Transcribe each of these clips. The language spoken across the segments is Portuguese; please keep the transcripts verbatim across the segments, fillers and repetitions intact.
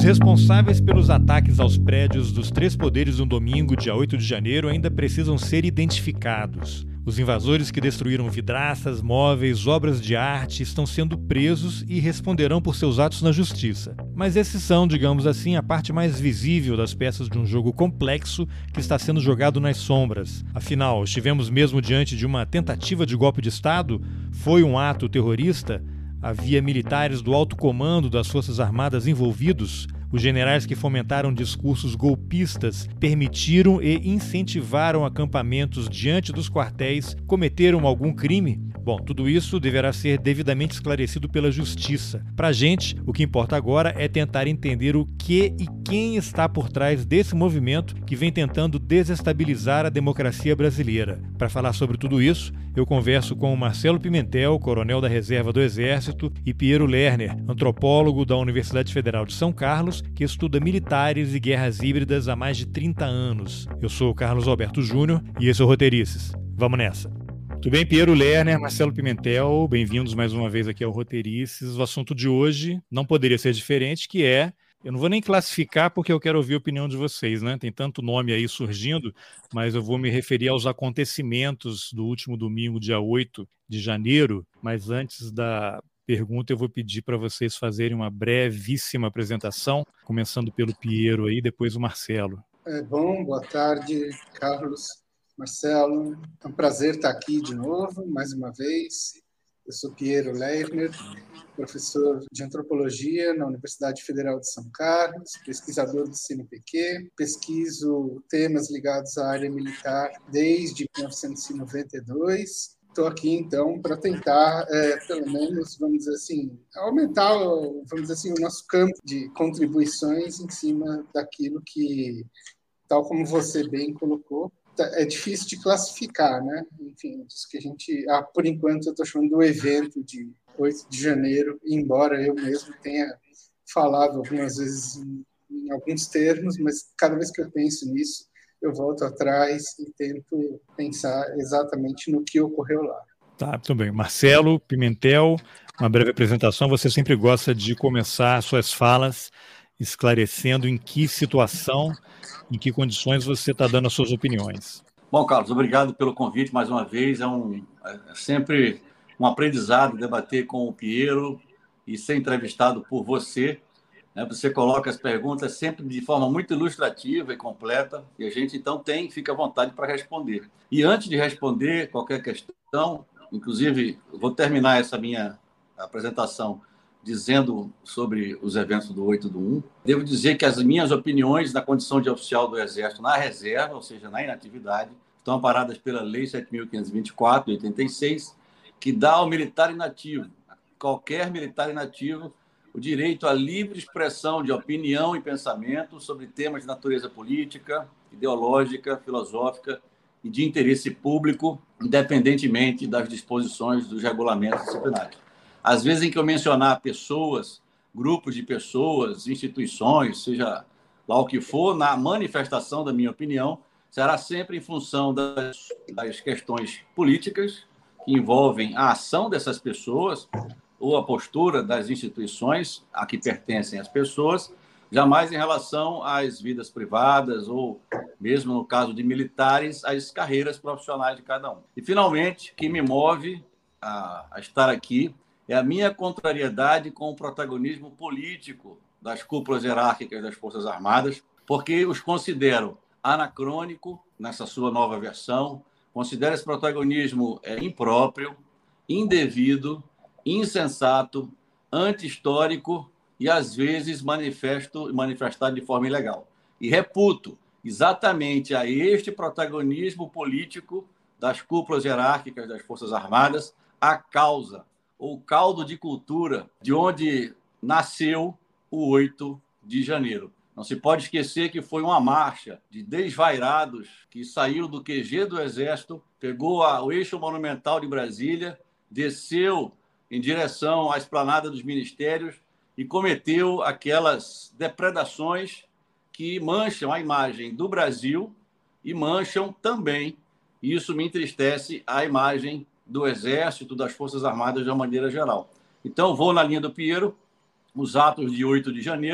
responsáveis pelos ataques aos prédios dos três poderes no domingo, dia oito de janeiro, ainda precisam ser identificados. Os invasores que destruíram vidraças, móveis, obras de arte estão sendo presos e responderão por seus atos na justiça. Mas esses são, digamos assim, a parte mais visível das peças de um jogo complexo que está sendo jogado nas sombras. Afinal, estivemos mesmo diante de uma tentativa de golpe de Estado? Foi um ato terrorista? Havia militares do alto comando das Forças Armadas envolvidos? Os generais que fomentaram discursos golpistas permitiram e incentivaram acampamentos diante dos quartéis cometeram algum crime? Bom, tudo isso deverá ser devidamente esclarecido pela justiça. Pra gente, o que importa agora é tentar entender o que e quem está por trás desse movimento que vem tentando desestabilizar a democracia brasileira. Para falar sobre tudo isso, eu converso com o Marcelo Pimentel, coronel da Reserva do Exército, e Piero Lerner, antropólogo da Universidade Federal de São Carlos, que estuda militares e guerras híbridas há mais de trinta anos. Eu sou o Carlos Alberto Júnior e esse é o Roteirices. Vamos nessa! Tudo bem, Piero Lerner, Marcelo Pimentel, bem-vindos mais uma vez aqui ao Roteirices. O assunto de hoje não poderia ser diferente, que é, eu não vou nem classificar porque eu quero ouvir a opinião de vocês, né? Tem tanto nome aí surgindo, mas eu vou me referir aos acontecimentos do último domingo, dia oito de janeiro, mas antes da pergunta eu vou pedir para vocês fazerem uma brevíssima apresentação, começando pelo Piero aí, depois o Marcelo. É bom, boa tarde, Carlos. Marcelo, é um prazer estar aqui de novo, mais uma vez. Eu sou Piero Lerner, professor de antropologia na Universidade Federal de São Carlos, pesquisador do C N P Q, pesquiso temas ligados à área militar desde mil novecentos e noventa e dois. Estou aqui, então, para tentar, é, pelo menos, vamos dizer assim, aumentar, vamos dizer assim, o nosso campo de contribuições em cima daquilo que, tal como você bem colocou, é difícil de classificar, né? Enfim, isso que a gente... Ah, por enquanto, eu estou chamando do evento de oito de janeiro, embora eu mesmo tenha falado algumas vezes em, em alguns termos, mas cada vez que eu penso nisso, eu volto atrás e tento pensar exatamente no que ocorreu lá. Tá, tudo bem. Marcelo Pimentel, uma breve apresentação. Você sempre gosta de começar suas falas esclarecendo em que situação, em que condições você está dando as suas opiniões. Bom, Carlos, obrigado pelo convite mais uma vez. É, um, é sempre um aprendizado debater com o Piero e ser entrevistado por você. Né? Você coloca as perguntas sempre de forma muito ilustrativa e completa, e a gente, então, tem, fica à vontade para responder. E antes de responder qualquer questão, inclusive, vou terminar essa minha apresentação dizendo sobre os eventos do oito do um. Devo dizer que as minhas opiniões na condição de oficial do Exército na reserva, ou seja, na inatividade, estão amparadas pela Lei sete mil quinhentos e vinte e quatro, de oitenta e seis, que dá ao militar inativo, a qualquer militar inativo, o direito à livre expressão de opinião e pensamento sobre temas de natureza política, ideológica, filosófica e de interesse público, independentemente das disposições dos regulamentos disciplinares. Às vezes em que eu mencionar pessoas, grupos de pessoas, instituições, seja lá o que for, na manifestação da minha opinião, será sempre em função das, das questões políticas que envolvem a ação dessas pessoas ou a postura das instituições a que pertencem as pessoas, jamais em relação às vidas privadas ou, mesmo no caso de militares, às carreiras profissionais de cada um. E, finalmente, o que me move a, a estar aqui é a minha contrariedade com o protagonismo político das cúpulas hierárquicas das Forças Armadas, porque os considero anacrônico nessa sua nova versão, considero esse protagonismo é, impróprio, indevido, insensato, anti-histórico e, às vezes, manifesto, manifestado de forma ilegal. E reputo exatamente a este protagonismo político das cúpulas hierárquicas das Forças Armadas a causa ou caldo de cultura de onde nasceu o oito de janeiro. Não se pode esquecer que foi uma marcha de desvairados que saiu do Q G do Exército, pegou a, o eixo monumental de Brasília, desceu em direção à esplanada dos ministérios e cometeu aquelas depredações que mancham a imagem do Brasil e mancham também, e isso me entristece, a imagem do Exército, das Forças Armadas de uma maneira geral. Então, vou na linha do Piero, os atos de oito de janeiro,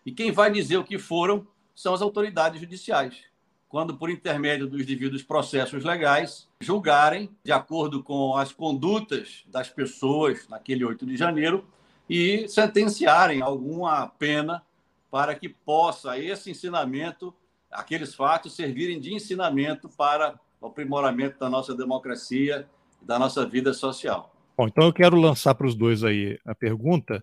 E quem vai dizer o que foram são as autoridades judiciais, quando, por intermédio dos devidos processos legais, julgarem de acordo com as condutas das pessoas naquele oito de janeiro e sentenciarem alguma pena para que possa esse ensinamento, aqueles fatos, servirem de ensinamento para o aprimoramento da nossa democracia e da nossa vida social. Bom, então eu quero lançar para os dois aí a pergunta.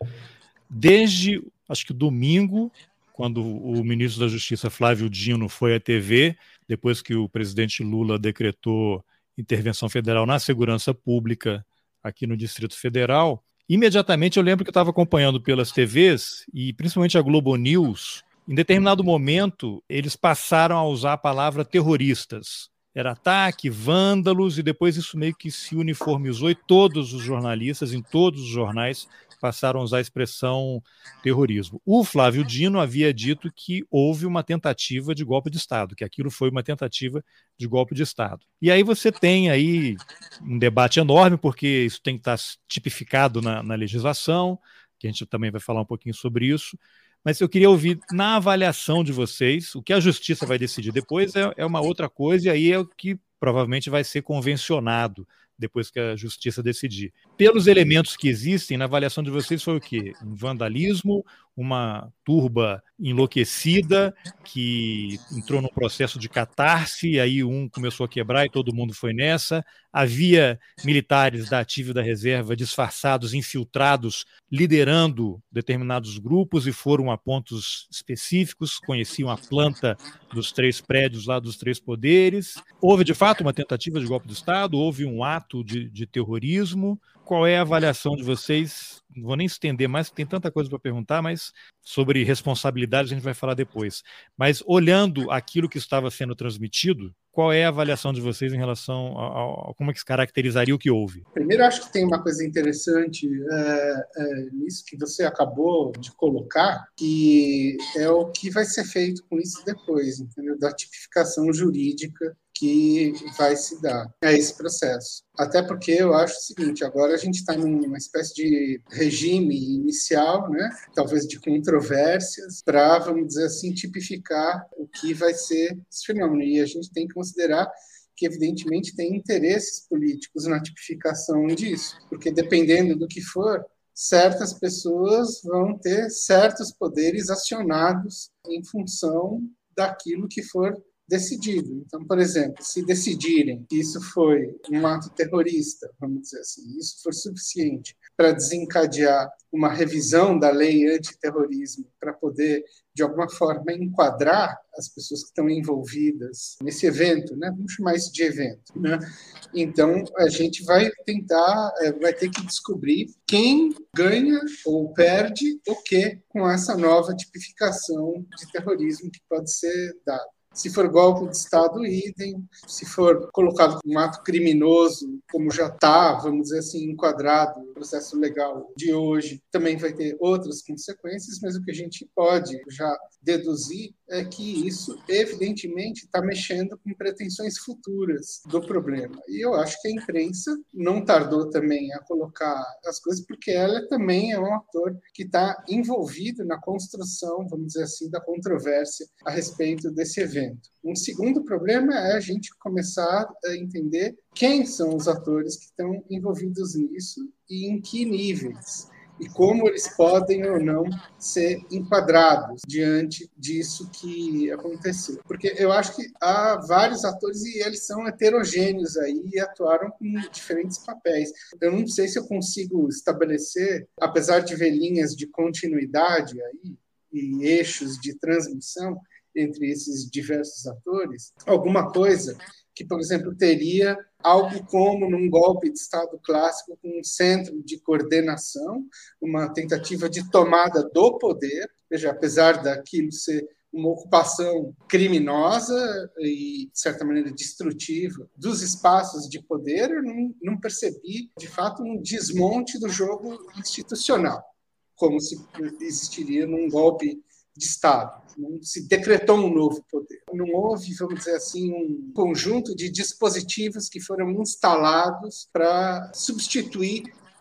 Desde, acho que domingo, quando o ministro da Justiça, Flávio Dino, foi à T V, depois que o presidente Lula decretou intervenção federal na segurança pública aqui no Distrito Federal, imediatamente eu lembro que eu estava acompanhando pelas T Vs, e principalmente a Globo News, em determinado momento, eles passaram a usar a palavra terroristas. Era ataque, vândalos, e depois isso meio que se uniformizou e todos os jornalistas, em todos os jornais, passaram a usar a expressão terrorismo. O Flávio Dino havia dito que houve uma tentativa de golpe de Estado, que aquilo foi uma tentativa de golpe de Estado. E aí você tem aí um debate enorme, porque isso tem que estar tipificado na, na legislação, que a gente também vai falar um pouquinho sobre isso. Mas eu queria ouvir, na avaliação de vocês, o que a justiça vai decidir depois é, é uma outra coisa, e aí é o que provavelmente vai ser convencionado depois que a justiça decidir. Pelos elementos que existem, na avaliação de vocês foi o quê? Um vandalismo, uma turba enlouquecida que entrou num processo de catarse, e aí um começou a quebrar e todo mundo foi nessa. Havia militares da ativa e da reserva disfarçados, infiltrados, liderando determinados grupos e foram a pontos específicos, conheciam a planta dos três prédios lá dos três poderes. Houve, de fato, uma tentativa de golpe de Estado, houve um ato de, de terrorismo. Qual é a avaliação de vocês? Não vou nem estender mais, tem tanta coisa para perguntar, mas sobre responsabilidades a gente vai falar depois. Mas olhando aquilo que estava sendo transmitido, qual é a avaliação de vocês em relação a, a como é que se caracterizaria o que houve? Primeiro, acho que tem uma coisa interessante é, é, nisso que você acabou de colocar, que é o que vai ser feito com isso depois, entendeu? Da tipificação jurídica que vai se dar a esse processo. Até porque eu acho o seguinte, agora a gente está numa espécie de regime inicial, né? Talvez de controvérsias, para, vamos dizer assim, tipificar o que vai ser esse fenômeno. E a gente tem que considerar que, evidentemente, tem interesses políticos na tipificação disso, porque dependendo do que for, certas pessoas vão ter certos poderes acionados em função daquilo que for decidido. Então, por exemplo, se decidirem que isso foi um ato terrorista, vamos dizer assim, isso for suficiente para desencadear uma revisão da lei antiterrorismo para poder, de alguma forma, enquadrar as pessoas que estão envolvidas nesse evento, né? Vamos chamar isso de evento, né? Então, a gente vai tentar, vai ter que descobrir quem ganha ou perde o quê com essa nova tipificação de terrorismo que pode ser dada. Se for golpe de Estado, idem. Se for colocado como um ato criminoso, como já está, vamos dizer assim, enquadrado no processo legal de hoje, também vai ter outras consequências, mas o que a gente pode já deduzir é que isso, evidentemente, está mexendo com pretensões futuras do problema. E eu acho que a imprensa não tardou também a colocar as coisas, porque ela também é um ator que está envolvido na construção, vamos dizer assim, da controvérsia a respeito desse evento. Um segundo problema é a gente começar a entender quem são os atores que estão envolvidos nisso e em que níveis, e como eles podem ou não ser enquadrados diante disso que aconteceu. Porque eu acho que há vários atores e eles são heterogêneos aí e atuaram com diferentes papéis. Eu não sei se eu consigo estabelecer, apesar de ver linhas de continuidade aí e eixos de transmissão entre esses diversos atores, alguma coisa que, por exemplo, teria algo como num golpe de Estado clássico, com um centro de coordenação, uma tentativa de tomada do poder, veja, apesar daquilo ser uma ocupação criminosa e, de certa maneira, destrutiva dos espaços de poder, eu não, não percebi, de fato, um desmonte do jogo institucional, como se existiria num golpe de Estado. Não se decretou um novo poder. Não houve, vamos dizer assim, um conjunto de dispositivos que foram instalados para substituir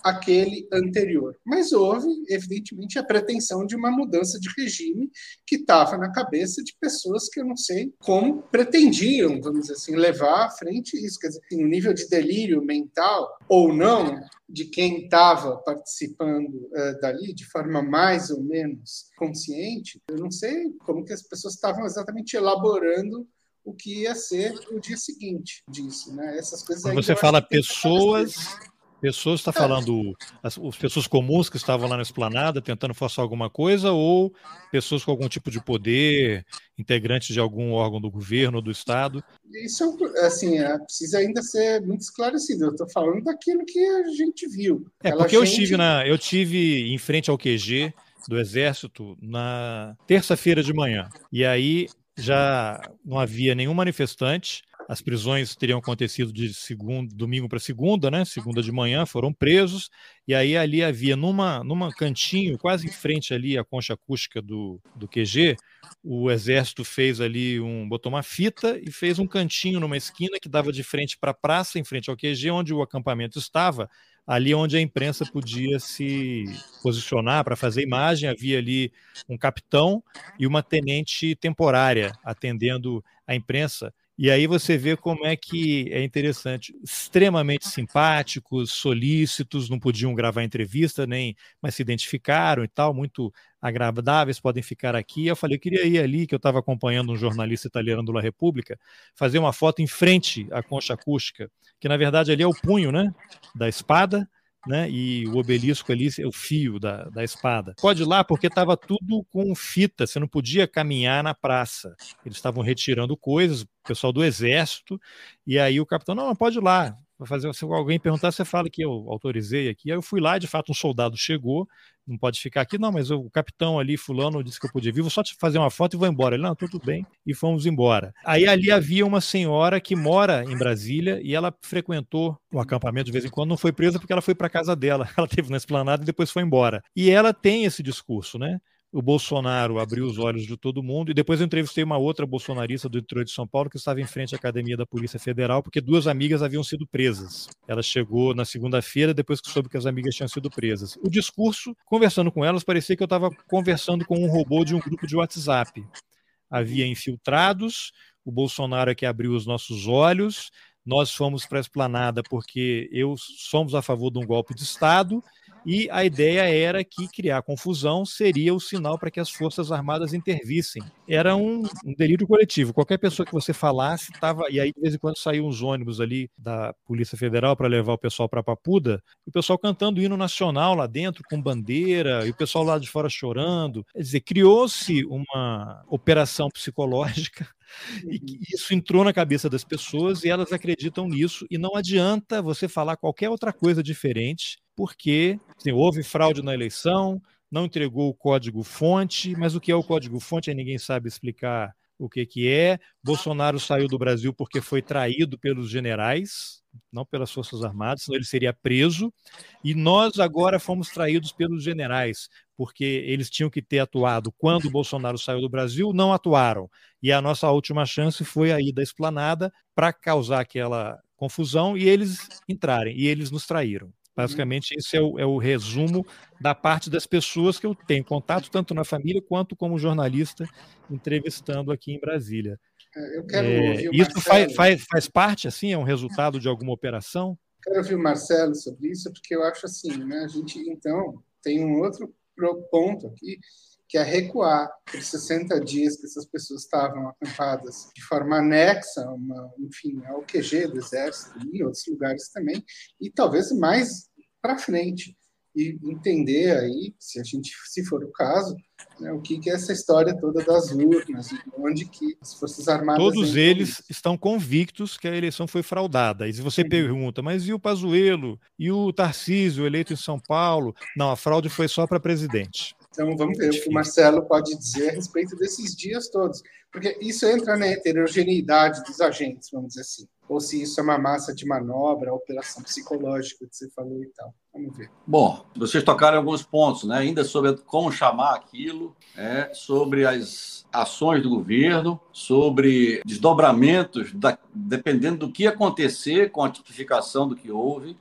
aquele anterior. Mas houve, evidentemente, a pretensão de uma mudança de regime que estava na cabeça de pessoas que eu não sei como pretendiam, vamos dizer assim, levar à frente isso. Quer dizer, no nível de delírio mental ou não, de quem estava participando uh, dali, de forma mais ou menos consciente, eu não sei como que as pessoas estavam exatamente elaborando o que ia ser o dia seguinte disso, né? Essas coisas. Quando você fala pessoas, pessoas está falando as, as pessoas comuns que estavam lá na esplanada tentando forçar alguma coisa, ou pessoas com algum tipo de poder, integrantes de algum órgão do governo ou do Estado? Isso, assim, precisa ainda ser muito esclarecido. Eu estou falando daquilo que a gente viu. É, Aquela porque eu gente... estive, na, eu estive em frente ao Q G do Exército na terça-feira de manhã. E aí já não havia nenhum manifestante. As prisões teriam acontecido de segundo, domingo para segunda, né? Segunda de manhã, foram presos. E aí ali havia, numa, numa cantinho, quase em frente ali à concha acústica do, do Q G, o Exército fez ali, um, botou uma fita e fez um cantinho numa esquina que dava de frente para a praça, em frente ao Q G, onde o acampamento estava, ali onde a imprensa podia se posicionar para fazer imagem. Havia ali um capitão e uma tenente temporária atendendo a imprensa. E aí você vê como é que é interessante, extremamente simpáticos, solícitos, não podiam gravar entrevista, nem, mas se identificaram e tal, muito agradáveis, podem ficar aqui. Eu falei, eu queria ir ali, que eu estava acompanhando um jornalista italiano do La Repubblica, fazer uma foto em frente à concha acústica, que na verdade ali é o punho, né, da espada, né, e o obelisco ali é o fio da, da espada. Pode ir lá porque estava tudo com fita, você não podia caminhar na praça. Eles estavam retirando coisas, o pessoal do Exército, e aí o capitão, não, não pode ir lá. Fazer, se alguém perguntar, você fala que eu autorizei aqui. Aí eu fui lá, de fato um soldado chegou, não pode ficar aqui, não, mas o capitão ali, fulano, disse que eu podia vir, vou só te fazer uma foto e vou embora. Ele, não, tudo bem, e fomos embora. Aí ali havia uma senhora que mora em Brasília e ela frequentou o acampamento de vez em quando, não foi presa porque ela foi para casa dela, ela esteve na esplanada e depois foi embora. E ela tem esse discurso, né? O Bolsonaro abriu os olhos de todo mundo, e depois eu entrevistei uma outra bolsonarista do interior de São Paulo que estava em frente à academia da Polícia Federal, porque duas amigas haviam sido presas. Ela chegou na segunda-feira, depois que soube que as amigas tinham sido presas. O discurso, conversando com elas, parecia que eu estava conversando com um robô de um grupo de WhatsApp. Havia infiltrados, o Bolsonaro é que abriu os nossos olhos, nós fomos para a esplanada porque eu somos a favor de um golpe de Estado, e a ideia era que criar confusão seria o sinal para que as Forças Armadas intervissem. Era um, um delírio coletivo. Qualquer pessoa que você falasse estava... E aí, de vez em quando, saíam uns ônibus ali da Polícia Federal para levar o pessoal para Papuda, e o pessoal cantando o hino nacional lá dentro, com bandeira, e o pessoal lá de fora chorando. Quer dizer, criou-se uma operação psicológica, e isso entrou na cabeça das pessoas e elas acreditam nisso, e não adianta você falar qualquer outra coisa diferente, porque assim, houve fraude na eleição, não entregou o código-fonte, mas o que é o código-fonte aí ninguém sabe explicar o que, que é. Bolsonaro saiu do Brasil porque foi traído pelos generais, não pelas Forças Armadas, senão ele seria preso, e nós agora fomos traídos pelos generais, porque eles tinham que ter atuado quando o Bolsonaro saiu do Brasil, não atuaram, e a nossa última chance foi a ida à esplanada para causar aquela confusão e eles entrarem, e eles nos traíram. Basicamente, esse é o, é o resumo da parte das pessoas que eu tenho contato, tanto na família quanto como jornalista, entrevistando aqui em Brasília. Eu quero é, ouvir o isso Marcelo. faz, faz, faz parte, assim, é um resultado de alguma operação? Quero ouvir o Marcelo sobre isso, porque eu acho assim, né? A gente, então, tem um outro ponto aqui, que é recuar por sessenta dias que essas pessoas estavam acampadas de forma anexa, uma, enfim, ao Q G do Exército e em outros lugares também, e talvez mais para frente, e entender aí, se a gente, se for o caso, né, o que, que é essa história toda das urnas, onde que as Forças Armadas... Todos eles isso. estão convictos que a eleição foi fraudada. E se você uhum. pergunta, mas e o Pazuello? E o Tarcísio, eleito em São Paulo? Não, a fraude foi só para presidente. Então, vamos ver o que o Marcelo pode dizer a respeito desses dias todos. Porque isso entra na heterogeneidade dos agentes, vamos dizer assim. Ou se isso é uma massa de manobra, operação psicológica que você falou e tal. Vamos ver. Bom, vocês tocaram alguns pontos, né? Ainda sobre como chamar aquilo, é, sobre as ações do governo, sobre desdobramentos, da, dependendo do que acontecer com a tipificação do que houve,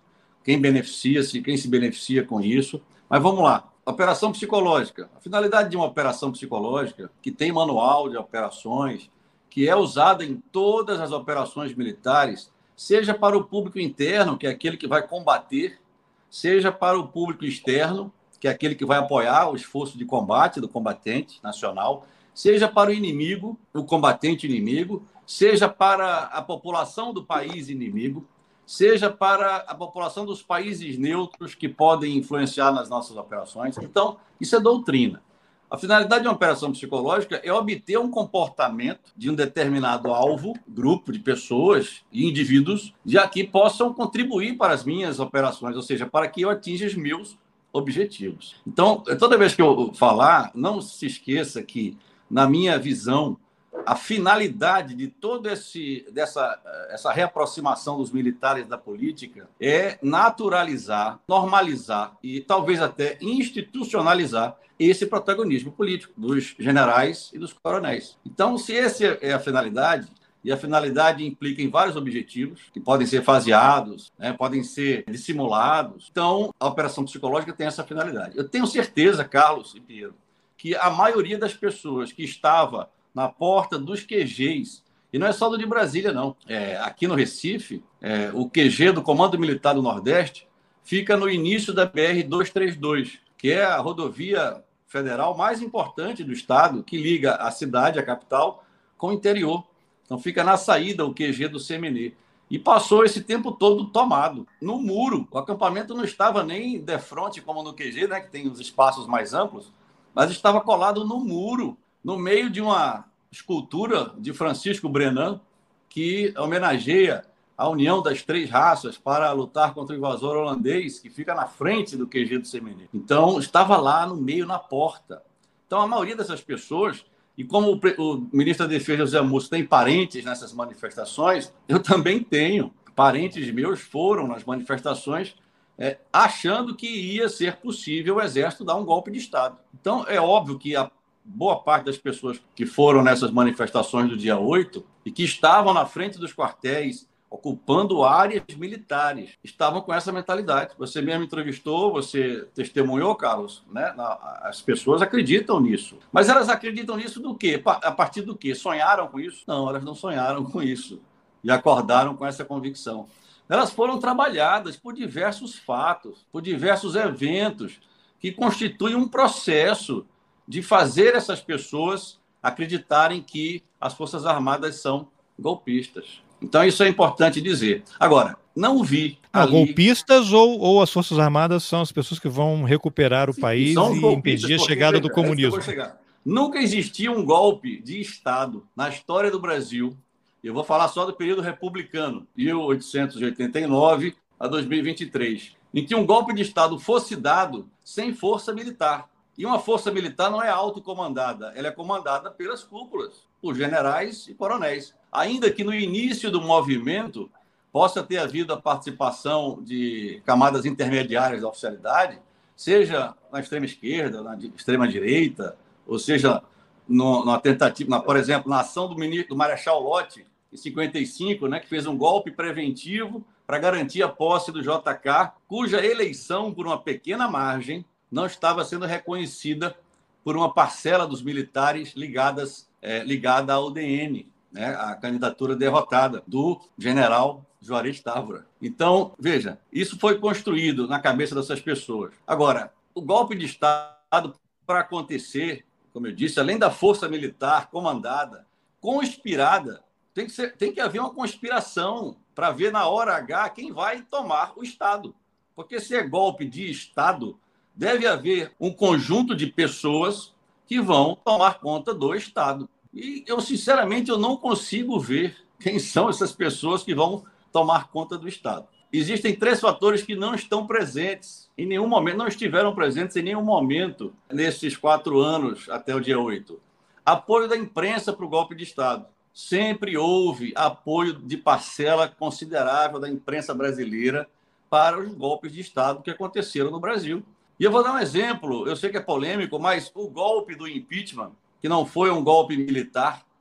quem beneficia-se, quem se beneficia com isso. Mas vamos lá. Operação psicológica. A finalidade de uma operação psicológica, que tem manual de operações, que é usada em todas as operações militares, seja para o público interno, que é aquele que vai combater, seja para o público externo, que é aquele que vai apoiar o esforço de combate do combatente nacional, seja para o inimigo, o combatente inimigo, seja para a população do país inimigo, seja para a população dos países neutros que podem influenciar nas nossas operações. Então, isso é doutrina. A finalidade de uma operação psicológica é obter um comportamento de um determinado alvo, grupo de pessoas e indivíduos, já que possam contribuir para as minhas operações, ou seja, para que eu atinja os meus objetivos. Então, toda vez que eu falar, não se esqueça que, na minha visão, a finalidade de toda esse, dessa, essa reaproximação dos militares da política é naturalizar, normalizar e talvez até institucionalizar esse protagonismo político dos generais e dos coronéis. Então, se essa é a finalidade, e a finalidade implica em vários objetivos, que podem ser faseados, né, podem ser dissimulados, então a operação psicológica tem essa finalidade. Eu tenho certeza, Carlos e Piero, que a maioria das pessoas que estava na porta dos Q Gs, e não é só do de Brasília, não. É, aqui no Recife, é, o Q G do Comando Militar do Nordeste fica no início da B R duzentos e trinta e dois, que é a rodovia federal mais importante do estado, que liga a cidade, a capital, com o interior. Então fica na saída o Q G do C M N. E passou esse tempo todo tomado, no muro. O acampamento não estava nem de frente como no Q G, né, que tem os espaços mais amplos, mas estava colado no muro, no meio de uma escultura de Francisco Brenan, que homenageia a união das três raças para lutar contra o invasor holandês, que fica na frente do Q G do C M N. Então, estava lá no meio, na porta. Então, a maioria dessas pessoas, e como o ministro da Defesa, José Múcio, tem parentes nessas manifestações, eu também tenho. Parentes meus foram nas manifestações é, achando que ia ser possível o Exército dar um golpe de Estado. Então, é óbvio que a boa parte das pessoas que foram nessas manifestações do dia oito e que estavam na frente dos quartéis, ocupando áreas militares, estavam com essa mentalidade. Você mesmo entrevistou, você testemunhou, Carlos, né? As pessoas acreditam nisso. Mas elas acreditam nisso do quê? A partir do quê? Sonharam com isso? Não, elas não sonharam com isso. E acordaram com essa convicção. Elas foram trabalhadas por diversos fatos, por diversos eventos que constituem um processo de fazer essas pessoas acreditarem que as Forças Armadas são golpistas. Então, isso é importante dizer. Agora, não vi... Não, ali... Golpistas ou, ou as Forças Armadas são as pessoas que vão recuperar o Sim, país e impedir a chegada do comunismo. Nunca existiu um golpe de Estado na história do Brasil. Eu vou falar só do período republicano, mil oitocentos e oitenta e nove a dois mil e vinte e três, em que um golpe de Estado fosse dado sem força militar. E uma força militar não é autocomandada, ela é comandada pelas cúpulas, por generais e coronéis. Ainda que no início do movimento possa ter havido a participação de camadas intermediárias da oficialidade, seja na extrema esquerda, na extrema direita, ou seja, no, na tentativa, na, por exemplo, na ação do, ministro, do Marechal Lott, em cinquenta e cinco, né, que fez um golpe preventivo para garantir a posse do J K, cuja eleição, por uma pequena margem, não estava sendo reconhecida por uma parcela dos militares ligadas, é, ligada ao U D N, né, a candidatura derrotada do general Juarez Távora. Então, veja, isso foi construído na cabeça dessas pessoas. Agora, o golpe de Estado, para acontecer, como eu disse, além da força militar comandada, conspirada, tem que, ser, tem que haver uma conspiração para ver na hora H quem vai tomar o Estado. Porque se é golpe de Estado, deve haver um conjunto de pessoas que vão tomar conta do Estado. E eu, sinceramente, eu não consigo ver quem são essas pessoas que vão tomar conta do Estado. Existem três fatores que não estão presentes em nenhum momento, não estiveram presentes em nenhum momento nesses quatro anos até o dia oito. Apoio da imprensa para o golpe de Estado. Sempre houve apoio de parcela considerável da imprensa brasileira para os golpes de Estado que aconteceram no Brasil. E eu vou dar um exemplo, eu sei que é polêmico, mas o golpe do impeachment, que não foi um golpe militar,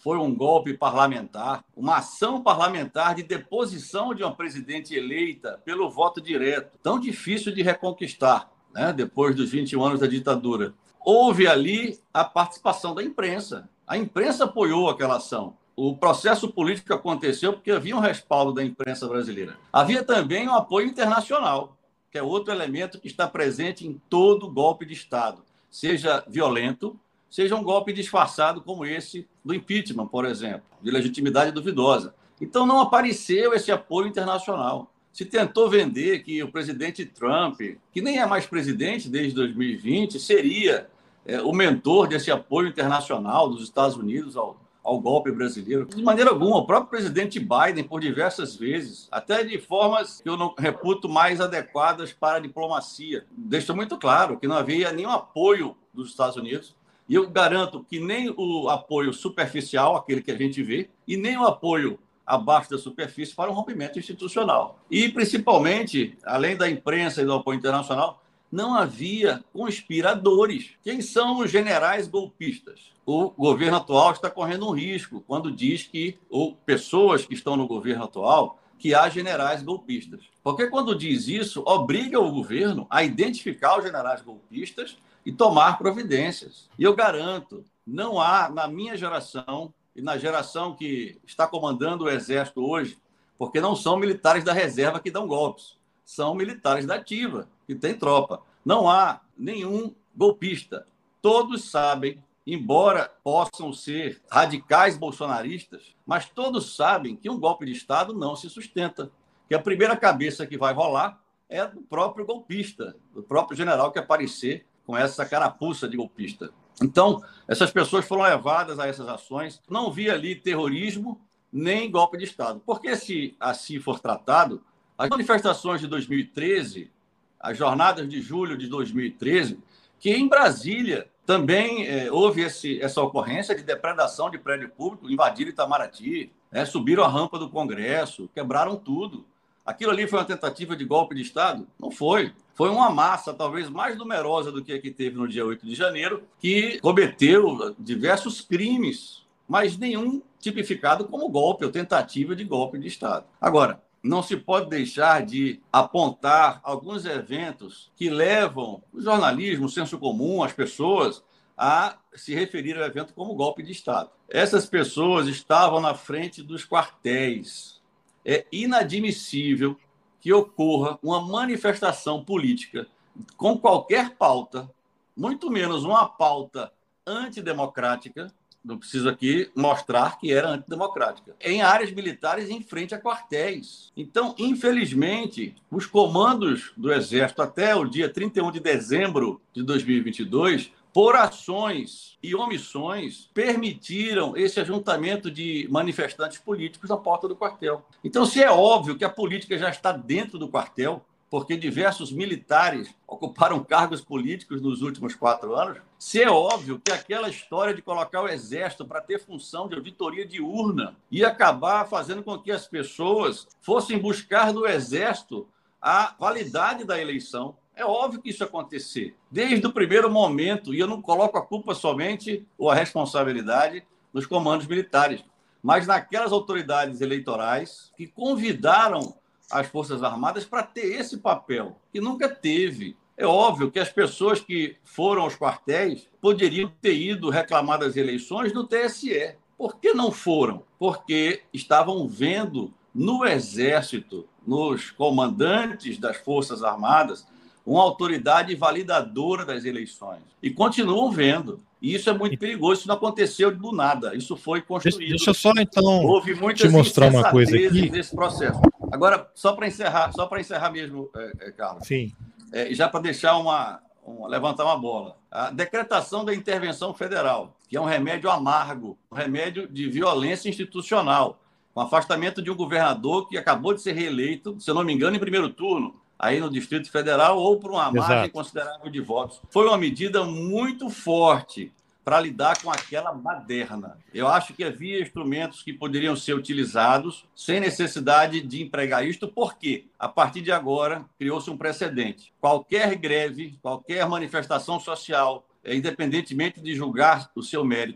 foi um golpe parlamentar, uma ação parlamentar de deposição de uma presidente eleita pelo voto direto, tão difícil de reconquistar, né, depois dos vinte e um anos da ditadura. Houve ali a participação da imprensa. A imprensa apoiou aquela ação. O processo político aconteceu porque havia um respaldo da imprensa brasileira. Havia também um apoio internacional, que é outro elemento que está presente em todo golpe de Estado, seja violento, seja um golpe disfarçado como esse do impeachment, por exemplo, de legitimidade duvidosa. Então, não apareceu esse apoio internacional. Se tentou vender que o presidente Trump, que nem é mais presidente desde dois mil e vinte, seria é, o mentor desse apoio internacional dos Estados Unidos ao, ao golpe brasileiro. De maneira alguma, o próprio presidente Biden, por diversas vezes, até de formas que eu não reputo mais adequadas para a diplomacia, deixou muito claro que não havia nenhum apoio dos Estados Unidos. E eu garanto que nem o apoio superficial, aquele que a gente vê, e nem o apoio abaixo da superfície para um rompimento institucional. E, principalmente, além da imprensa e do apoio internacional, não havia conspiradores. Quem são os generais golpistas? O governo atual está correndo um risco quando diz que, ou pessoas que estão no governo atual, que há generais golpistas. Porque quando diz isso, obriga o governo a identificar os generais golpistas e tomar providências. E eu garanto, não há, na minha geração e na geração que está comandando o Exército hoje, porque não são militares da reserva que dão golpes, são militares da ativa, que tem tropa. Não há nenhum golpista. Todos sabem, embora possam ser radicais bolsonaristas, mas todos sabem que um golpe de Estado não se sustenta, que a primeira cabeça que vai rolar é do próprio golpista, do próprio general que aparecer com essa carapuça de golpista. Então, essas pessoas foram levadas a essas ações. Não vi ali terrorismo nem golpe de Estado. Porque, se assim for tratado, as manifestações de dois mil e treze, as jornadas de julho de dois mil e treze, que em Brasília também é, houve esse, essa ocorrência de depredação de prédio público, invadiram Itamaraty, né, subiram a rampa do Congresso, quebraram tudo. Aquilo ali foi uma tentativa de golpe de Estado? Não foi. Foi uma massa, talvez mais numerosa do que a que teve no dia oito de janeiro, que cometeu diversos crimes, mas nenhum tipificado como golpe ou tentativa de golpe de Estado. Agora, não se pode deixar de apontar alguns eventos que levam o jornalismo, o senso comum, as pessoas a se referir ao evento como golpe de Estado. Essas pessoas estavam na frente dos quartéis. É inadmissível que ocorra uma manifestação política com qualquer pauta, muito menos uma pauta antidemocrática, não preciso aqui mostrar que era antidemocrática, em áreas militares em frente a quartéis. Então, infelizmente, os comandos do Exército até o dia trinta e um de dezembro de dois mil e vinte e dois, por ações e omissões, permitiram esse ajuntamento de manifestantes políticos na porta do quartel. Então, se é óbvio que a política já está dentro do quartel, porque diversos militares ocuparam cargos políticos nos últimos quatro anos, se é óbvio que aquela história de colocar o Exército para ter função de auditoria de urna ia acabar fazendo com que as pessoas fossem buscar no Exército a validade da eleição, é óbvio que isso ia acontecer, desde o primeiro momento, e eu não coloco a culpa somente ou a responsabilidade nos comandos militares, mas naquelas autoridades eleitorais que convidaram as Forças Armadas para ter esse papel, que nunca teve. É óbvio que as pessoas que foram aos quartéis poderiam ter ido reclamar das eleições no T S E. Por que não foram? Porque estavam vendo no Exército, nos comandantes das Forças Armadas, uma autoridade validadora das eleições. E continuam vendo. E isso é muito perigoso. Isso não aconteceu do nada. Isso foi construído. Deixa, deixa eu só, então, Houve muitas te mostrar uma coisa aqui nesse processo. Agora, só para encerrar, só para encerrar mesmo, é, é, Carlos. Sim. É, já para deixar uma, uma, levantar uma bola. A decretação da intervenção federal, que é um remédio amargo, um remédio de violência institucional, com afastamento de um governador que acabou de ser reeleito, se eu não me engano, em primeiro turno, aí no Distrito Federal, ou por uma margem Exato. considerável de votos. Foi uma medida muito forte para lidar com aquela baderna. Eu acho que havia instrumentos que poderiam ser utilizados sem necessidade de empregar isto, porque, a partir de agora, criou-se um precedente. Qualquer greve, qualquer manifestação social, independentemente de julgar o seu mérito,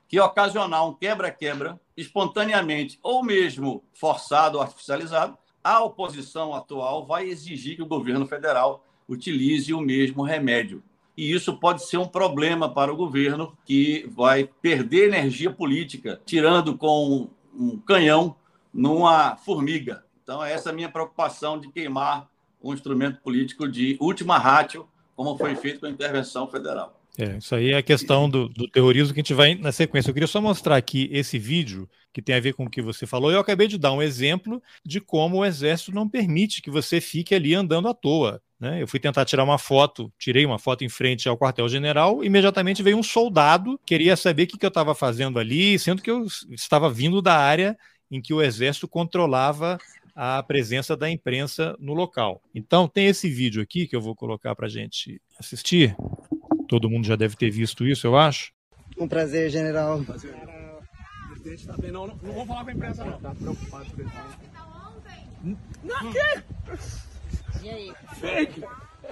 que ocasionar um quebra-quebra espontaneamente ou mesmo forçado ou artificializado, a oposição atual vai exigir que o governo federal utilize o mesmo remédio. E isso pode ser um problema para o governo, que vai perder energia política, tirando com um canhão numa formiga. Então, essa é a minha preocupação de queimar um instrumento político de última ratio, como foi feito com a intervenção federal. É, isso aí é a questão do, do terrorismo que a gente vai na sequência. Eu queria só mostrar aqui esse vídeo que tem a ver com o que você falou. Eu acabei de dar um exemplo de como o Exército não permite que você fique ali andando à toa, né? Eu fui tentar tirar uma foto, tirei uma foto em frente ao quartel-general, imediatamente veio um soldado, queria saber o que, que eu estava fazendo ali, sendo que eu estava vindo da área em que o Exército controlava a presença da imprensa no local. Então, tem esse vídeo aqui que eu vou colocar para a gente assistir. Todo mundo já deve ter visto isso, eu acho. Um prazer, general. Um prazer. O presidente tá bem. Não, não, não vou falar com a imprensa, não. Tá preocupado com ele. Não, quê? E aí? Fake!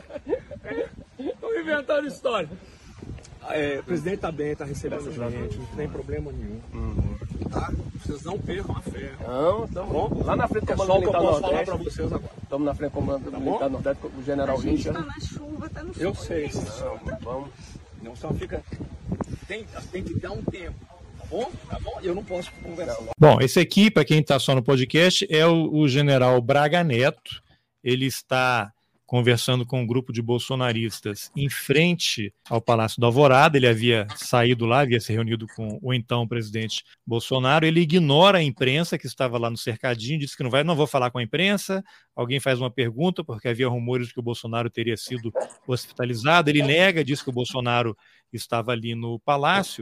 Estão inventando história. É, o presidente tá bem, tá recebendo gente, não tem problema nenhum. Uhum. Tá? Vocês não percam a fé. Não, estamos lá na frente do é comando militar Nordeste. falar para vocês agora. Estamos na frente do comando tá militar Nordeste, o general Richard. Tá na chuva, tá no sol. Eu sei. Não, vamos. Não, só fica... Tem, tem que dar um tempo. Tá bom? Tá bom? Eu não posso conversar. Bom, esse aqui, para quem está só no podcast, é o, o general Braga Neto. Ele está conversando com um grupo de bolsonaristas em frente ao Palácio da Alvorada. Ele havia saído lá, havia se reunido com o então presidente Bolsonaro. Ele ignora a imprensa que estava lá no cercadinho, disse que não vai, não vou falar com a imprensa. Alguém faz uma pergunta, porque havia rumores de que o Bolsonaro teria sido hospitalizado. Ele nega, diz que o Bolsonaro estava ali no palácio.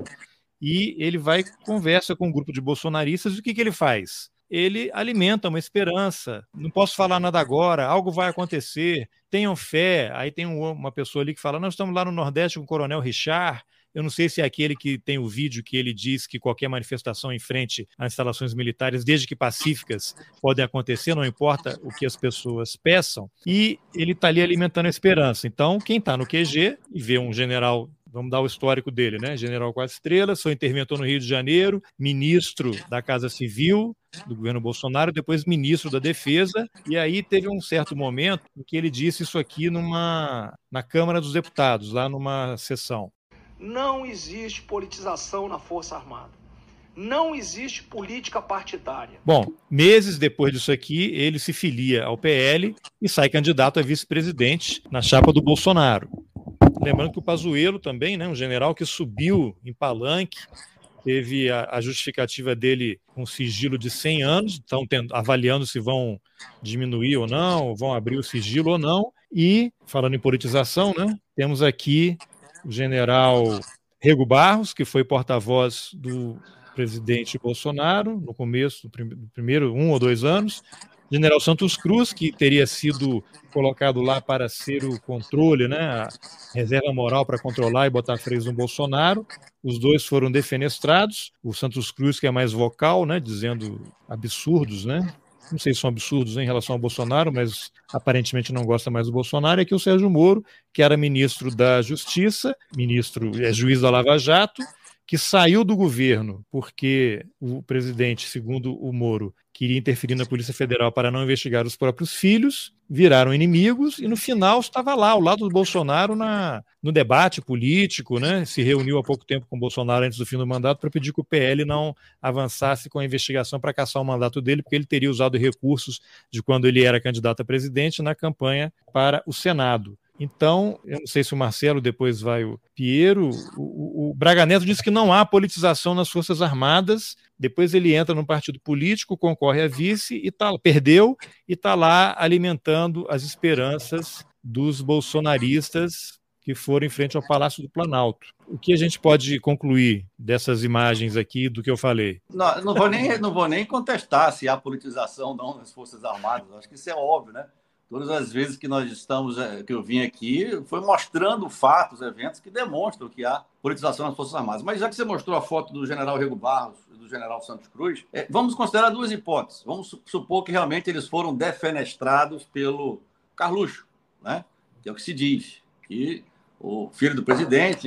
E ele vai conversa com um grupo de bolsonaristas. O que, que ele faz? Ele alimenta uma esperança. Não posso falar nada agora, algo vai acontecer, tenham fé. Aí tem um, uma pessoa ali que fala, nós estamos lá no Nordeste com o coronel Richard. Eu não sei se é aquele que tem o vídeo que ele diz que qualquer manifestação em frente a instalações militares, desde que pacíficas, podem acontecer, não importa o que as pessoas peçam. E ele está ali alimentando a esperança. Então, quem está no Q G e vê um general... Vamos dar o histórico dele, né? General Quatro Estrelas, foi interventor no Rio de Janeiro, ministro da Casa Civil do governo Bolsonaro, depois ministro da Defesa, e aí teve um certo momento em que ele disse isso aqui numa, na Câmara dos Deputados, lá numa sessão. Não existe politização na Força Armada. Não existe política partidária. Bom, meses depois disso aqui, ele se filia ao P L e sai candidato a vice-presidente na chapa do Bolsonaro. Lembrando que o Pazuello também, né, um general que subiu em palanque, teve a, a justificativa dele com sigilo de cem anos, estão tendo, avaliando se vão diminuir ou não, vão abrir o sigilo ou não. E, falando em politização, né, temos aqui o general Rego Barros, que foi porta-voz do presidente Bolsonaro no começo, do primeiro um ou dois anos. General Santos Cruz, que teria sido colocado lá para ser o controle, né, a reserva moral para controlar e botar freios no Bolsonaro. Os dois foram defenestrados. O Santos Cruz, que é mais vocal, né, dizendo absurdos, né? Não sei se são absurdos em relação ao Bolsonaro, mas aparentemente não gosta mais do Bolsonaro. E aqui o Sérgio Moro, que era ministro da Justiça, ministro, é juiz da Lava Jato, que saiu do governo porque o presidente, segundo o Moro, queria interferir na Polícia Federal para não investigar os próprios filhos, viraram inimigos e no final estava lá, ao lado do Bolsonaro, na, no debate político, né? Se reuniu há pouco tempo com o Bolsonaro antes do fim do mandato para pedir que o P L não avançasse com a investigação para caçar o mandato dele, porque ele teria usado recursos de quando ele era candidato a presidente na campanha para o Senado. Então, eu não sei se o Marcelo, depois vai o Piero, o, o, o Braga Neto disse que não há politização nas Forças Armadas, depois ele entra num partido político, concorre a vice, e tá, perdeu e está lá alimentando as esperanças dos bolsonaristas que foram em frente ao Palácio do Planalto. O que a gente pode concluir dessas imagens aqui, do que eu falei? Não, não, vou, nem, não vou nem contestar se há politização ou não nas Forças Armadas, acho que isso é óbvio, né? Todas as vezes que nós estamos, que eu vim aqui, foi mostrando fatos, eventos que demonstram que há politização nas Forças Armadas. Mas já que você mostrou a foto do general Rego Barros e do general Santos Cruz, é, vamos considerar duas hipóteses. Vamos supor que realmente eles foram defenestrados pelo Carluxo, né? Que é o que se diz, que o filho do presidente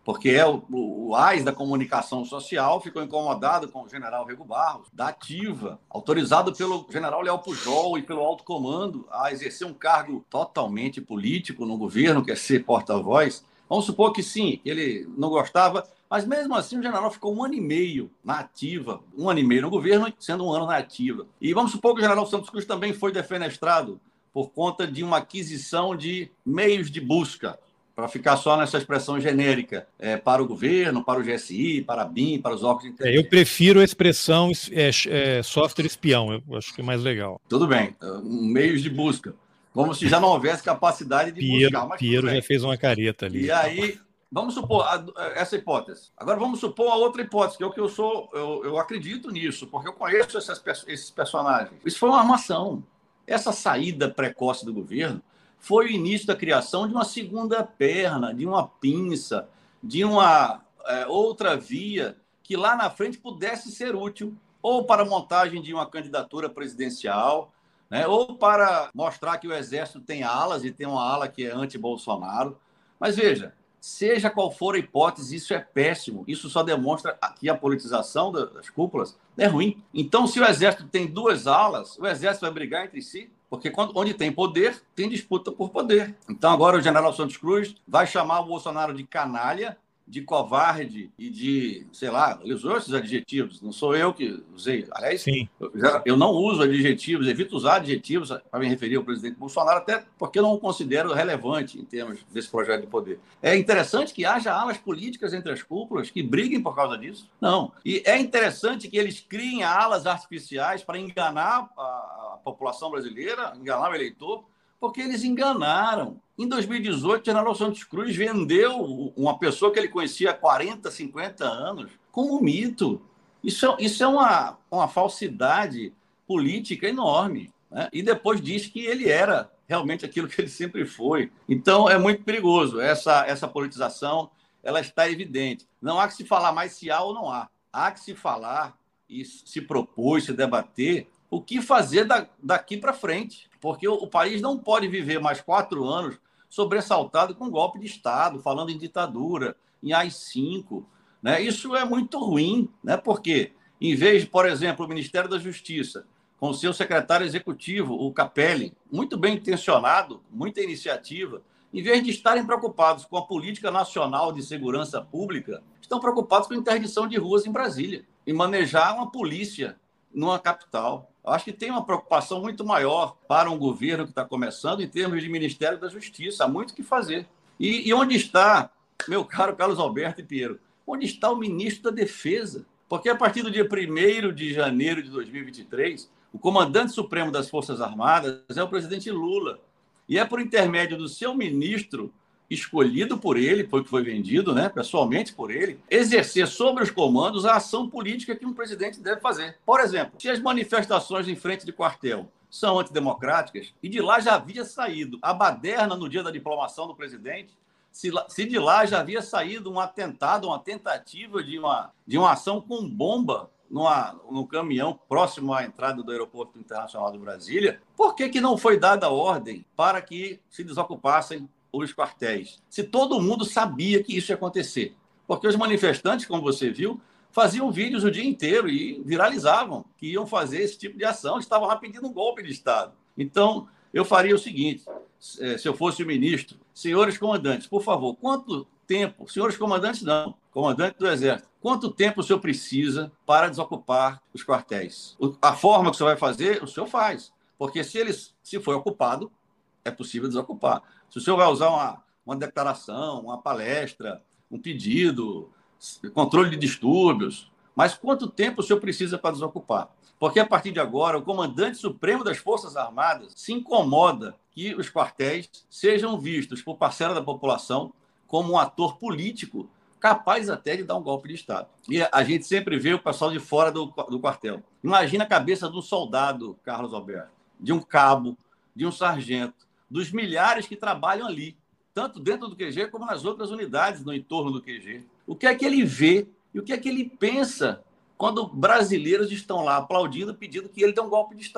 porque é o, o, o AIS da comunicação social ficou incomodado com o general Rego Barros, da Ativa, autorizado pelo general Leal Pujol e pelo alto comando a exercer um cargo totalmente político no governo, que é ser porta-voz. Vamos supor que sim, ele não gostava, mas mesmo assim o general ficou um ano e meio na Ativa, um ano e meio no governo, sendo um ano na Ativa. E vamos supor que o general Santos Cruz também foi defenestrado por conta de uma aquisição de meios de busca, para ficar só nessa expressão genérica, é, para o governo, para o G S I, para a B I M, para os órgãos de inteligência. É, eu prefiro a expressão é, é, software espião, eu acho que é mais legal. Tudo bem, meios de busca. Como se já não houvesse capacidade de Piero, buscar. Mas Piero já fez uma careta ali. E aí, vamos supor a, essa hipótese. Agora vamos supor a outra hipótese, que é o que eu sou, eu, eu acredito nisso, porque eu conheço essas, esses personagens. Isso foi uma armação. Essa saída precoce do governo foi o início da criação de uma segunda perna, de uma pinça, de uma é, outra via que lá na frente pudesse ser útil, ou para a montagem de uma candidatura presidencial, né, ou para mostrar que o Exército tem alas, e tem uma ala que é anti-Bolsonaro. Mas veja, seja qual for a hipótese, isso é péssimo. Isso só demonstra que a politização das cúpulas é ruim. Então, se o Exército tem duas alas, o Exército vai brigar entre si, porque quando, onde tem poder, tem disputa por poder. Então, agora o general Santos Cruz vai chamar o Bolsonaro de canalha, de covarde e de, sei lá, ele usou esses adjetivos, não sou eu que usei. Aliás, Sim. Eu, eu não uso adjetivos, evito usar adjetivos para me referir ao presidente Bolsonaro, até porque eu não o considero relevante em termos desse projeto de poder. É interessante que haja alas políticas entre as cúpulas que briguem por causa disso? Não. E é interessante que eles criem alas artificiais para enganar a, a população brasileira, enganar o eleitor, porque eles enganaram. Em dois mil e dezoito, o general Santos Cruz vendeu uma pessoa que ele conhecia há quarenta, cinquenta anos como um mito. Isso é, isso é uma, uma falsidade política enorme, né? E depois diz que ele era realmente aquilo que ele sempre foi. Então, é muito perigoso. Essa, essa politização, ela está evidente. Não há que se falar mais se há ou não há. Há que se falar e se propor, se debater o que fazer da, daqui para frente. Porque o, o país não pode viver mais quatro anos sobressaltado com golpe de Estado, falando em ditadura, em A I cinco. Né? Isso é muito ruim, né? Porque, em vez de, por exemplo, o Ministério da Justiça, com o seu secretário executivo, o Capelli, muito bem intencionado, muita iniciativa, em vez de estarem preocupados com a política nacional de segurança pública, estão preocupados com a interdição de ruas em Brasília e manejar uma polícia numa capital. Eu acho que tem uma preocupação muito maior para um governo que está começando em termos de Ministério da Justiça. Há muito o que fazer. E, e onde está, meu caro Carlos Alberto e Piero, onde está o ministro da Defesa? Porque a partir do dia primeiro de janeiro de dois mil e vinte e três, o comandante supremo das Forças Armadas é o presidente Lula. E é por intermédio do seu ministro, escolhido por ele, foi que foi vendido, né, pessoalmente por ele, exercer sobre os comandos a ação política que um presidente deve fazer. Por exemplo, se as manifestações em frente de quartel são antidemocráticas, e de lá já havia saído a baderna no dia da diplomação do presidente, se, se de lá já havia saído um atentado, uma tentativa de uma, de uma ação com bomba numa, num caminhão próximo à entrada do Aeroporto Internacional de Brasília, por que que não foi dada ordem para que se desocupassem os quartéis? Se todo mundo sabia que isso ia acontecer. Porque os manifestantes, como você viu, faziam vídeos o dia inteiro e viralizavam que iam fazer esse tipo de ação, estavam lá pedindo um golpe de Estado. Então, eu faria o seguinte, se eu fosse o ministro, senhores comandantes, por favor, quanto tempo, senhores comandantes não, comandante do Exército, quanto tempo o senhor precisa para desocupar os quartéis? A forma que o senhor vai fazer, o senhor faz. Porque se eles, se for ocupado, é possível desocupar. Se o senhor vai usar uma, uma declaração, uma palestra, um pedido, controle de distúrbios, mas quanto tempo o senhor precisa para desocupar? Porque, a partir de agora, o comandante supremo das Forças Armadas se incomoda que os quartéis sejam vistos por parcela da população como um ator político capaz até de dar um golpe de Estado. E a gente sempre vê o pessoal de fora do, do quartel. Imagina a cabeça de um soldado, Carlos Alberto, de um cabo, de um sargento, dos milhares que trabalham ali, tanto dentro do Q G como nas outras unidades no entorno do Q G. O que é que ele vê e o que é que ele pensa quando brasileiros estão lá aplaudindo, pedindo que ele dê um golpe de Estado?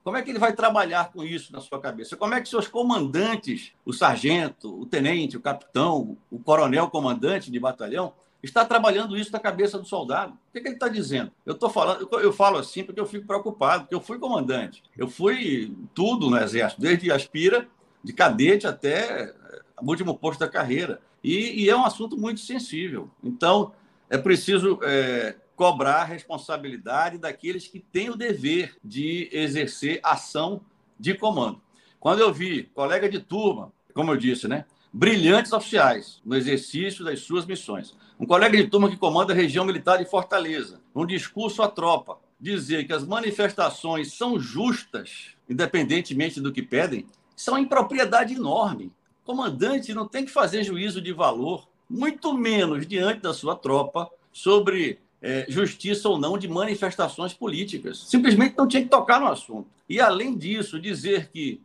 Como é que ele vai trabalhar com isso na sua cabeça? Como é que seus comandantes, o sargento, o tenente, o capitão, o coronel comandante de batalhão, está trabalhando isso na cabeça do soldado? O que, é que ele está dizendo? Eu estou falando, eu falo assim porque eu fico preocupado, porque eu fui comandante. Eu fui tudo no Exército, desde aspira, de cadete até o último posto da carreira. E, e é um assunto muito sensível. Então, é preciso é, cobrar a responsabilidade daqueles que têm o dever de exercer ação de comando. Quando eu vi colega de turma, como eu disse, né, brilhantes oficiais no exercício das suas missões, um colega de turma que comanda a região militar de Fortaleza, num discurso à tropa, dizer que as manifestações são justas, independentemente do que pedem, isso é uma impropriedade enorme. O comandante não tem que fazer juízo de valor, muito menos diante da sua tropa, sobre é, justiça ou não de manifestações políticas. Simplesmente não tinha que tocar no assunto. E, além disso, dizer que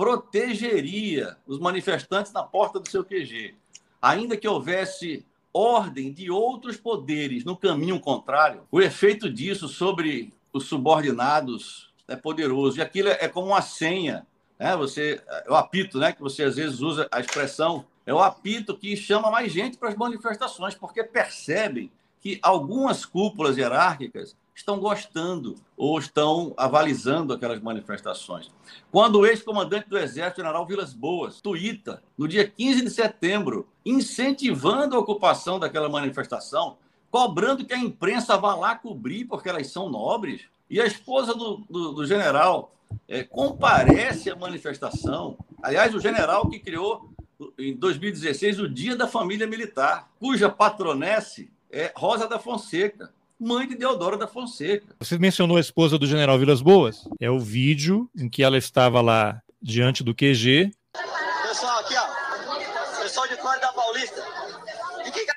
protegeria os manifestantes na porta do seu Q G, ainda que houvesse ordem de outros poderes no caminho contrário, o efeito disso sobre os subordinados é poderoso. E aquilo é como uma senha. É, você, é o apito, né, que você às vezes usa a expressão, é o apito que chama mais gente para as manifestações, porque percebem que algumas cúpulas hierárquicas estão gostando ou estão avalizando aquelas manifestações. Quando o ex-comandante do Exército, general Vilas Boas, tuita, no dia quinze de setembro, incentivando a ocupação daquela manifestação, cobrando que a imprensa vá lá cobrir, porque elas são nobres, e a esposa do, do, do general é, comparece à manifestação. Aliás, o general que criou, em dois mil e dezesseis, o Dia da Família Militar, cuja patronesse é Rosa da Fonseca, mãe de Deodoro da Fonseca. Você mencionou a esposa do general Vilas Boas. É o vídeo em que ela estava lá diante do Q G. Pessoal, aqui, ó. Pessoal de Código da Paulista. E que...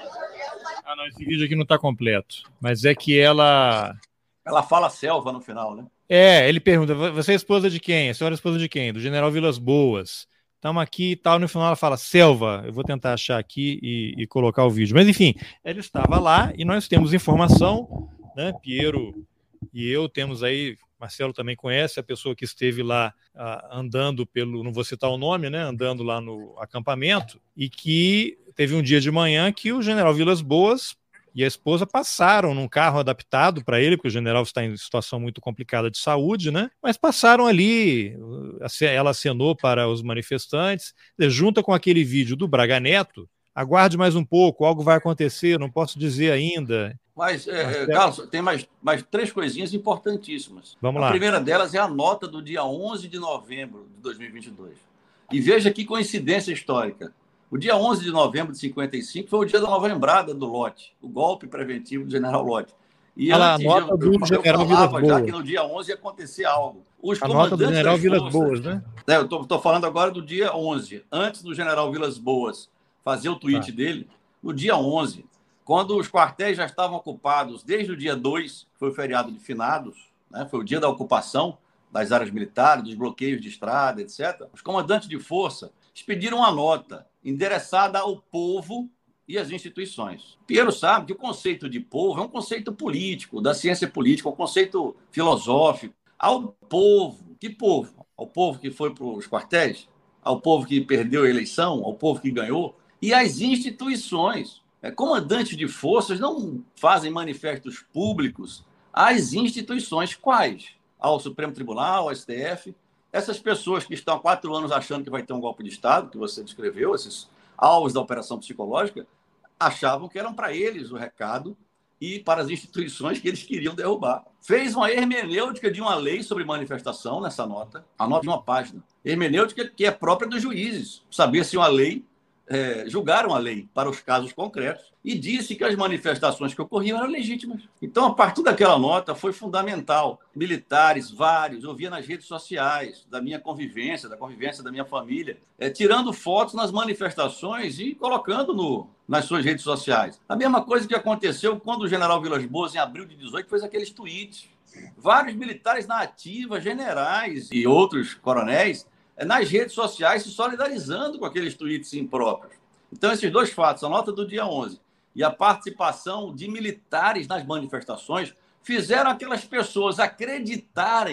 Ah, não, esse vídeo aqui não está completo. Mas é que ela... Ela fala selva no final, né? É, ele pergunta, você é esposa de quem? A senhora é esposa de quem? Do general Vilas Boas. Estamos aqui e tal, no final ela fala selva, eu vou tentar achar aqui e, e colocar o vídeo. Mas enfim, ela estava lá e nós temos informação, né, Piero e eu temos aí, Marcelo também conhece a pessoa que esteve lá uh, andando pelo, não vou citar o nome, né, andando lá no acampamento, e que teve um dia de manhã que o general Vilas Boas e a esposa passaram num carro adaptado para ele, porque o general está em situação muito complicada de saúde, né? Mas passaram ali, ela acenou para os manifestantes, junta com aquele vídeo do Braga Neto, aguarde mais um pouco, algo vai acontecer, não posso dizer ainda. Mas, é, Carlos, tem mais, mais três coisinhas importantíssimas. Vamos a lá. primeira delas é a nota do dia onze de novembro de dois mil e vinte e dois. E veja que coincidência histórica. O dia onze de novembro de cinquenta e cinco foi o dia da novembrada do Lott, o golpe preventivo do general Lott. E a antes, nota eu, do eu, general eu Vilas falava já Boas. que no dia onze ia acontecer algo. Os a nota do general Vilas forças, Boas, né? né, eu estou falando agora do dia onze. Antes do general Vilas Boas fazer o tweet tá. dele, no dia onze, quando os quartéis já estavam ocupados desde o dia dois, que foi o feriado de finados, né, foi o dia da ocupação das áreas militares, dos bloqueios de estrada, etcétera, os comandantes de força expediram uma nota endereçada ao povo e às instituições. Piero sabe que o conceito de povo é um conceito político, da ciência política, um conceito filosófico. Ao povo, que povo? Ao povo que foi para os quartéis? Ao povo que perdeu a eleição? Ao povo que ganhou? E às instituições. Comandantes de forças não fazem manifestos públicos às instituições. Quais? Ao Supremo Tribunal, ao S T F. Essas pessoas que estão há quatro anos achando que vai ter um golpe de Estado, que você descreveu, esses alvos da operação psicológica, achavam que eram para eles o recado e para as instituições que eles queriam derrubar. Fez uma hermenêutica de uma lei sobre manifestação nessa nota, a nota de uma página. Hermenêutica que é própria dos juízes, saber se uma lei, é, julgaram a lei para os casos concretos, e disse que as manifestações que ocorriam eram legítimas. Então, a partir daquela nota, foi fundamental. Militares, vários, eu via nas redes sociais, da minha convivência, da convivência da minha família, é, tirando fotos nas manifestações e colocando no, nas suas redes sociais. A mesma coisa que aconteceu quando o general Vilas Boas, em abril de dezoito, fez aqueles tweets. Vários militares na ativa, generais e outros coronéis, é, nas redes sociais, se solidarizando com aqueles tweets impróprios. Então, esses dois fatos, a nota do dia onze e a participação de militares nas manifestações, fizeram aquelas pessoas acreditarem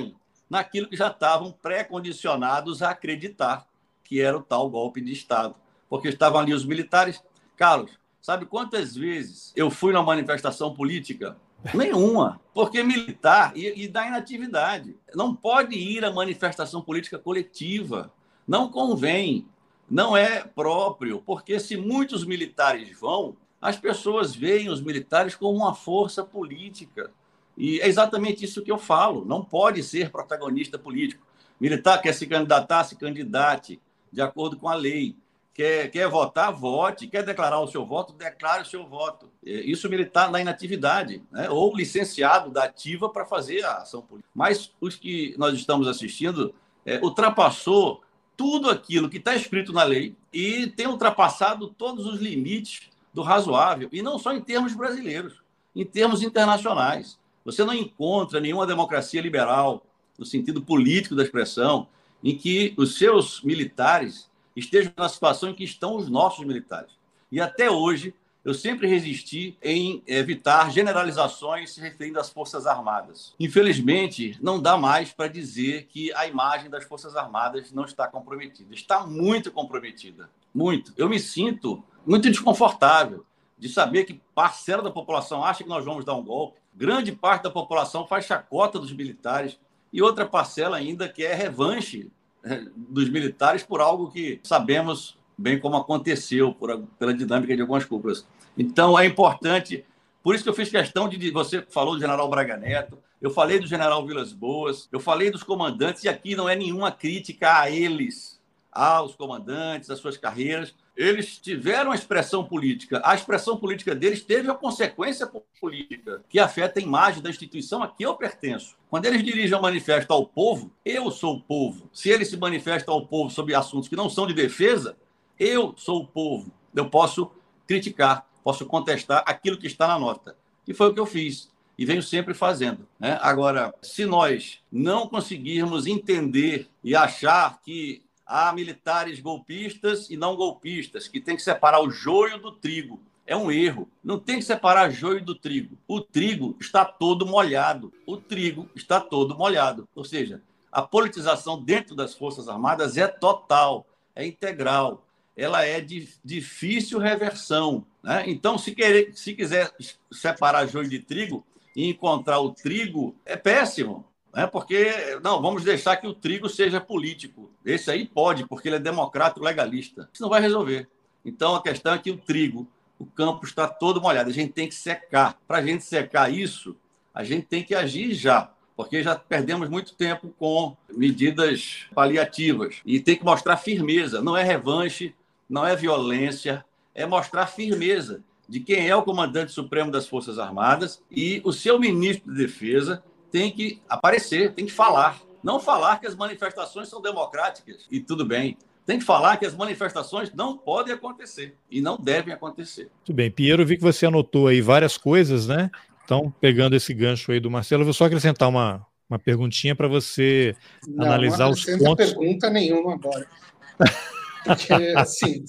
naquilo que já estavam pré-condicionados a acreditar que era o tal golpe de Estado. Porque estavam ali os militares. Carlos, sabe quantas vezes eu fui numa manifestação política? Nenhuma, porque militar e, e dá inatividade. Não pode ir à manifestação política coletiva. Não convém, não é próprio, porque se muitos militares vão, as pessoas veem os militares como uma força política. E é exatamente isso que eu falo. Não pode ser protagonista político. Militar quer se candidatar, se candidate de acordo com a lei. Quer, quer votar, vote. Quer declarar o seu voto, declare o seu voto. Isso militar na inatividade, né? Ou licenciado da ativa para fazer a ação política. Mas os que nós estamos assistindo é, ultrapassou tudo aquilo que está escrito na lei e tem ultrapassado todos os limites do razoável, e não só em termos brasileiros, em termos internacionais. Você não encontra nenhuma democracia liberal, no sentido político da expressão, em que os seus militares estejam na situação em que estão os nossos militares. E até hoje, eu sempre resisti em evitar generalizações se referindo às Forças Armadas. Infelizmente, não dá mais para dizer que a imagem das Forças Armadas não está comprometida. Está muito comprometida. Muito. Eu me sinto muito desconfortável de saber que parcela da população acha que nós vamos dar um golpe. Grande parte da população faz chacota dos militares e outra parcela ainda quer revanche dos militares por algo que sabemos bem como aconteceu, por, pela dinâmica de algumas cúpulas. Então, é importante... Por isso que eu fiz questão de... Você falou do general Braga Neto, eu falei do general Vilas Boas, eu falei dos comandantes, e aqui não é nenhuma crítica a eles, aos comandantes, às suas carreiras. Eles tiveram a expressão política. A expressão política deles teve a consequência política que afeta a imagem da instituição a que eu pertenço. Quando eles dirigem um manifesto ao povo, eu sou o povo. Se eles se manifestam ao povo sobre assuntos que não são de defesa, eu sou o povo. Eu posso criticar, posso contestar aquilo que está na nota. E foi o que eu fiz. E venho sempre fazendo, né? Agora, se nós não conseguirmos entender e achar que há militares golpistas e não golpistas, que tem que separar o joio do trigo. É um erro. Não tem que separar joio do trigo. O trigo está todo molhado. O trigo está todo molhado. Ou seja, a politização dentro das Forças Armadas é total, é integral. Ela é de difícil reversão, né? Então, se, querer, se quiser separar joio de trigo e encontrar o trigo, é péssimo. É porque, não, vamos deixar que o trigo seja político. Esse aí pode, porque ele é democrático legalista. Isso não vai resolver. Então, a questão é que o trigo, o campo está todo molhado. A gente tem que secar. Para a gente secar isso, a gente tem que agir já, porque já perdemos muito tempo com medidas paliativas. E tem que mostrar firmeza. Não é revanche, não é violência, é mostrar firmeza de quem é o comandante supremo das Forças Armadas e o seu ministro de Defesa tem que aparecer, tem que falar. Não falar que as manifestações são democráticas e tudo bem. Tem que falar que as manifestações não podem acontecer e não devem acontecer. Muito bem. Piero, eu vi que você anotou aí várias coisas, né? Então, pegando esse gancho aí do Marcelo, eu vou só acrescentar uma, uma perguntinha para você não, analisar os pontos. Não pergunta nenhuma agora. Porque, assim...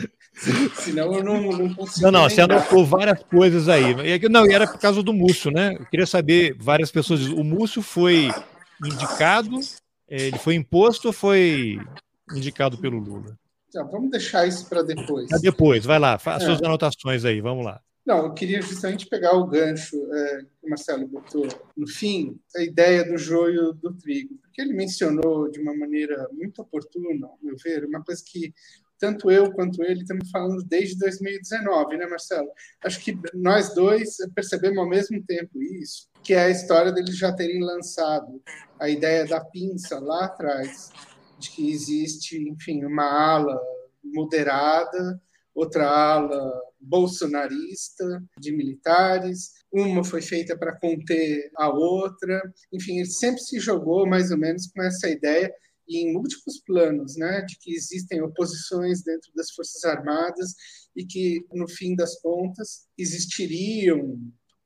Senão eu não, não consigo. Não, não, você anotou várias coisas aí. Não, e era por causa do Múcio, né? Eu queria saber, várias pessoas dizem, o Múcio foi indicado, ele foi imposto ou foi indicado pelo Lula? Então, vamos deixar isso para depois. Pra depois, vai lá, faça é. suas anotações aí, vamos lá. Não, eu queria justamente pegar o gancho é, que o Marcelo botou no fim, a ideia do joio do trigo, porque ele mencionou de uma maneira muito oportuna, ao meu ver, uma coisa que tanto eu quanto ele estamos falando desde dois mil e dezenove, né, Marcelo? Acho que nós dois percebemos ao mesmo tempo isso, que é a história deles já terem lançado a ideia da pinça lá atrás, de que existe, enfim, uma ala moderada, outra ala bolsonarista de militares, uma foi feita para conter a outra. Enfim, ele sempre se jogou mais ou menos com essa ideia, e em múltiplos planos, né, de que existem oposições dentro das Forças Armadas e que, no fim das contas, existiriam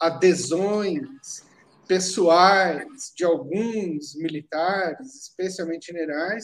adesões pessoais de alguns militares, especialmente generais,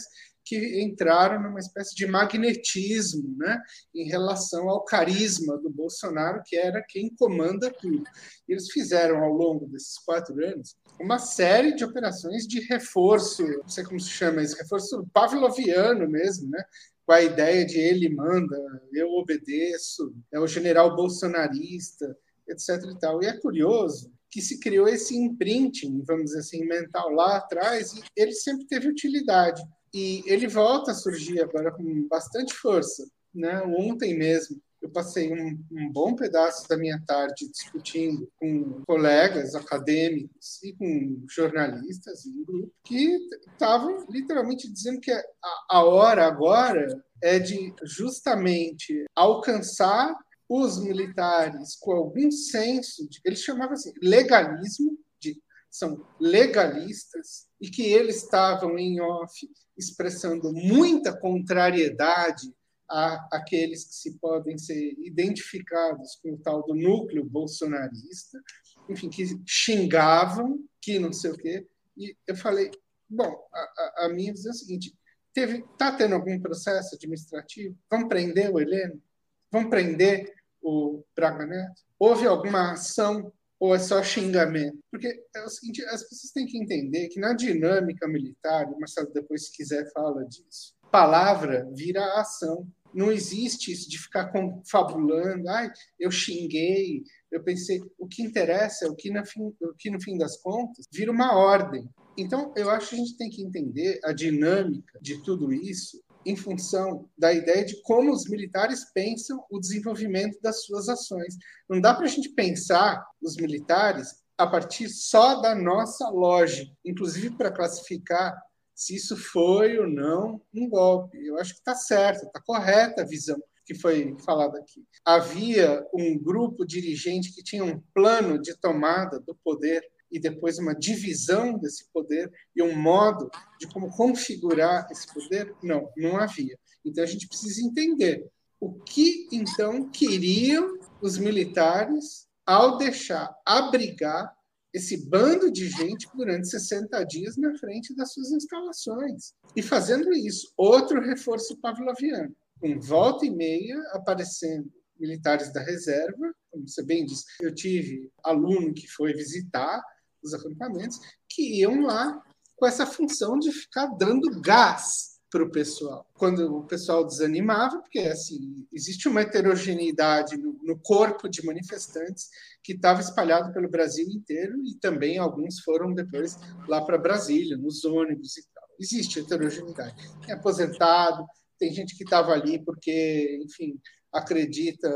que entraram numa espécie de magnetismo, né, em relação ao carisma do Bolsonaro, que era quem comanda tudo. E eles fizeram, ao longo desses quatro anos, uma série de operações de reforço, não sei como se chama isso, reforço pavloviano mesmo, né, com a ideia de ele manda, eu obedeço, é o general bolsonarista, etc. E tal. E é curioso que se criou esse imprinting, vamos dizer assim, mental lá atrás, e ele sempre teve utilidade. E ele volta a surgir agora com bastante força, né? Ontem mesmo eu passei um, um bom pedaço da minha tarde discutindo com colegas acadêmicos e com jornalistas em grupo que estavam literalmente dizendo que a, a hora agora é de justamente alcançar os militares com algum senso, de, eles chamavam assim, legalismo, de, são legalistas, e que eles estavam em off expressando muita contrariedade a aqueles que se podem ser identificados com o tal do núcleo bolsonarista, enfim, que xingavam, que não sei o quê. E eu falei, bom, a, a minha visão é a seguinte, está tendo algum processo administrativo? Vamos prender o Heleno? Vamos prender o Braga Neto? Houve alguma ação ou é só xingamento? Porque é o seguinte, as pessoas têm que entender que na dinâmica militar, o Marcelo depois, se quiser, fala disso, palavra vira ação. Não existe isso de ficar confabulando, ai, eu xinguei, eu pensei, o que interessa é o que, no fim, o que no fim das contas vira uma ordem. Então, eu acho que a gente tem que entender a dinâmica de tudo isso em função da ideia de como os militares pensam o desenvolvimento das suas ações. Não dá para a gente pensar os militares a partir só da nossa lógica, inclusive para classificar se isso foi ou não um golpe. Eu acho que está certo, está correta a visão que foi falada aqui. Havia um grupo dirigente que tinha um plano de tomada do poder e depois uma divisão desse poder e um modo de como configurar esse poder? Não, não havia. Então, a gente precisa entender o que, então, queriam os militares ao deixar abrigar esse bando de gente durante sessenta dias na frente das suas instalações. E fazendo isso, outro reforço pavloviano, com volta e meia aparecendo militares da reserva, como você bem disse, eu tive aluno que foi visitar os acampamentos, que iam lá com essa função de ficar dando gás para o pessoal. Quando o pessoal desanimava, porque assim, existe uma heterogeneidade no, no corpo de manifestantes que estava espalhado pelo Brasil inteiro e também alguns foram depois lá para Brasília, nos ônibus e tal. Existe heterogeneidade. Tem aposentado, tem gente que estava ali porque, enfim, acredita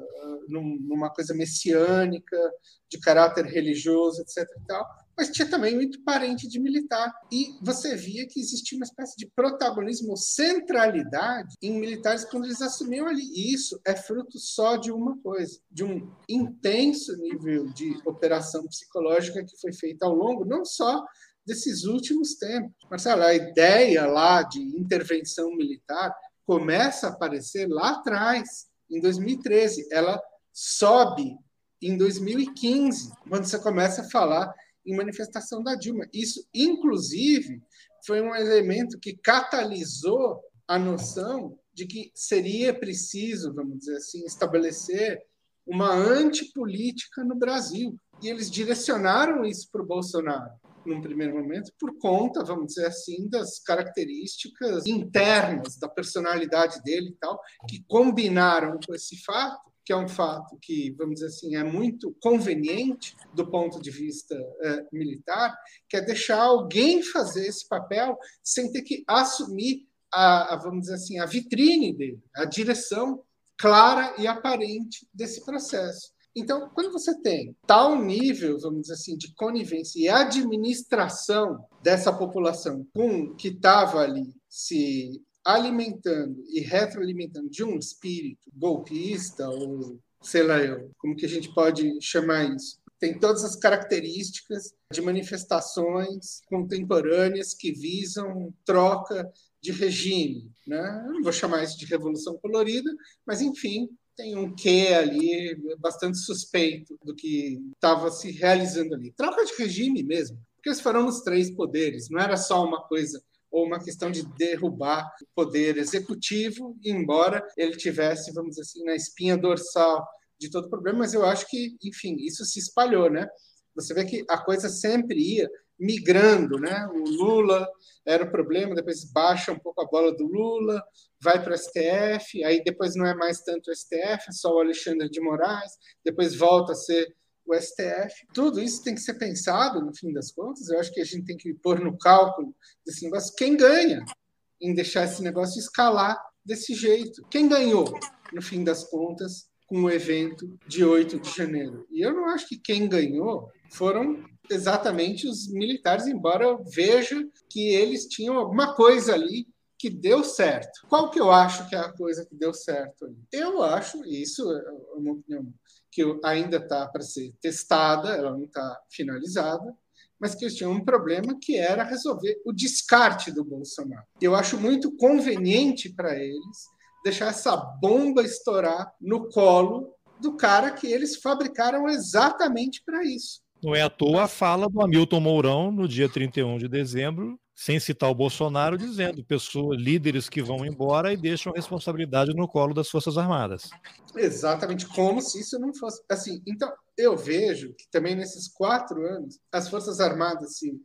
numa coisa messiânica, de caráter religioso, etc e tal, mas tinha também muito parente de militar. E você via que existia uma espécie de protagonismo ou centralidade em militares quando eles assumiam ali. E isso é fruto só de uma coisa, de um intenso nível de operação psicológica que foi feita ao longo, não só desses últimos tempos. Marcelo, a ideia lá de intervenção militar começa a aparecer lá atrás, em dois mil e treze. Ela sobe em dois mil e quinze, quando você começa a falar em manifestação da Dilma. Isso, inclusive, foi um elemento que catalisou a noção de que seria preciso, vamos dizer assim, estabelecer uma antipolítica no Brasil. E eles direcionaram isso para o Bolsonaro, num primeiro momento, por conta, vamos dizer assim, das características internas da personalidade dele e tal, que combinaram com esse fato, que é um fato que, vamos dizer assim, é muito conveniente do ponto de vista é, militar, que é deixar alguém fazer esse papel sem ter que assumir a, a, vamos dizer assim, a vitrine dele, a direção clara e aparente desse processo. Então, quando você tem tal nível, vamos dizer assim, de conivência e administração dessa população com que estava ali se alimentando e retroalimentando de um espírito golpista, ou sei lá eu, como que a gente pode chamar isso? Tem todas as características de manifestações contemporâneas que visam troca de regime, né? Eu não vou chamar isso de revolução colorida, mas, enfim, tem um quê ali bastante suspeito do que estava se realizando ali. Troca de regime mesmo, porque eles foram os três poderes, não era só uma coisa ou uma questão de derrubar o poder executivo, embora ele tivesse, vamos dizer assim, na espinha dorsal de todo o problema, mas eu acho que, enfim, isso se espalhou, né? Você vê que a coisa sempre ia migrando, né? O Lula era o problema, depois baixa um pouco a bola do Lula, vai para o S T F, aí depois não é mais tanto o S T F, é só o Alexandre de Moraes, depois volta a ser o S T F. Tudo isso tem que ser pensado, no fim das contas. Eu acho que a gente tem que pôr no cálculo desse negócio quem ganha em deixar esse negócio escalar desse jeito. Quem ganhou, no fim das contas, com o evento de oito de janeiro? E eu não acho que quem ganhou foram exatamente os militares, embora eu veja que eles tinham alguma coisa ali que deu certo. Qual que eu acho que é a coisa que deu certo ali? Eu acho, e isso é uma opinião que ainda está para ser testada, ela não está finalizada, mas que eles tinham um problema que era resolver o descarte do Bolsonaro. Eu acho muito conveniente para eles deixar essa bomba estourar no colo do cara que eles fabricaram exatamente para isso. Não é à toa a fala do Hamilton Mourão no dia trinta e um de dezembro, sem citar o Bolsonaro, dizendo pessoas, líderes que vão embora e deixam a responsabilidade no colo das Forças Armadas. Exatamente, como se isso não fosse... assim. Então, eu vejo que também nesses quatro anos, as Forças Armadas se,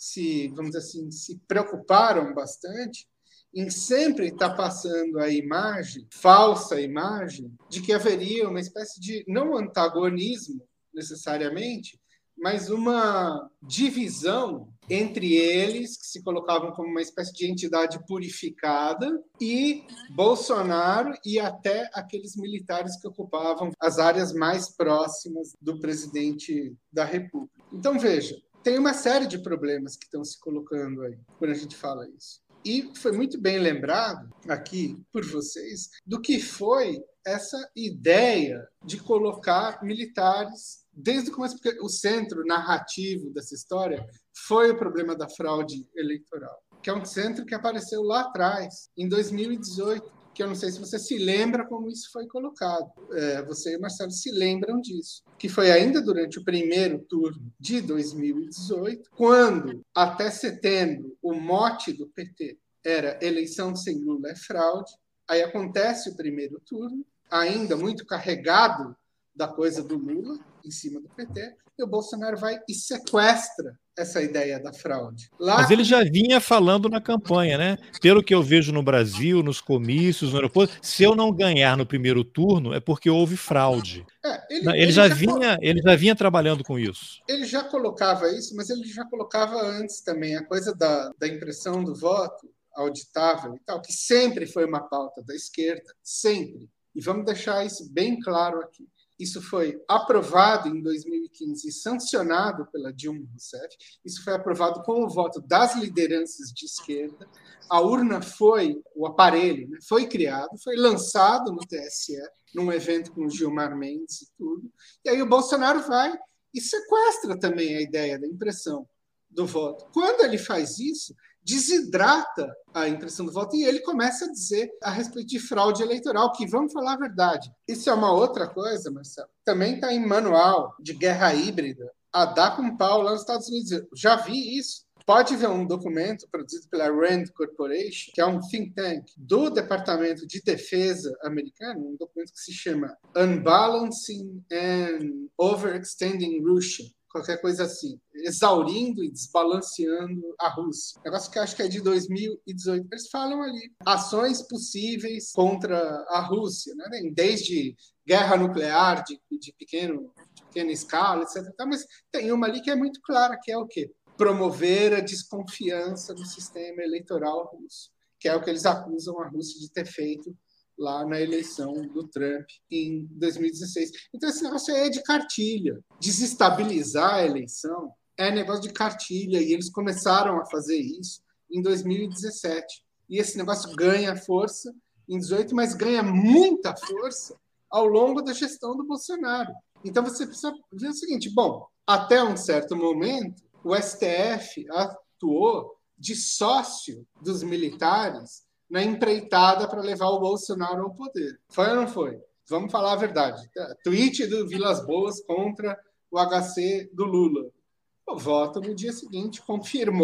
se vamos dizer assim, se preocuparam bastante em sempre estar passando a imagem, falsa imagem, de que haveria uma espécie de, não antagonismo necessariamente, mas uma divisão entre eles, que se colocavam como uma espécie de entidade purificada, e Bolsonaro e até aqueles militares que ocupavam as áreas mais próximas do presidente da República. Então, veja, tem uma série de problemas que estão se colocando aí, quando a gente fala isso. E foi muito bem lembrado aqui por vocês do que foi essa ideia de colocar militares desde o começo, porque o centro narrativo dessa história foi o problema da fraude eleitoral, que é um centro que apareceu lá atrás, em dois mil e dezoito, que eu não sei se você se lembra como isso foi colocado. É, você e o Marcelo se lembram disso, que foi ainda durante o primeiro turno de dois mil e dezoito, quando, até setembro, o mote do P T era eleição sem Lula é fraude, aí acontece o primeiro turno, ainda muito carregado da coisa do Lula, em cima do P T, e o Bolsonaro vai e sequestra essa ideia da fraude. Lá... Mas ele já vinha falando na campanha, né? Pelo que eu vejo no Brasil, nos comícios, no aeroporto, se eu não ganhar no primeiro turno é porque houve fraude. É, ele, ele, ele, já já vinha, ele já vinha trabalhando com isso. Ele já colocava isso, mas ele já colocava antes também a coisa da, da impressão do voto auditável e tal, que sempre foi uma pauta da esquerda, sempre. E vamos deixar isso bem claro aqui. Isso foi aprovado em dois mil e quinze e sancionado pela Dilma Rousseff. Isso foi aprovado com o voto das lideranças de esquerda. A urna foi, o aparelho, né, foi criado, foi lançado no T S E, num evento com o Gilmar Mendes e tudo. E aí o Bolsonaro vai e sequestra também a ideia da impressão do voto. Quando ele faz isso, desidrata a impressão do voto e ele começa a dizer a respeito de fraude eleitoral, que, vamos falar a verdade, isso é uma outra coisa, Marcelo, também está em manual de guerra híbrida, a dar com pau lá nos Estados Unidos. Eu já vi isso. Pode ver um documento produzido pela Rand Corporation, que é um think tank do Departamento de Defesa americano, um documento que se chama Unbalancing and Overextending Russia, qualquer coisa assim, exaurindo e desbalanceando a Rússia. Negócio que acho que é de dois mil e dezoito. Eles falam ali ações possíveis contra a Rússia, né? Desde guerra nuclear de, de, pequeno, de pequena escala, etcétera. Mas tem uma ali que é muito clara, que é o quê? Promover a desconfiança no sistema eleitoral russo, que é o que eles acusam a Rússia de ter feito lá na eleição do Trump em dois mil e dezesseis. Então, esse negócio é de cartilha. Desestabilizar a eleição é negócio de cartilha, e eles começaram a fazer isso em dois mil e dezessete. E esse negócio ganha força em dezoito, mas ganha muita força ao longo da gestão do Bolsonaro. Então, você precisa ver o seguinte, bom, até um certo momento, o S T F atuou de sócio dos militares na empreitada para levar o Bolsonaro ao poder. Foi ou não foi? Vamos falar a verdade. Tweet do Vilas Boas contra o H C do Lula. O voto no dia seguinte confirmou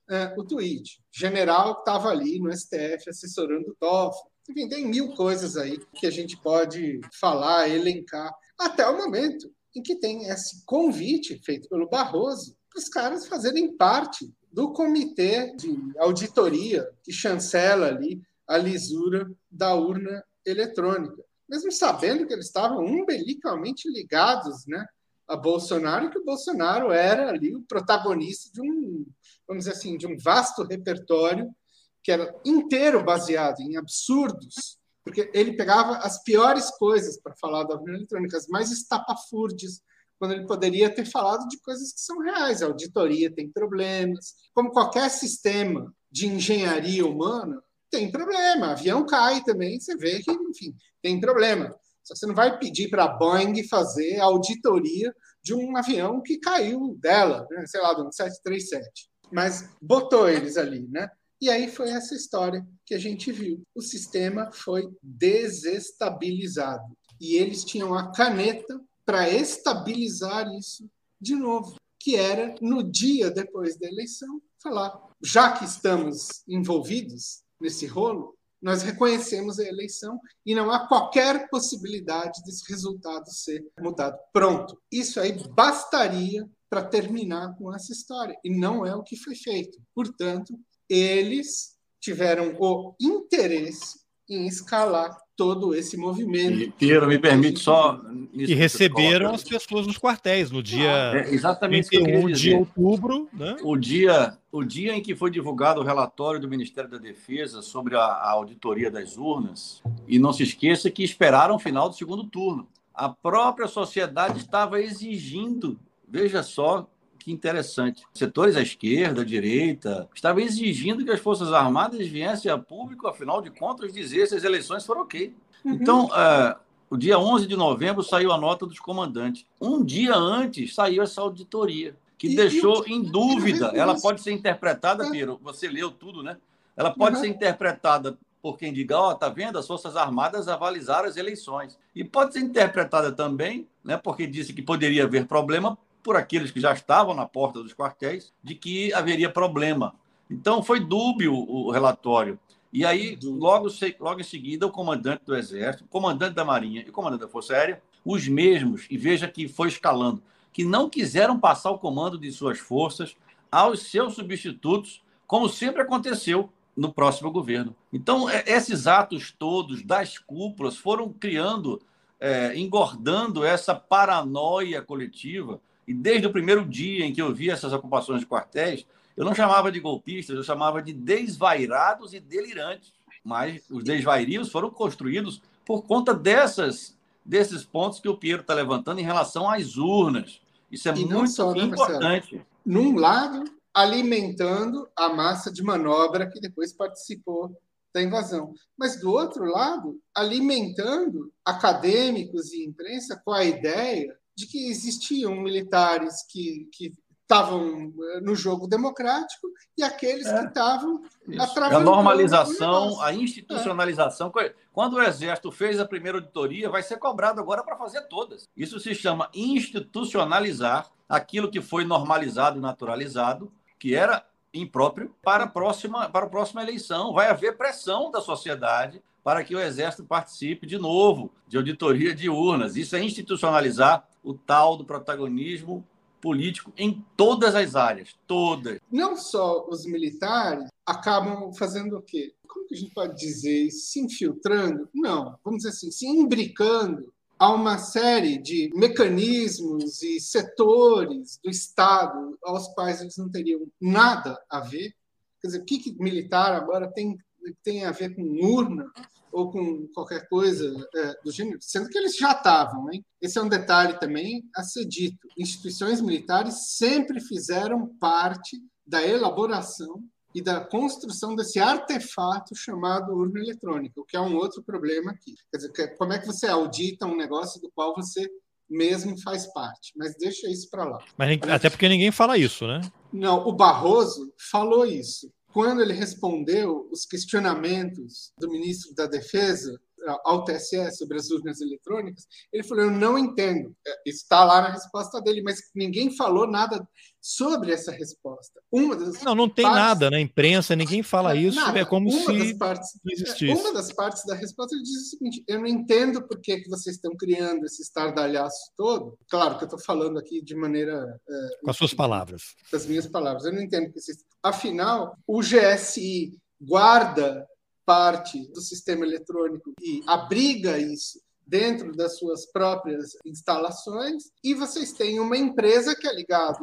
uh, o tweet. O general estava ali no S T F assessorando o Toffoli. Enfim, tem mil coisas aí que a gente pode falar, elencar, até o momento em que tem esse convite feito pelo Barroso para os caras fazerem parte do comitê de auditoria que chancela ali a lisura da urna eletrônica. Mesmo sabendo que eles estavam umbilicalmente ligados, né, a Bolsonaro, e que o Bolsonaro era ali o protagonista de um, vamos dizer assim, de um vasto repertório que era inteiro baseado em absurdos, porque ele pegava as piores coisas para falar da urna eletrônica, as mais estapafúrdias, quando ele poderia ter falado de coisas que são reais. A auditoria tem problemas, como qualquer sistema de engenharia humana, tem problema. Avião cai também, você vê que, enfim, tem problema. Só que você não vai pedir para a Boeing fazer a auditoria de um avião que caiu dela, né? Sei lá, de um sete três sete. Mas botou eles ali, né? E aí foi essa história que a gente viu. O sistema foi desestabilizado. E eles tinham a caneta para estabilizar isso de novo, que era no dia depois da eleição, falar, já que estamos envolvidos nesse rolo, nós reconhecemos a eleição e não há qualquer possibilidade desse resultado ser mudado. Pronto. Isso aí bastaria para terminar com essa história. E não é o que foi feito. Portanto, eles tiveram o interesse em escalar todo esse movimento. E, Piero, me permite só... E receberam as pessoas nos quartéis no dia é exatamente trinta e um de outubro. Né? O, dia, o dia em que foi divulgado o relatório do Ministério da Defesa sobre a, a auditoria das urnas, e não se esqueça que esperaram o final do segundo turno. A própria sociedade estava exigindo, veja só que interessante, setores à esquerda, à direita, estavam exigindo que as Forças Armadas viessem a público, afinal de contas, dizer se as eleições foram ok. Uhum. Então, uh, o dia onze de novembro saiu a nota dos comandantes. Um dia antes saiu essa auditoria, que e, deixou e, em dúvida. E, ela pode ser interpretada, Piero, você leu tudo, né? Ela pode uhum. ser interpretada por quem diga, ó, oh, tá vendo? As Forças Armadas avalizaram as eleições. E pode ser interpretada também, né, porque disse que poderia haver problema por aqueles que já estavam na porta dos quartéis, de que haveria problema. Então, foi dúbio o relatório. E aí, logo, logo em seguida, o comandante do Exército, o comandante da Marinha e o comandante da Força Aérea, os mesmos, e veja que foi escalando, que não quiseram passar o comando de suas forças aos seus substitutos, como sempre aconteceu no próximo governo. Então, esses atos todos das cúpulas foram criando, é, engordando essa paranoia coletiva. E desde o primeiro dia em que eu vi essas ocupações de quartéis, eu não chamava de golpistas, eu chamava de desvairados e delirantes. Mas os desvairios foram construídos por conta dessas, desses pontos que o Piero está levantando em relação às urnas. Isso é e muito só, né, importante. Marcelo? Num lado, alimentando a massa de manobra que depois participou da invasão. Mas, do outro lado, alimentando acadêmicos e imprensa com a ideia de que existiam militares que estavam no jogo democrático e aqueles é, que estavam atravessando. A normalização, a institucionalização. É. Quando o Exército fez a primeira auditoria, vai ser cobrado agora para fazer todas. Isso se chama institucionalizar aquilo que foi normalizado e naturalizado, que era impróprio, para a próxima, para a próxima eleição. Vai haver pressão da sociedade para que o Exército participe de novo de auditoria de urnas. Isso é institucionalizar o tal do protagonismo político em todas as áreas, todas. Não só os militares acabam fazendo o quê? Como que a gente pode dizer? Se infiltrando? Não, vamos dizer assim, se imbricando a uma série de mecanismos e setores do Estado aos quais eles não teriam nada a ver. Quer dizer, o que, que militar agora tem, tem a ver com urna ou com qualquer coisa é, do gênero, sendo que eles já estavam, hein? Esse é um detalhe também a ser dito. Instituições militares sempre fizeram parte da elaboração e da construção desse artefato chamado urna eletrônica, o que é um outro problema aqui. Quer dizer, como é que você audita um negócio do qual você mesmo faz parte? Mas deixa isso para lá. Mas até porque ninguém fala isso, né? Não, o Barroso falou isso. Quando ele respondeu os questionamentos do ministro da Defesa ao T S E sobre as urnas eletrônicas, ele falou, eu não entendo. Está lá na resposta dele, mas ninguém falou nada sobre essa resposta. Uma das não, não tem partes... nada na imprensa, ninguém fala isso, nada. é como uma se das partes, não existisse. Uma das partes da resposta ele diz o seguinte, eu não entendo por que, que vocês estão criando esse estardalhaço todo. Claro que eu estou falando aqui de maneira... É, com as suas palavras. Com as minhas palavras. Eu não entendo que vocês... Afinal, o G S I guarda parte do sistema eletrônico e abriga isso dentro das suas próprias instalações, e vocês têm uma empresa que é ligada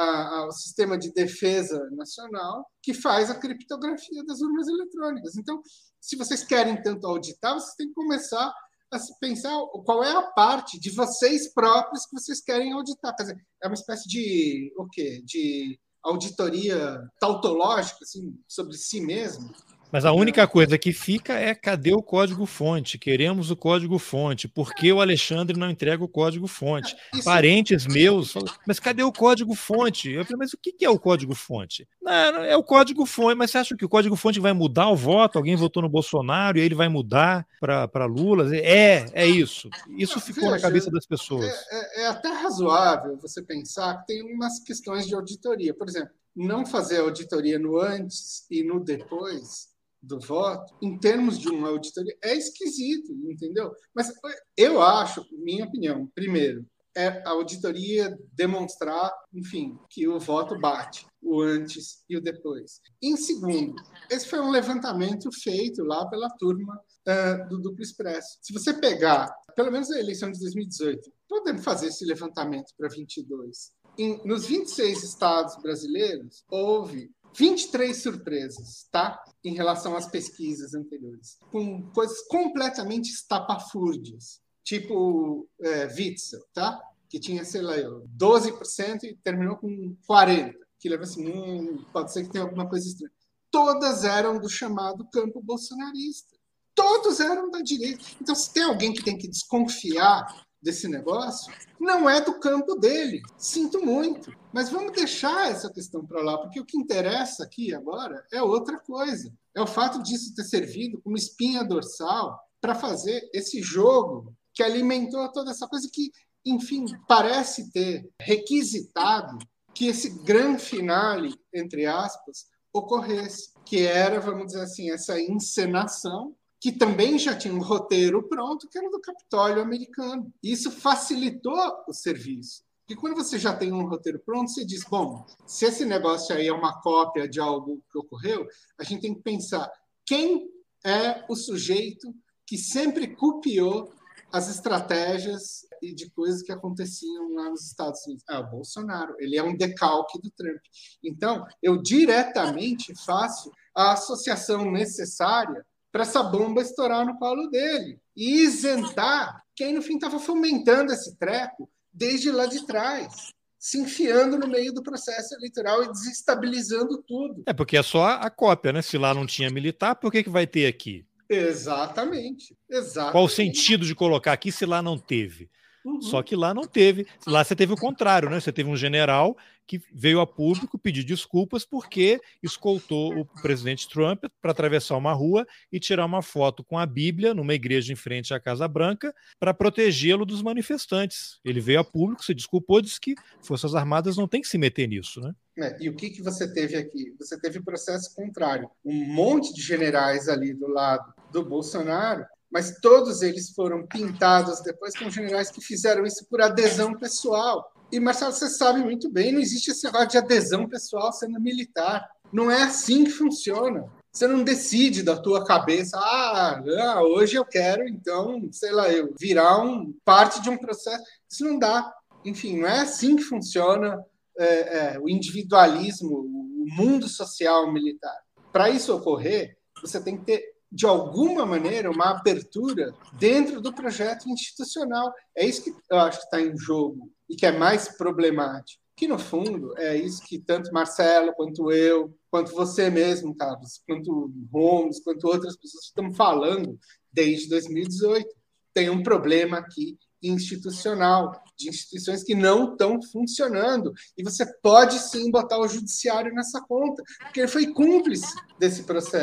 ao sistema de defesa nacional que faz a criptografia das urnas eletrônicas. Então, se vocês querem tanto auditar, vocês têm que começar a pensar qual é a parte de vocês próprios que vocês querem auditar. Quer dizer, é uma espécie de o quê? De auditoria tautológica, assim, sobre si mesmo. Mas a única coisa que fica é cadê o código-fonte? Queremos o código-fonte. Por que o Alexandre não entrega o código-fonte? Isso... Parentes meus falam, mas cadê o código-fonte? Eu falei, mas o que é o código-fonte? Não, é o código-fonte, mas você acha que o código-fonte vai mudar o voto? Alguém votou no Bolsonaro e ele vai mudar para Lula? É, é isso. Isso ficou Veja, na cabeça das pessoas. É, é, é até razoável você pensar que tem umas questões de auditoria. Por exemplo, não fazer auditoria no antes e no depois do voto, em termos de uma auditoria, é esquisito, entendeu? Mas eu acho, minha opinião, primeiro, é a auditoria demonstrar, enfim, que o voto bate, o antes e o depois. Em segundo, esse foi um levantamento feito lá pela turma uh, do Duplo Expresso. Se você pegar, pelo menos a eleição de dois mil e dezoito, podemos fazer esse levantamento para vinte e dois. Em, nos vinte e seis estados brasileiros, houve vinte e três surpresas, tá? Em relação às pesquisas anteriores, com coisas completamente estapafúrdias, tipo é, Witzel, tá? Que tinha, sei lá, doze por cento e terminou com quarenta por cento, que leva assim, hum, pode ser que tenha alguma coisa estranha. Todas eram do chamado campo bolsonarista. Todos eram da direita. Então, se tem alguém que tem que desconfiar desse negócio, não é do campo dele. Sinto muito. Mas vamos deixar essa questão para lá, porque o que interessa aqui agora é outra coisa. É o fato disso ter servido como espinha dorsal para fazer esse jogo que alimentou toda essa coisa que, enfim, parece ter requisitado que esse grande finale, entre aspas, ocorresse, que era, vamos dizer assim, essa encenação que também já tinha um roteiro pronto, que era do Capitólio americano. Isso facilitou o serviço. Porque quando você já tem um roteiro pronto, você diz, bom, se esse negócio aí é uma cópia de algo que ocorreu, a gente tem que pensar quem é o sujeito que sempre copiou as estratégias e de coisas que aconteciam lá nos Estados Unidos. É o Bolsonaro, ele é um decalque do Trump. Então, eu diretamente faço a associação necessária para essa bomba estourar no colo dele e isentar quem, no fim, estava fomentando esse treco desde lá de trás, se enfiando no meio do processo eleitoral e desestabilizando tudo. É, porque é só a cópia, né? Se lá não tinha militar, por que, que vai ter aqui? Exatamente. Exatamente. Qual o sentido de colocar aqui se lá não teve? Uhum. Só que lá não teve. Lá você teve o contrário, né? Você teve um general que veio a público pedir desculpas porque escoltou o presidente Trump para atravessar uma rua e tirar uma foto com a Bíblia numa igreja em frente à Casa Branca para protegê-lo dos manifestantes. Ele veio a público, se desculpou, disse que Forças Armadas não tem que se meter nisso, né? É, e o que, que você teve aqui? Você teve o processo contrário. Um monte de generais ali do lado do Bolsonaro, mas todos eles foram pintados depois com generais que fizeram isso por adesão pessoal. E, Marcelo, você sabe muito bem, não existe esse negócio de adesão pessoal sendo militar. Não é assim que funciona. Você não decide da tua cabeça, ah, ah hoje eu quero, então, sei lá, eu virar um, parte de um processo. Isso não dá. Enfim, não é assim que funciona é, é, o individualismo, o mundo social militar. Para isso ocorrer, você tem que ter, de alguma maneira, uma abertura dentro do projeto institucional. É isso que eu acho que está em jogo e que é mais problemático. Que, no fundo, é isso que tanto Marcelo, quanto eu, quanto você mesmo, Carlos, quanto Holmes, quanto outras pessoas estão falando desde dois mil e dezoito. Tem um problema aqui institucional, de instituições que não estão funcionando. E você pode, sim, botar o judiciário nessa conta, porque ele foi cúmplice desse processo.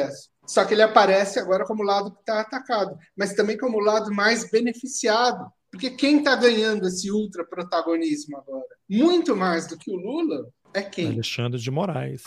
Só que ele aparece agora como o lado que está atacado, mas também como o lado mais beneficiado. Porque quem está ganhando esse ultra-protagonismo agora, muito mais do que o Lula, é quem? Alexandre de Moraes.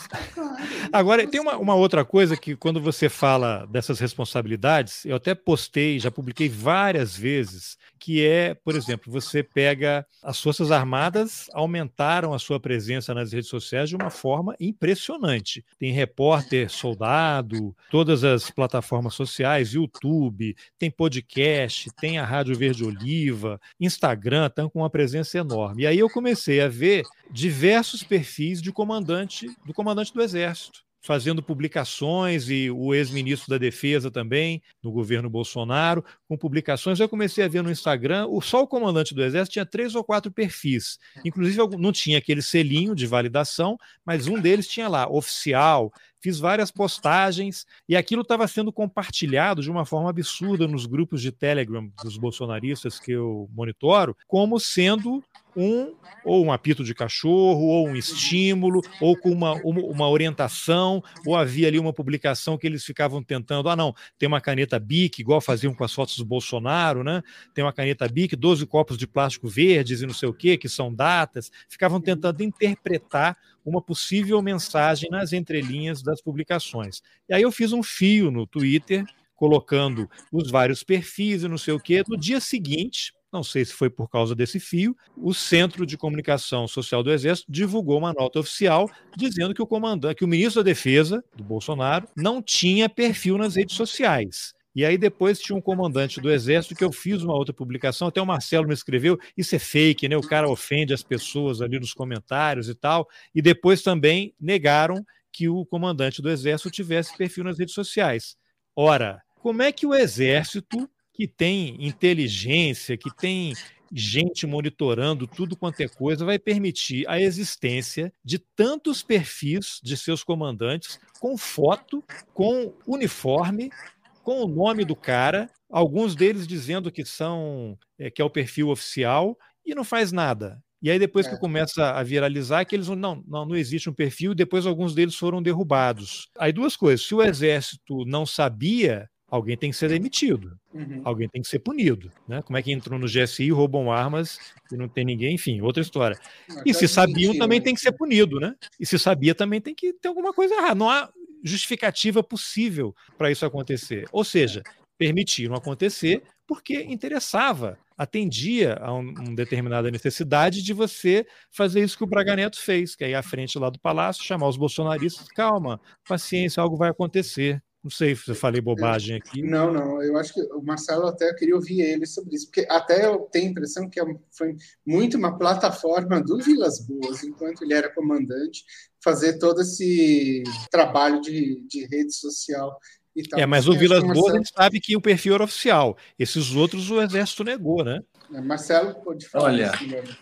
Agora, tem uma, uma outra coisa que, quando você fala dessas responsabilidades, eu até postei, já publiquei várias vezes, que é, por exemplo, você pega as Forças Armadas, aumentaram a sua presença nas redes sociais de uma forma impressionante. Tem repórter, soldado, todas as plataformas sociais, YouTube, tem podcast, tem a Rádio Verde Oliva, Instagram, estão com uma presença enorme. E aí eu comecei a ver diversos perfis de comandante, do comandante do Exército, fazendo publicações, e o ex-ministro da Defesa também, no governo Bolsonaro, com publicações. Eu comecei a ver no Instagram, só o comandante do Exército tinha três ou quatro perfis. Inclusive, não tinha aquele selinho de validação, mas um deles tinha lá, oficial. Fiz várias postagens, e aquilo estava sendo compartilhado de uma forma absurda nos grupos de Telegram dos bolsonaristas que eu monitoro, como sendo um ou um apito de cachorro, ou um estímulo, ou com uma, uma, uma orientação, ou havia ali uma publicação que eles ficavam tentando, ah não, tem uma caneta Bic, igual faziam com as fotos do Bolsonaro, né? Tem uma caneta Bic, doze copos de plástico verdes e não sei o quê, que são datas, ficavam tentando interpretar uma possível mensagem nas entrelinhas das publicações. E aí eu fiz um fio no Twitter, colocando os vários perfis e não sei o quê. No dia seguinte, não sei se foi por causa desse fio, o Centro de Comunicação Social do Exército divulgou uma nota oficial dizendo que o comandante, que o ministro da Defesa, do Bolsonaro, não tinha perfil nas redes sociais. E aí depois tinha um comandante do Exército que eu fiz uma outra publicação, até o Marcelo me escreveu, isso é fake, né? O cara ofende as pessoas ali nos comentários e tal. E depois também negaram que o comandante do Exército tivesse perfil nas redes sociais. Ora, como é que o Exército, que tem inteligência, que tem gente monitorando tudo quanto é coisa, vai permitir a existência de tantos perfis de seus comandantes com foto, com uniforme, com o nome do cara, alguns deles dizendo que são é, que é o perfil oficial, e não faz nada. E aí depois é. que começa a viralizar, que eles não, não, não existe um perfil, e depois alguns deles foram derrubados. Aí duas coisas, se o Exército não sabia, alguém tem que ser demitido, uhum. alguém tem que ser punido, né? Como é que entrou no G S I, roubam armas e não tem ninguém, enfim, outra história. Não, e se sabiam, mentira, também né? tem que ser punido, né? E se sabia, também tem que ter alguma coisa errada. Não há justificativa possível para isso acontecer. Ou seja, permitiram acontecer porque interessava, atendia a uma um determinada necessidade de você fazer isso que o Braga Neto fez, que é ir à frente lá do Palácio, chamar os bolsonaristas, calma, paciência, algo vai acontecer. Não sei se eu falei bobagem aqui. Não, não, eu acho que o Marcelo até queria ouvir ele sobre isso, porque até eu tenho a impressão que foi muito uma plataforma do Vilas Boas, enquanto ele era comandante, fazer todo esse trabalho de, de rede social e tal. É, mas o Vilas Boas Marcelo... a gente sabe que o perfil era oficial. Esses outros o Exército negou, né? Marcelo pode falar. Olha,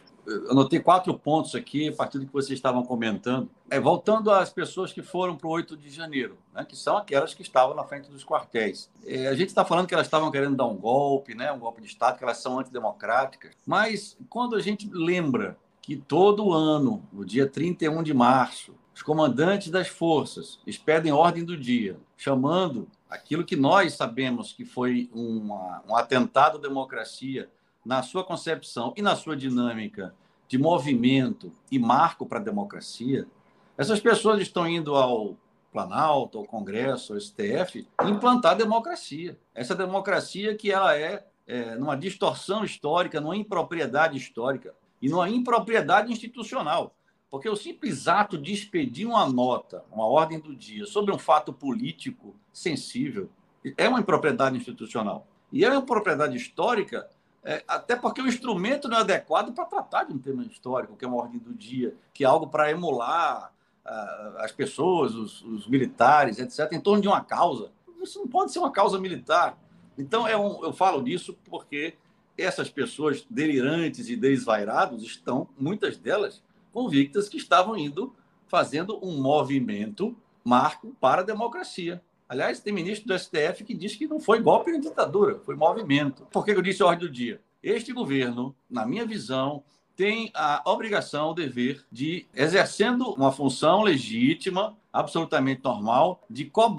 eu anotei quatro pontos aqui, a partir do que vocês estavam comentando. É, voltando às pessoas que foram para o oito de janeiro, né, que são aquelas que estavam na frente dos quartéis. É, a gente está falando que elas estavam querendo dar um golpe, né, um golpe de Estado, que elas são antidemocráticas. Mas quando a gente lembra que todo ano, no dia trinta e um de março, os comandantes das forças expedem ordem do dia, chamando aquilo que nós sabemos que foi uma, um atentado à democracia, na sua concepção e na sua dinâmica de movimento e marco para a democracia, essas pessoas estão indo ao Planalto, ao Congresso, ao S T F, implantar a democracia. Essa democracia que ela é, é numa distorção histórica, numa impropriedade histórica e numa impropriedade institucional. Porque o simples ato de expedir uma nota, uma ordem do dia, sobre um fato político sensível, é uma impropriedade institucional. E é uma impropriedade histórica. É, até porque o instrumento não é adequado para tratar de um tema histórico, que é uma ordem do dia, que é algo para emular uh, as pessoas, os, os militares, etcétera, em torno de uma causa. Isso não pode ser uma causa militar. Então, é um, eu falo disso porque essas pessoas delirantes e desvairados estão, muitas delas, convictas que estavam indo fazendo um movimento marco para a democracia. Aliás, tem ministro do S T F que diz que não foi golpe nem ditadura, foi movimento. Por que eu disse ordem do dia? Este governo, na minha visão, tem a obrigação, o dever de, exercendo uma função legítima, absolutamente normal, de cobrar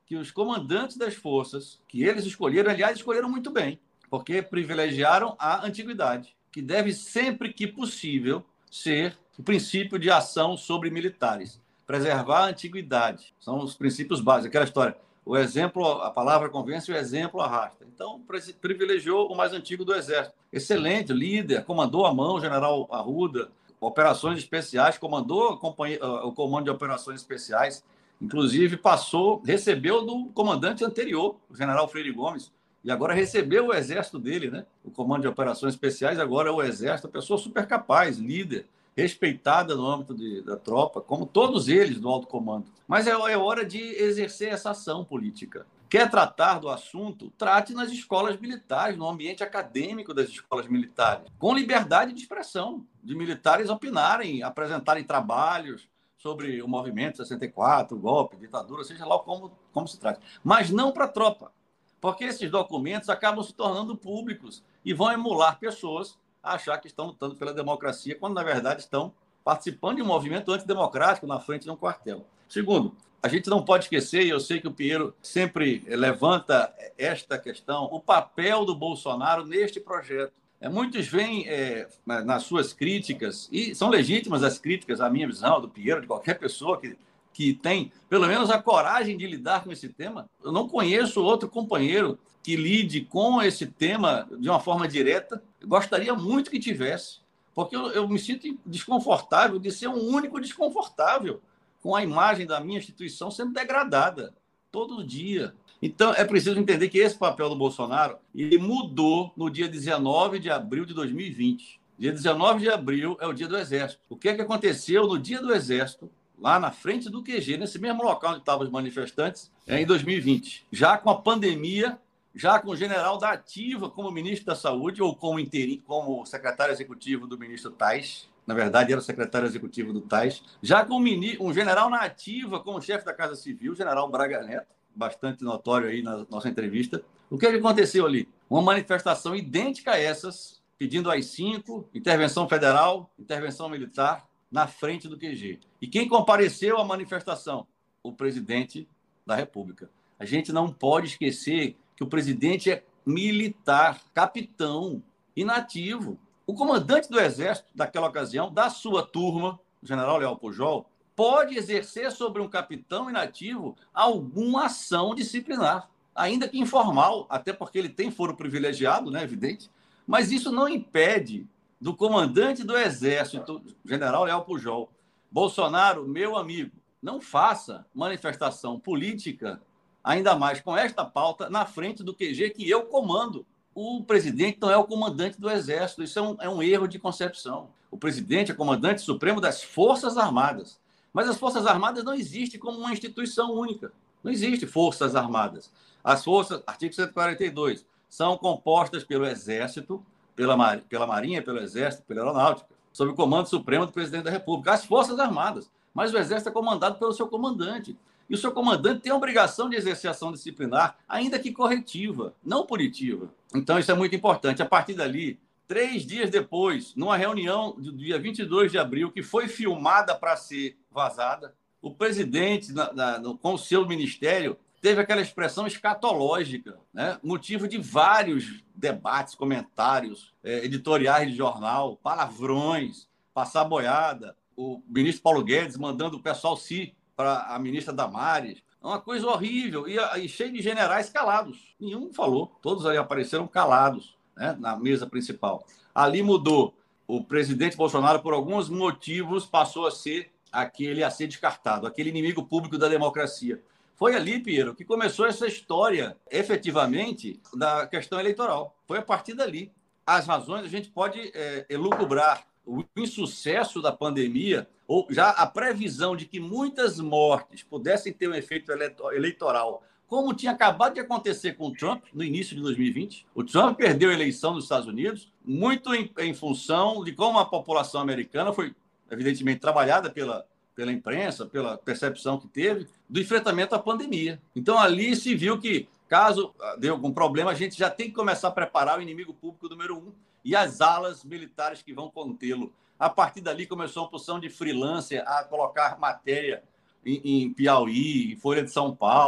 que os comandantes das forças, que eles escolheram, aliás, escolheram muito bem, porque privilegiaram a antiguidade, que deve sempre que possível ser o princípio de ação sobre militares. Preservar a antiguidade. São os princípios básicos. Aquela história, o exemplo, a palavra convence, o exemplo arrasta. Então, privilegiou o mais antigo do Exército. Excelente, líder, comandou a mão, o general Arruda, operações especiais, comandou a companhia, o comando de operações especiais, inclusive passou, recebeu do comandante anterior, o general Freire Gomes, e agora recebeu o exército dele, né? O comando de operações especiais, agora é o exército, pessoa super capaz, líder, respeitada no âmbito de, da tropa, como todos eles do alto comando. Mas é, é hora de exercer essa ação política. Quer tratar do assunto? Trate nas escolas militares, no ambiente acadêmico das escolas militares, com liberdade de expressão, de militares opinarem, apresentarem trabalhos sobre o movimento sessenta e quatro, golpe, ditadura, seja lá como, como se trate. Mas não para a tropa, porque esses documentos acabam se tornando públicos e vão emular pessoas a achar que estão lutando pela democracia, quando, na verdade, estão participando de um movimento antidemocrático na frente de um quartel. Segundo, a gente não pode esquecer, e eu sei que o Pinheiro sempre levanta esta questão, o papel do Bolsonaro neste projeto. É, muitos veem é, nas suas críticas, e são legítimas as críticas, à minha visão, do Pinheiro, de qualquer pessoa que, que tem, pelo menos, a coragem de lidar com esse tema. Eu não conheço outro companheiro que lide com esse tema de uma forma direta. Eu gostaria muito que tivesse, porque eu, eu me sinto desconfortável de ser um único desconfortável com a imagem da minha instituição sendo degradada todo dia. Então, é preciso entender que esse papel do Bolsonaro ele mudou no dia dezenove de abril de dois mil e vinte. Dia dezenove de abril é o dia do Exército. O que é que aconteceu no dia do Exército, lá na frente do Q G, nesse mesmo local onde estavam os manifestantes, em dois mil e vinte? Já com a pandemia, já com o general da Ativa como ministro da Saúde, ou como, interim, como secretário executivo do ministro Tais, na verdade era o secretário executivo do Tais, já com um general na Ativa como chefe da Casa Civil, o general Braga Neto, bastante notório aí na nossa entrevista. O que, é que aconteceu ali? Uma manifestação idêntica a essas, pedindo A I cinco, intervenção federal, intervenção militar, na frente do Q G. E quem compareceu à manifestação? O presidente da República. A gente não pode esquecer que o presidente é militar, capitão, inativo. O comandante do Exército, daquela ocasião, da sua turma, o general Leal Pujol, pode exercer sobre um capitão inativo alguma ação disciplinar, ainda que informal, até porque ele tem foro privilegiado, né, evidente, mas isso não impede do comandante do Exército, general Leal Pujol, Bolsonaro, meu amigo, não faça manifestação política, ainda mais com esta pauta, na frente do Q G que eu comando. O presidente não é o comandante do Exército, isso é um, é um erro de concepção. O presidente é comandante supremo das Forças Armadas. Mas as Forças Armadas não existem como uma instituição única. Não existe Forças Armadas. As forças, artigo cento e quarenta e dois, são compostas pelo Exército, pela, Mar, pela Marinha, pelo Exército, pela Aeronáutica, sob o comando supremo do presidente da República. As Forças Armadas. Mas o Exército é comandado pelo seu comandante. E o seu comandante tem a obrigação de exercer ação disciplinar, ainda que corretiva, não punitiva. Então, isso é muito importante. A partir dali, três dias depois, numa reunião do dia vinte e dois de abril, que foi filmada para ser vazada, o presidente, na, na, no, com o seu ministério, teve aquela expressão escatológica, né? Motivo de vários debates, comentários, é, editoriais de jornal, palavrões, passar boiada, o ministro Paulo Guedes mandando o pessoal se para a ministra Damares, uma coisa horrível, e, e cheio de generais calados. Nenhum falou, todos aí apareceram calados, né, na mesa principal. Ali mudou. O presidente Bolsonaro, por alguns motivos, passou a ser aquele a ser descartado, aquele inimigo público da democracia. Foi ali, Pinheiro, que começou essa história, efetivamente, da questão eleitoral. Foi a partir dali. As razões a gente pode é, elucubrar. O insucesso da pandemia, ou já a previsão de que muitas mortes pudessem ter um efeito eleitoral, como tinha acabado de acontecer com o Trump no início de dois mil e vinte. O Trump perdeu a eleição nos Estados Unidos, muito em, em função de como a população americana foi, evidentemente, trabalhada pela, pela imprensa, pela percepção que teve, do enfrentamento à pandemia. Então, ali se viu que, caso dê algum problema, a gente já tem que começar a preparar o inimigo público número um, e as alas militares que vão contê-lo. A partir dali começou uma porção de freelancer a colocar matéria em, em Piauí, em Folha de São Paulo,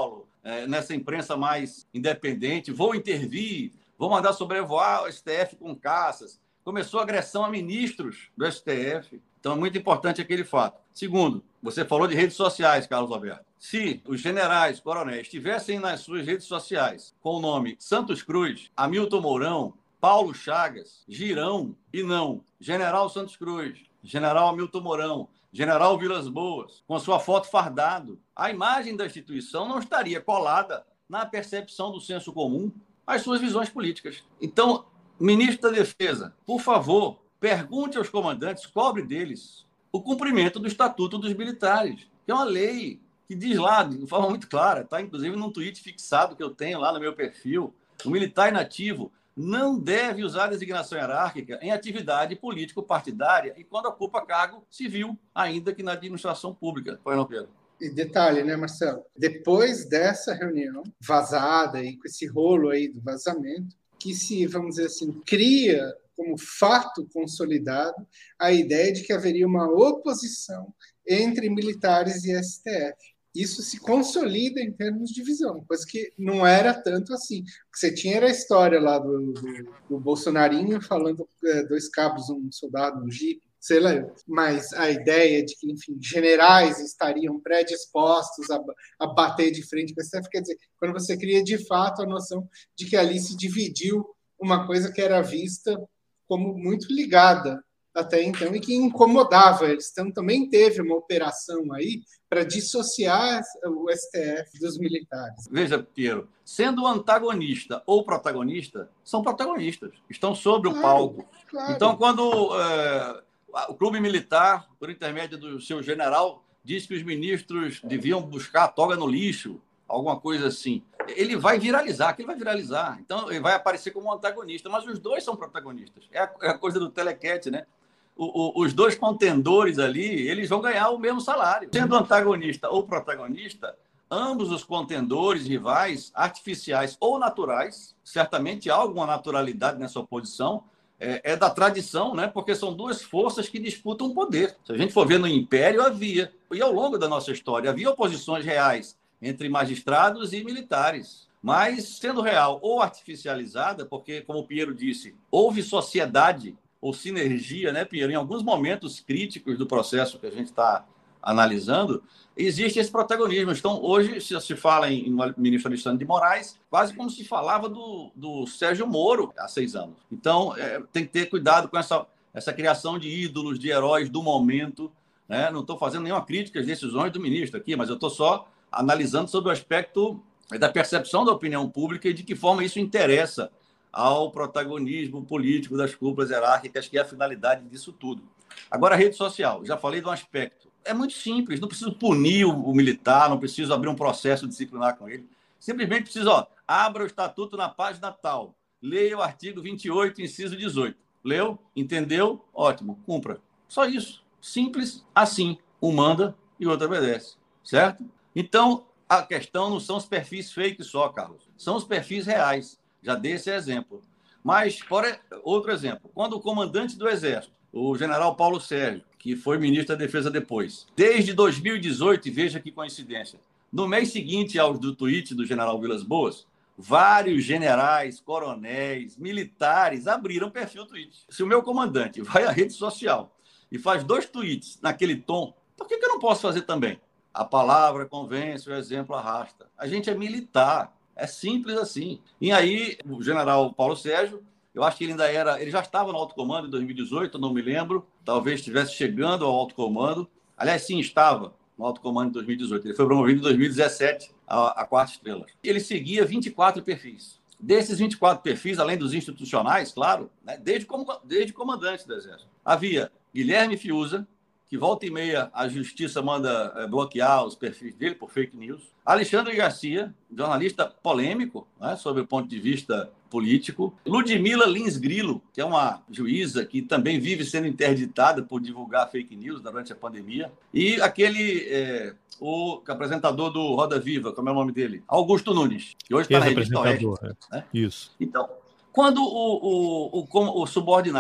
é, nessa imprensa mais independente, vou intervir, vou mandar sobrevoar o S T F com caças. Começou a agressão a ministros do S T F. Então, é muito importante aquele fato. Segundo, você falou de redes sociais, Carlos Alberto. Se os generais, coronéis, estivessem nas suas redes sociais com o nome Santos Cruz, Hamilton Mourão, Paulo Chagas, Girão e não General Santos Cruz, General Hamilton Mourão, General Vilas Boas, com sua foto fardado, a imagem da instituição não estaria colada na percepção do senso comum às suas visões políticas. Então, ministro da Defesa, por favor, pergunte aos comandantes, cobre deles o cumprimento do Estatuto dos Militares, que é uma lei que diz lá, de forma muito clara, está inclusive num tweet fixado que eu tenho lá no meu perfil, o militar inativo não deve usar a designação hierárquica em atividade político-partidária e quando ocupa cargo civil, ainda que na administração pública. Foi, não, Pedro? E detalhe, né, Marcelo? Depois dessa reunião vazada e com esse rolo aí do vazamento, que se, vamos dizer assim, cria como fato consolidado a ideia de que haveria uma oposição entre militares e S T F. Isso se consolida em termos de visão, coisa que não era tanto assim. O que você tinha era a história lá do, do, do Bolsonarinho falando é, dois cabos, um soldado, um jipe, sei lá. Mas a ideia de que, enfim, generais estariam predispostos a, a bater de frente com o S T F, quer dizer, quando você cria de fato a noção de que ali se dividiu uma coisa que era vista como muito ligada até então e que incomodava eles. Então, também teve uma operação aí para dissociar o S T F dos militares. Veja, Piero, sendo antagonista ou protagonista, são protagonistas, estão sobre claro, o palco. Claro. Então, quando é, o clube militar, por intermédio do seu general, diz que os ministros deviam buscar a toga no lixo, alguma coisa assim, ele vai viralizar, que ele vai viralizar. Então, ele vai aparecer como um antagonista, mas os dois são protagonistas. É a, é a coisa do telequete, né? O, o, os dois contendores ali, eles vão ganhar o mesmo salário. Sendo antagonista ou protagonista, ambos os contendores, rivais, artificiais ou naturais, certamente há alguma naturalidade nessa oposição, é, é da tradição, né? Porque são duas forças que disputam o poder. Se a gente for ver no Império, havia, e ao longo da nossa história, havia oposições reais entre magistrados e militares. Mas, sendo real ou artificializada, porque, como o Piero disse, houve sociedade ou sinergia, né, Piero? Em alguns momentos críticos do processo que a gente está analisando, existe esse protagonismo. Então, hoje se, se fala em, em ministro Alexandre de Moraes, quase como se falava do, do Sérgio Moro há seis anos. Então, é, tem que ter cuidado com essa, essa criação de ídolos, de heróis do momento. Né? Não estou fazendo nenhuma crítica às decisões do ministro aqui, mas eu estou só analisando sobre o aspecto da percepção da opinião pública e de que forma isso interessa ao protagonismo político das cúpulas hierárquicas, que é a finalidade disso tudo. Agora, a rede social, já falei de um aspecto. É muito simples, não preciso punir o, o militar, não preciso abrir um processo disciplinar com ele. Simplesmente preciso, ó, abra o estatuto na página tal, leia o artigo vinte e oito, inciso dezoito. Leu? Entendeu? Ótimo, cumpra. Só isso. Simples assim. Um manda e o outro obedece. Certo? Então, a questão não são os perfis fake só, Carlos. São os perfis reais. Já dei esse exemplo. Mas, por outro exemplo, quando o comandante do Exército, o general Paulo Sérgio, que foi ministro da Defesa depois, desde dois mil e dezoito, e veja que coincidência, no mês seguinte ao do tweet do general Vilas Boas, vários generais, coronéis, militares abriram perfil tweet. Se o meu comandante vai à rede social e faz dois tweets naquele tom, por que, que eu não posso fazer também? A palavra convence, o exemplo arrasta. A gente é militar. É simples assim. E aí, o general Paulo Sérgio, eu acho que ele ainda era... Ele já estava no alto comando em dois mil e dezoito, não me lembro. Talvez estivesse chegando ao alto comando. Aliás, sim, estava no alto comando em dois mil e dezoito. Ele foi promovido em dois mil e dezessete a, a quatro estrelas. Ele seguia vinte e quatro perfis. Desses vinte e quatro perfis, além dos institucionais, claro, né, desde, como, desde comandante do Exército, havia Guilherme Fiuza, que volta e meia a justiça manda é, bloquear os perfis dele por fake news. Alexandre Garcia, jornalista polêmico, né, sob o ponto de vista político. Ludmila Lins Grilo, que é uma juíza que também vive sendo interditada por divulgar fake news durante a pandemia. E aquele, é, o apresentador do Roda Viva, como é o nome dele? Augusto Nunes, que hoje está na revista Oeste. Né? Isso. Então, quando o, o, o, o subordinado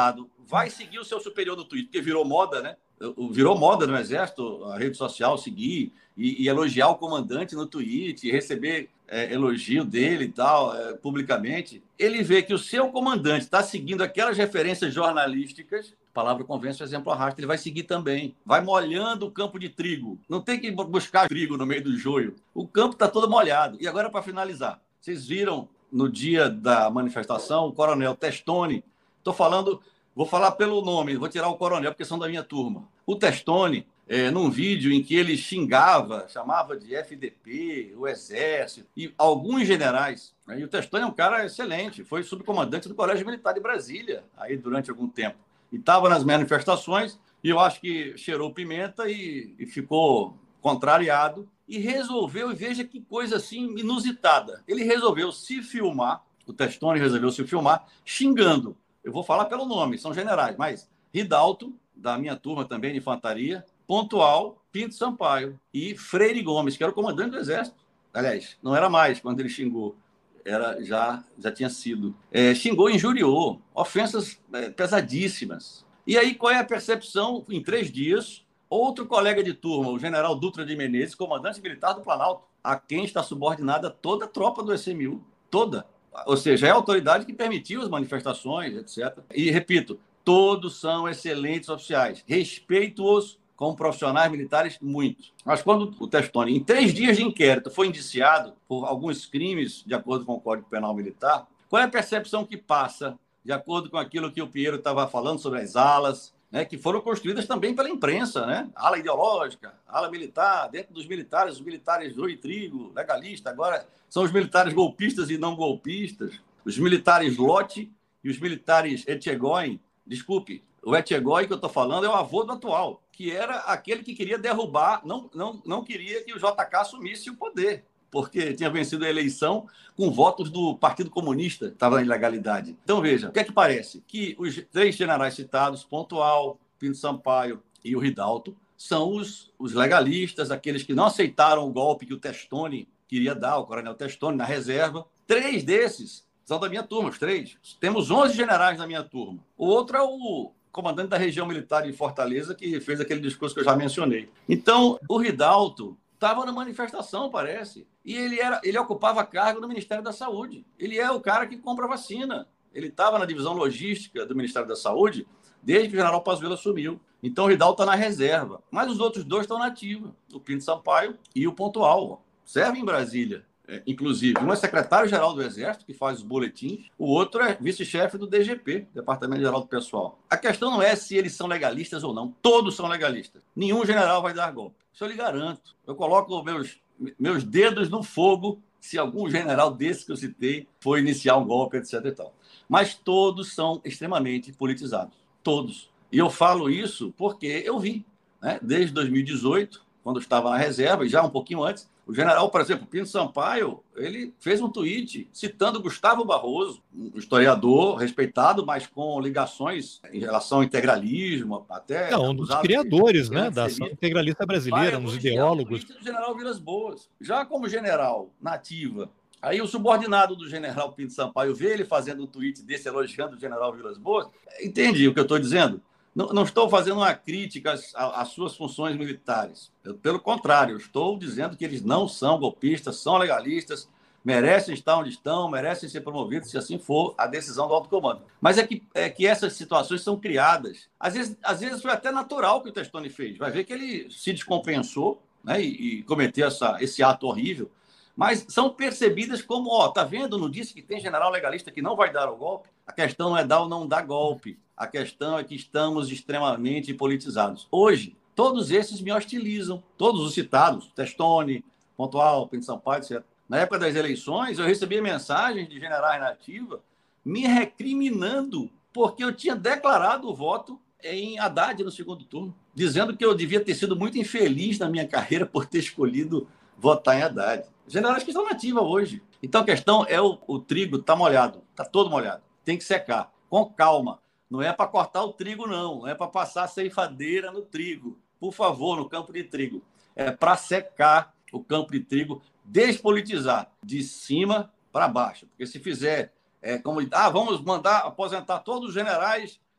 vai seguir o seu superior no Twitter, porque virou moda, né? Virou moda no Exército, a rede social, seguir e, e elogiar o comandante no Twitter, receber é, elogio dele e tal, é, publicamente. Ele vê que o seu comandante está seguindo aquelas referências jornalísticas, palavra convence, o exemplo arrasta, ele vai seguir também. Vai molhando o campo de trigo. Não tem que buscar trigo no meio do joio. O campo está todo molhado. E agora, para finalizar, vocês viram no dia da manifestação o coronel Testoni, estou falando... Vou falar pelo nome, vou tirar o coronel, porque são da minha turma. O Testoni, é, num vídeo em que ele xingava, chamava de F D P, o Exército, e alguns generais. Né? E o Testoni é um cara excelente, foi subcomandante do Colégio Militar de Brasília, aí durante algum tempo. E estava nas manifestações, e eu acho que cheirou pimenta e, e ficou contrariado, e resolveu, e veja que coisa assim inusitada, ele resolveu se filmar, o Testoni resolveu se filmar, xingando. Eu vou falar pelo nome, são generais, mas Ridalto, da minha turma também de infantaria, Pontual, Pinto Sampaio e Freire Gomes, que era o comandante do Exército. Aliás, não era mais quando ele xingou, era, já, já tinha sido. É, xingou, injuriou, ofensas é, pesadíssimas. E aí, qual é a percepção? Em três dias, outro colega de turma, o general Dutra de Menezes, comandante militar do Planalto, a quem está subordinada toda a tropa do S M U, toda. Ou seja, é a autoridade que permitiu as manifestações, etcétera. E, repito, todos são excelentes oficiais. Respeito-os como profissionais militares muito. Mas quando o Testoni, em três dias de inquérito, foi indiciado por alguns crimes, de acordo com o Código Penal Militar, qual é a percepção que passa, de acordo com aquilo que o Piero estava falando sobre as alas, né, que foram construídas também pela imprensa, né? Ala ideológica, ala militar, dentro dos militares, os militares joio e trigo, legalista, agora são os militares golpistas e não golpistas, os militares Lott e os militares Etchegóin. Desculpe, o Etchegóin que eu estou falando é o avô do atual, que era aquele que queria derrubar, não, não, não queria que o J K assumisse o poder, porque tinha vencido a eleição com votos do Partido Comunista, estava na ilegalidade. Então, veja, o que é que parece? Que os três generais citados, Pontual, Pinto Sampaio e o Ridalto, são os, os legalistas, aqueles que não aceitaram o golpe que o Testoni queria dar, o coronel Testoni, na reserva. Três desses são da minha turma, os três. Temos onze generais na minha turma. O outro é o comandante da região militar de Fortaleza, que fez aquele discurso que eu já mencionei. Então, o Ridalto estava na manifestação, parece, e ele, era, ele ocupava cargo no Ministério da Saúde. Ele é o cara que compra vacina. Ele estava na divisão logística do Ministério da Saúde desde que o general Pazuello assumiu. Então, o Ridalto está na reserva. Mas os outros dois estão na ativa, o Pinto Sampaio e o Pontual. Serve em Brasília, é, inclusive. Um é secretário-geral do Exército, que faz os boletins. O outro é vice-chefe do D G P, Departamento Geral do Pessoal. A questão não é se eles são legalistas ou não. Todos são legalistas. Nenhum general vai dar golpe. Isso eu lhe garanto. Eu coloco meus, meus dedos no fogo se algum general desse que eu citei for iniciar um golpe, etc e tal. Mas todos são extremamente politizados. Todos. E eu falo isso porque eu vi, né? Desde dois mil e dezoito, quando eu estava na reserva, e já um pouquinho antes, o general, por exemplo, Pinto Sampaio, ele fez um tweet citando Gustavo Barroso, um historiador respeitado, mas com ligações em relação ao integralismo, até... Não, um dos criadores, né, da ação integralista brasileira, um dos ideólogos. O general Vilas Boas. Já como general nativa, aí o subordinado do general Pinto Sampaio vê ele fazendo um tweet desse elogiando o general Vilas Boas. Entendi o que eu estou dizendo? Não, não estou fazendo uma crítica às, às suas funções militares. Eu, pelo contrário, eu estou dizendo que eles não são golpistas, são legalistas, merecem estar onde estão, merecem ser promovidos, se assim for a decisão do alto comando. Mas é que, é que essas situações são criadas. Às vezes, às vezes foi até natural o que o Testoni fez. Vai ver que ele se descompensou, né, e, e cometeu essa, esse ato horrível. Mas são percebidas como, ó, tá vendo? Não disse que tem general legalista que não vai dar o golpe? A questão não é dar ou não dar golpe. A questão é que estamos extremamente politizados. Hoje, todos esses me hostilizam. Todos os citados, Testoni, Pontual, Pinto Sampaio, etcétera. Na época das eleições, eu recebia mensagens de generais na ativa me recriminando porque eu tinha declarado o voto em Haddad no segundo turno, dizendo que eu devia ter sido muito infeliz na minha carreira por ter escolhido votar em Haddad. Generais que estão na ativa hoje. Então, a questão é o, o trigo está molhado, está todo molhado. Tem que secar, com calma. Não é para cortar o trigo, não. Não é para passar a ceifadeira no trigo. Por favor, no campo de trigo. É para secar o campo de trigo, despolitizar de cima para baixo. Porque se fizer, é, como, ah, vamos mandar aposentar todos os generais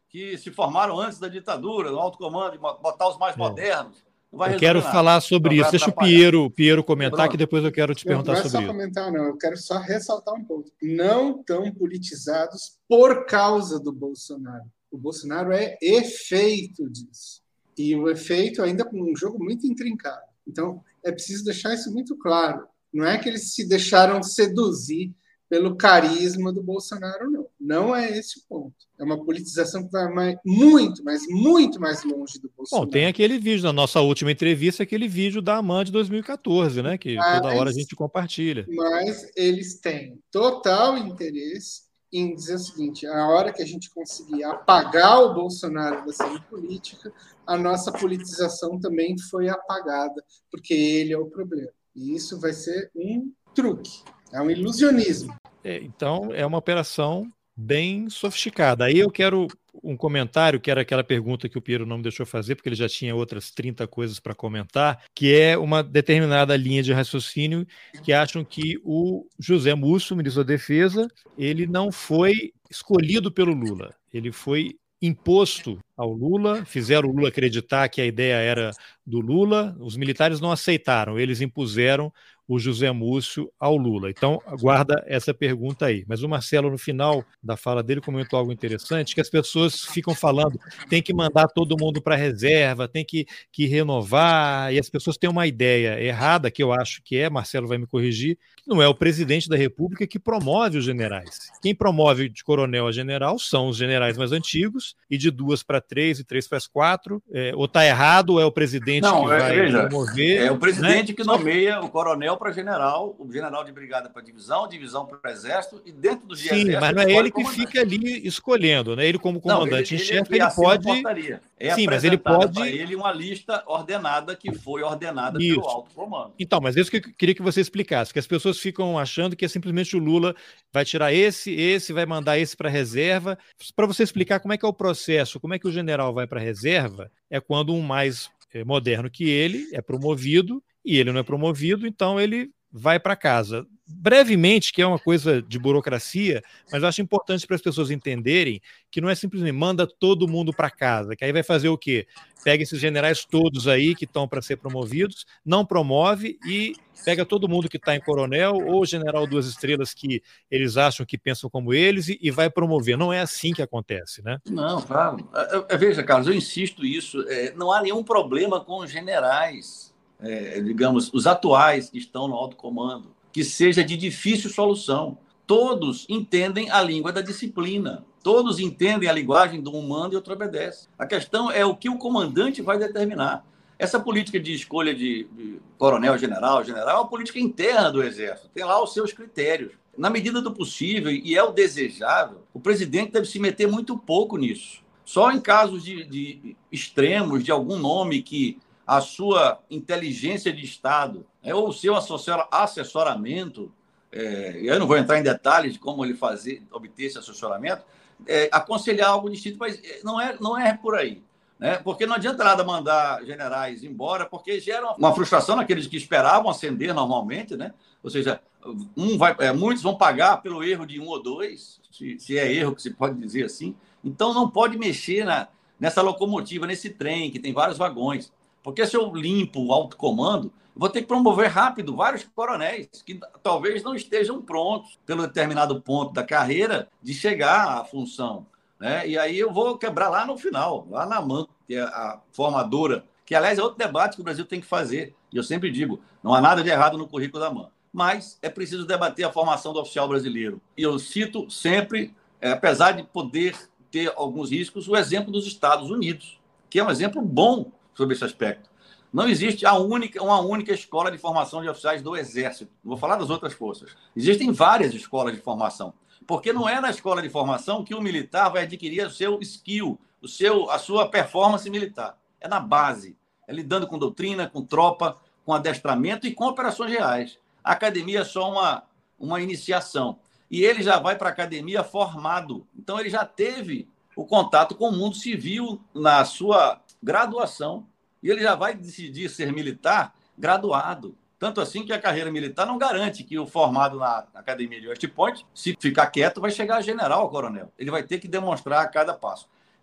que se formaram antes da ditadura, no alto comando, e botar os mais é. modernos. Não vai eu quero nada. falar sobre isso. Deixa o Piero, o Piero comentar, Pronto. que depois eu quero te perguntar sobre isso. Não é só comentar, não. Eu quero só ressaltar um ponto. Não tão politizados por causa do Bolsonaro. O Bolsonaro é efeito disso. E o efeito ainda com um jogo muito intrincado. Então, é preciso deixar isso muito claro. Não é que eles se deixaram seduzir pelo carisma do Bolsonaro, não. Não é esse o ponto. É uma politização que vai mais, muito, mas muito mais longe do Bolsonaro. Bom, tem aquele vídeo, na nossa última entrevista, aquele vídeo da AMAN de dois mil e quatorze, né? Que mas, toda hora a gente compartilha. Mas eles têm total interesse em dizer o seguinte: a hora que a gente conseguir apagar o Bolsonaro da cena política, a nossa politização também foi apagada, porque ele é o problema. E isso vai ser um truque. É um ilusionismo. É, então, é uma operação bem sofisticada. Aí eu quero um comentário, que era aquela pergunta que o Piero não me deixou fazer, porque ele já tinha outras trinta coisas para comentar, que é uma determinada linha de raciocínio que acham que o José Múcio, ministro da Defesa, ele não foi escolhido pelo Lula. Ele foi imposto ao Lula, fizeram o Lula acreditar que a ideia era do Lula, os militares não aceitaram, eles impuseram o José Múcio ao Lula. Então, guarda essa pergunta aí. Mas o Marcelo, no final da fala dele, comentou algo interessante, que as pessoas ficam falando, tem que mandar todo mundo para a reserva, tem que, que renovar, e as pessoas têm uma ideia errada, que eu acho que é, Marcelo vai me corrigir, que não é o presidente da República que promove os generais. Quem promove de coronel a general são os generais mais antigos, e de duas para três e três para quatro, é, ou está errado, ou é o presidente não, que vai veja, promover. É o presidente né? que nomeia o coronel para general, o general de brigada para divisão, divisão para exército, e dentro do Sim, exército... mas não é ele que fica ali escolhendo, né? Ele como comandante em chefe, ele, ele, ele pode... É Sim, mas ele pode... para ele uma lista ordenada que foi ordenada isso. pelo alto comando. Então, mas isso que eu queria que você explicasse, que as pessoas ficam achando que é simplesmente o Lula vai tirar esse, esse, vai mandar esse para a reserva. Para você explicar como é que é o processo, como é que o general vai para a reserva, é quando um mais moderno que ele é promovido, e ele não é promovido, então ele vai para casa. Brevemente, que é uma coisa de burocracia, mas eu acho importante para as pessoas entenderem que não é simplesmente manda todo mundo para casa, que aí vai fazer o quê? Pega esses generais todos aí que estão para ser promovidos, não promove e pega todo mundo que está em coronel ou general duas estrelas que eles acham que pensam como eles e, e vai promover. Não é assim que acontece, né? Não, claro. Veja, Carlos, eu insisto isso, é, não há nenhum problema com os generais, é, digamos, os atuais que estão no alto comando, que seja de difícil solução. Todos entendem a língua da disciplina. Todos entendem a linguagem do um manda e outro obedece. A questão é o que o comandante vai determinar. Essa política de escolha de, de coronel, general, general, é uma política interna do Exército. Tem lá os seus critérios. Na medida do possível, e é o desejável, o presidente deve se meter muito pouco nisso. Só em casos de, de extremos, de algum nome que a sua inteligência de Estado, é, ou o seu assessoramento, é, eu não vou entrar em detalhes de como ele fazer, obter esse assessoramento, é, aconselhar algo distinto, mas não é, não é por aí. Né? Porque não adianta nada mandar generais embora, porque gera uma frustração naqueles que esperavam ascender normalmente, né? Ou seja, um vai, é, muitos vão pagar pelo erro de um ou dois, se, se é erro que se pode dizer assim. Então não pode mexer na, nessa locomotiva, nesse trem que tem vários vagões. Porque se eu limpo o alto comando, vou ter que promover rápido vários coronéis que talvez não estejam prontos pelo determinado ponto da carreira de chegar à função. Né? E aí eu vou quebrar lá no final, lá na AMAN, que é a formadora, que, aliás, é outro debate que o Brasil tem que fazer. E eu sempre digo, não há nada de errado no currículo da AMAN. Mas é preciso debater a formação do oficial brasileiro. E eu cito sempre, é, apesar de poder ter alguns riscos, o exemplo dos Estados Unidos, que é um exemplo bom sobre esse aspecto. Não existe a única, uma única escola de formação de oficiais do Exército. Não vou falar das outras forças. Existem várias escolas de formação. Porque não é na escola de formação que o militar vai adquirir o seu skill, o seu, a sua performance militar. É na base. É lidando com doutrina, com tropa, com adestramento e com operações reais. A academia é só uma, uma iniciação. E ele já vai para a academia formado. Então, ele já teve o contato com o mundo civil na sua graduação. E ele já vai decidir ser militar graduado. Tanto assim que a carreira militar não garante que o formado na academia de West Point, se ficar quieto, vai chegar a general ou coronel. Ele vai ter que demonstrar a cada passo.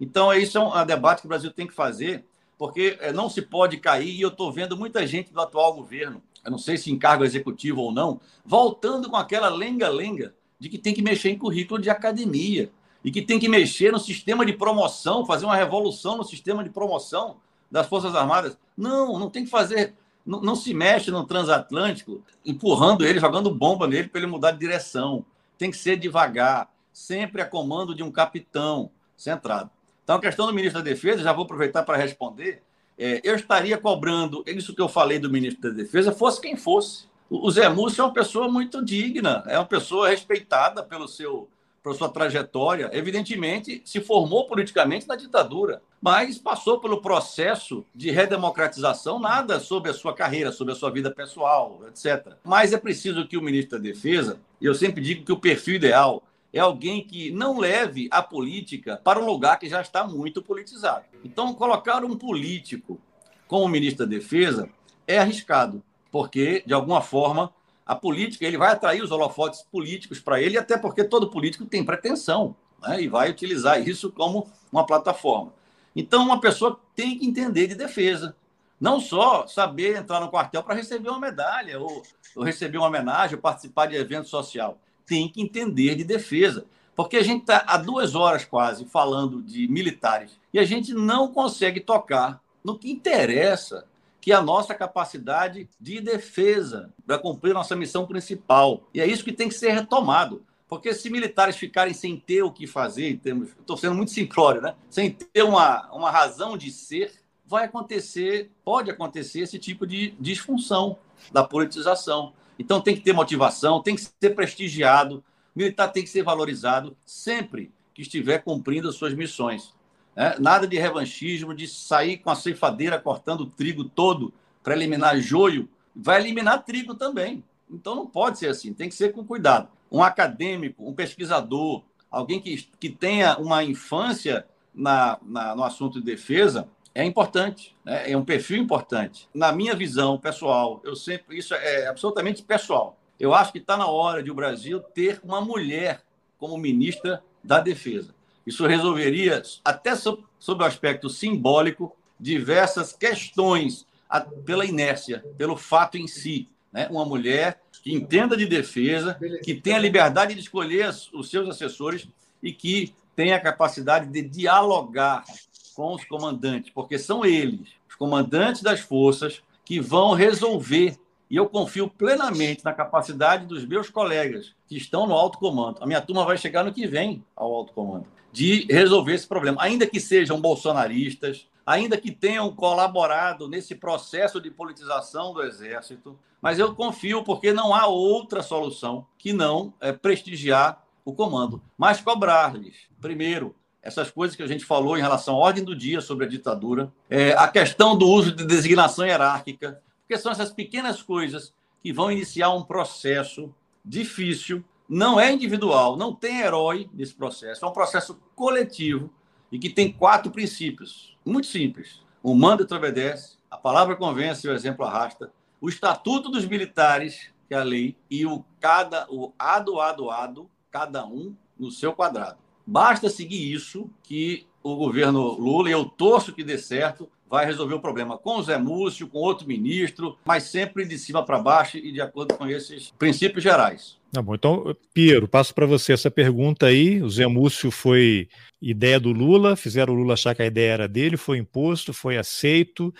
Então, isso é um debate que o Brasil tem que fazer, porque não se pode cair, e eu estou vendo muita gente do atual governo, eu não sei se em cargo executivo ou não, voltando com aquela lenga-lenga de que tem que mexer em currículo de academia e que tem que mexer no sistema de promoção, fazer uma revolução no sistema de promoção das Forças Armadas. Não, não tem que fazer, não, não se mexe no transatlântico, empurrando ele, jogando bomba nele para ele mudar de direção. Tem que ser devagar, sempre a comando de um capitão centrado. Então, a questão do ministro da Defesa, já vou aproveitar para responder, é, eu estaria cobrando, isso que eu falei do ministro da Defesa, fosse quem fosse. O Zé Múcio é uma pessoa muito digna, é uma pessoa respeitada pelo seu, pela sua trajetória. Evidentemente, se formou politicamente na ditadura, mas passou pelo processo de redemocratização, nada sobre a sua carreira, sobre a sua vida pessoal, etcétera. Mas é preciso que o ministro da Defesa, e eu sempre digo que o perfil ideal é alguém que não leve a política para um lugar que já está muito politizado. Então, colocar um político como ministro da Defesa é arriscado, porque, de alguma forma, a política ele vai atrair os holofotes políticos para ele, até porque todo político tem pretensão, né? E vai utilizar isso como uma plataforma. Então, uma pessoa tem que entender de defesa, não só saber entrar no quartel para receber uma medalha, ou, ou receber uma homenagem, ou participar de evento social. Tem que entender de defesa, porque a gente está há duas horas quase falando de militares e a gente não consegue tocar no que interessa, que é a nossa capacidade de defesa para cumprir nossa missão principal. E é isso que tem que ser retomado, porque se militares ficarem sem ter o que fazer, estou sendo muito simplório, né? Sem ter uma, uma razão de ser, vai acontecer, pode acontecer esse tipo de disfunção da politização. Então, tem que ter motivação, tem que ser prestigiado, o militar tem que ser valorizado sempre que estiver cumprindo as suas missões. Né? Nada de revanchismo, de sair com a ceifadeira cortando o trigo todo para eliminar joio, vai eliminar trigo também. Então, não pode ser assim, tem que ser com cuidado. Um acadêmico, um pesquisador, alguém que, que tenha uma infância na, na, no assunto de defesa, é importante, né? É um perfil importante. Na minha visão pessoal, eu sempre, isso é absolutamente pessoal. Eu acho que está na hora de o Brasil ter uma mulher como ministra da Defesa. Isso resolveria, até sob, sob o aspecto simbólico, diversas questões a, pela inércia, pelo fato em si. Né? Uma mulher que entenda de defesa, que tenha liberdade de escolher os seus assessores e que tenha a capacidade de dialogar com os comandantes, porque são eles, os comandantes das forças, que vão resolver. E eu confio plenamente na capacidade dos meus colegas que estão no alto comando. A minha turma vai chegar no que vem ao alto comando, de resolver esse problema, ainda que sejam bolsonaristas, ainda que tenham colaborado nesse processo de politização do Exército, mas eu confio porque não há outra solução que não é, prestigiar o comando, mas cobrar-lhes, primeiro, essas coisas que a gente falou em relação à ordem do dia sobre a ditadura, é, a questão do uso de designação hierárquica, porque são essas pequenas coisas que vão iniciar um processo difícil, não é individual, não tem herói nesse processo, é um processo coletivo e que tem quatro princípios, muito simples. O manda e obedece, a palavra convence e o exemplo arrasta, o Estatuto dos Militares, que é a lei, e o, cada, o ado, ado, ado, cada um no seu quadrado. Basta seguir isso que o governo Lula, e eu torço que dê certo, vai resolver o problema com o Zé Múcio, com outro ministro, mas sempre de cima para baixo e de acordo com esses princípios gerais. Tá bom, então, Piero, passo para você essa pergunta aí. O Zé Múcio foi ideia do Lula, fizeram o Lula achar que a ideia era dele, foi imposto, foi aceito,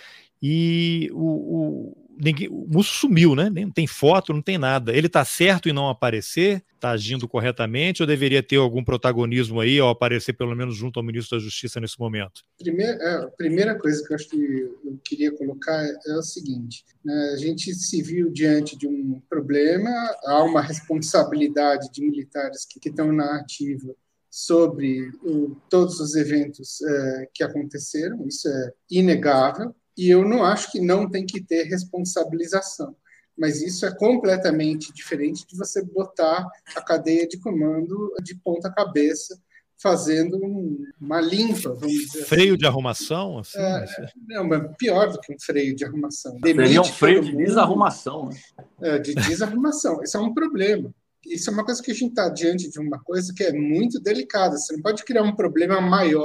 e o, o, ninguém, o Múcio sumiu, né? Não tem foto, não tem nada. Ele está certo em não aparecer? Está agindo corretamente ou deveria ter algum protagonismo aí ao aparecer pelo menos junto ao ministro da Justiça nesse momento? Primeira, a primeira coisa que eu acho que eu queria colocar é o seguinte, né? A gente se viu diante de um problema, há uma responsabilidade de militares que, que estão na ativa sobre o, todos os eventos é, que aconteceram, isso é inegável, e eu não acho que não tem que ter responsabilização. Mas isso é completamente diferente de você botar a cadeia de comando de ponta cabeça, fazendo um, uma limpa, vamos dizer freio assim. de arrumação? Assim, é, não, mas pior do que um freio de arrumação. Seria um freio de desarrumação. Né? É, de desarrumação. Isso é um problema. Isso é uma coisa que a gente está diante de uma coisa que é muito delicada. Você não pode criar um problema maior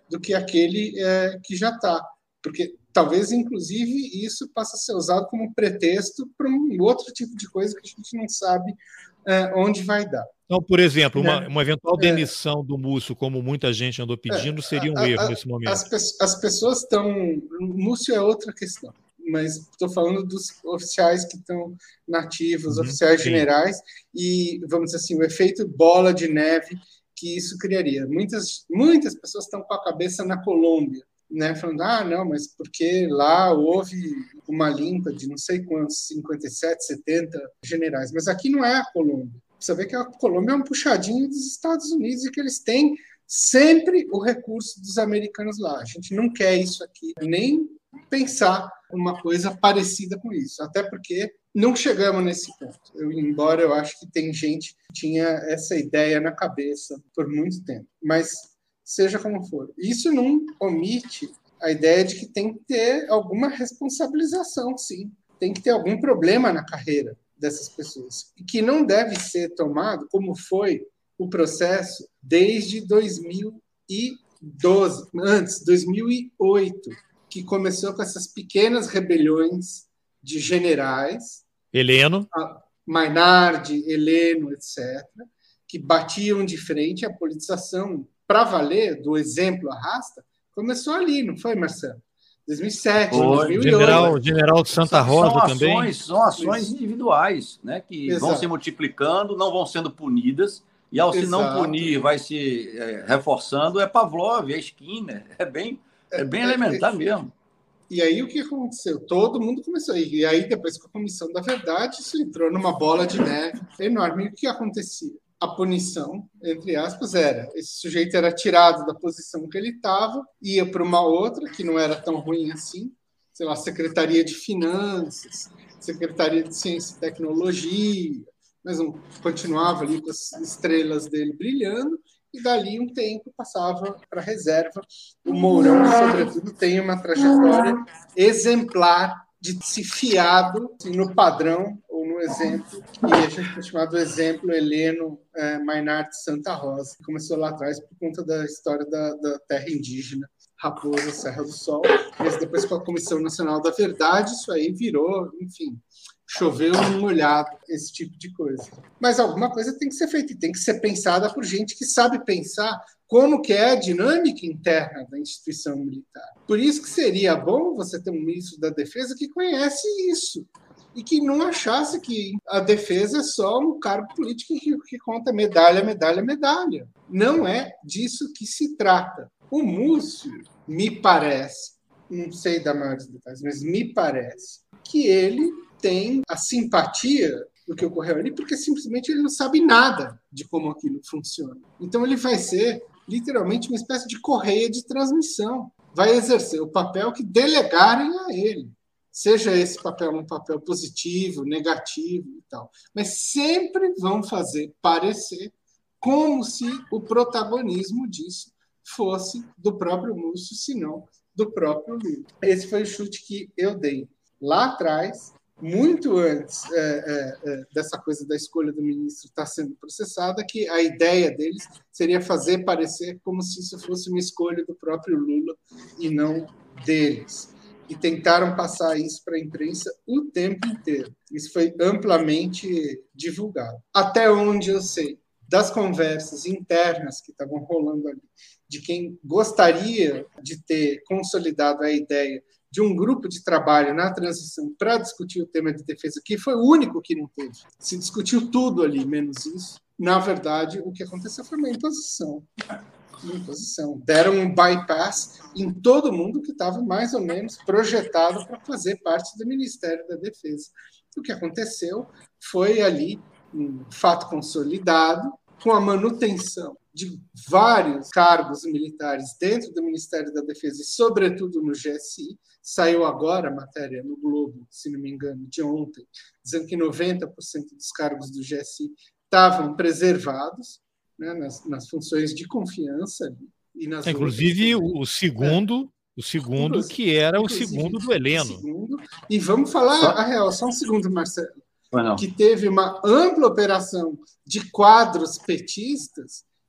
do que aquele é, que já está. Porque talvez, inclusive, isso passe a ser usado como pretexto para um outro tipo de coisa que a gente não sabe é, onde vai dar. Então, por exemplo, uma, né? uma eventual demissão é, do Múcio, como muita gente andou pedindo, é, seria um a, erro a, nesse momento. As, as pessoas estão... O Múcio é outra questão, mas estou falando dos oficiais que estão nativos, uhum, oficiais sim. generais, e, vamos dizer assim, o efeito bola de neve que isso criaria. Muitas, muitas pessoas estão com a cabeça na Colômbia, né, falando, ah, não, mas porque lá houve uma limpa de não sei quantos, cinquenta e sete, setenta generais, mas aqui não é a Colômbia. Você vê que a Colômbia é um puxadinho dos Estados Unidos e que eles têm sempre o recurso dos americanos lá. A gente não quer isso aqui, nem pensar uma coisa parecida com isso, até porque não chegamos nesse ponto. Eu, embora eu acho que tem gente que tinha essa ideia na cabeça por muito tempo, mas seja como for. Isso não omite a ideia de que tem que ter alguma responsabilização, sim. Tem que ter algum problema na carreira dessas pessoas. E que não deve ser tomado, como foi o processo desde dois mil e doze, antes, dois mil e oito, que começou com essas pequenas rebeliões de generais. Heleno. Mainardi, Heleno, etcétera, que batiam de frente. A politização para valer, do exemplo arrasta, começou ali, não foi, Marcelo? dois mil e sete, foi. dois mil e oito. General, General de Santa Rosa são ações, também. São ações individuais, né, que Exato. vão se multiplicando, não vão sendo punidas, e ao Exato. se não punir, vai se é, reforçando, é Pavlov, é Skinner, é bem, é bem é, elementar é, mesmo. E aí o que aconteceu? Todo mundo começou. E aí, depois com a Comissão da Verdade, isso entrou numa bola de neve enorme. E o que acontecia? A punição, entre aspas, era: esse sujeito era tirado da posição que ele estava, ia para uma outra, que não era tão ruim assim, sei lá, Secretaria de Finanças, Secretaria de Ciência e Tecnologia, mas não, continuava ali com as estrelas dele brilhando, e dali um tempo passava para a reserva. O Mourão, sobretudo, tem uma trajetória exemplar de se fiado assim, no padrão ou no exemplo, e a gente tem chamado exemplo Heleno é, Mainardi Santa Rosa, que começou lá atrás por conta da história da, da terra indígena, Raposa, Serra do Sol, mas depois com a Comissão Nacional da Verdade, isso aí virou, enfim, choveu no molhado, esse tipo de coisa. Mas alguma coisa tem que ser feita, e tem que ser pensada por gente que sabe pensar como que é a dinâmica interna da instituição militar. Por isso que seria bom você ter um ministro da Defesa que conhece isso, e que não achasse que a defesa é só um cargo político que, que conta medalha, medalha, medalha. Não é disso que se trata. O Múcio, me parece, não sei dar maiores detalhes, mas me parece que ele tem a simpatia do que ocorreu ali, porque simplesmente ele não sabe nada de como aquilo funciona. Então ele vai ser literalmente uma espécie de correia de transmissão. Vai exercer o papel que delegarem a ele. Seja esse papel um papel positivo, negativo e tal. Mas sempre vão fazer parecer como se o protagonismo disso fosse do próprio Múcio, se não do próprio Lula. Esse foi o chute que eu dei lá atrás, muito antes é, é, é, dessa coisa da escolha do ministro estar sendo processada, que a ideia deles seria fazer parecer como se isso fosse uma escolha do próprio Lula e não deles. E tentaram passar isso para a imprensa o tempo inteiro. Isso foi amplamente divulgado. Até onde eu sei, das conversas internas que estavam rolando ali, de quem gostaria de ter consolidado a ideia de um grupo de trabalho na transição para discutir o tema de defesa, que foi o único que não teve. Se discutiu tudo ali, menos isso. Na verdade, o que aconteceu foi uma imposição. Uma imposição. Deram um bypass em todo mundo que estava mais ou menos projetado para fazer parte do Ministério da Defesa. O que aconteceu foi ali um fato consolidado, com a manutenção de vários cargos militares dentro do Ministério da Defesa e, sobretudo, no G S I. Saiu agora a matéria no Globo, se não me engano, de ontem, dizendo que noventa por cento dos cargos do G S I estavam preservados, né, nas, nas funções de confiança. E nas Inclusive, outras... o segundo, é. o segundo que era o segundo do Heleno. Segundo, e vamos falar só... a real, só um segundo, Marcelo. Não. Que teve uma ampla operação de quadros petistas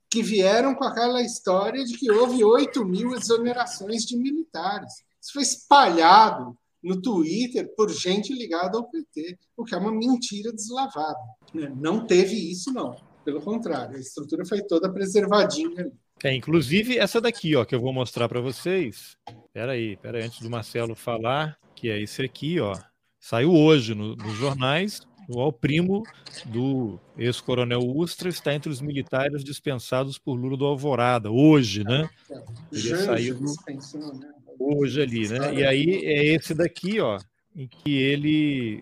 que vieram com aquela história de que houve oito mil exonerações de militares. Isso foi espalhado no Twitter por gente ligada ao P T, o que é uma mentira deslavada. Não teve isso, não. Pelo contrário, a estrutura foi toda preservadinha ali. É, inclusive essa daqui, ó, que eu vou mostrar para vocês. Espera aí, espera aí, antes do Marcelo falar, que é esse aqui, ó. Saiu hoje no, nos jornais. O primo do ex-coronel Ustra está entre os militares dispensados por Lula do Alvorada, hoje, né? Ele saiu hoje ali, né? E aí é esse daqui, ó, em que ele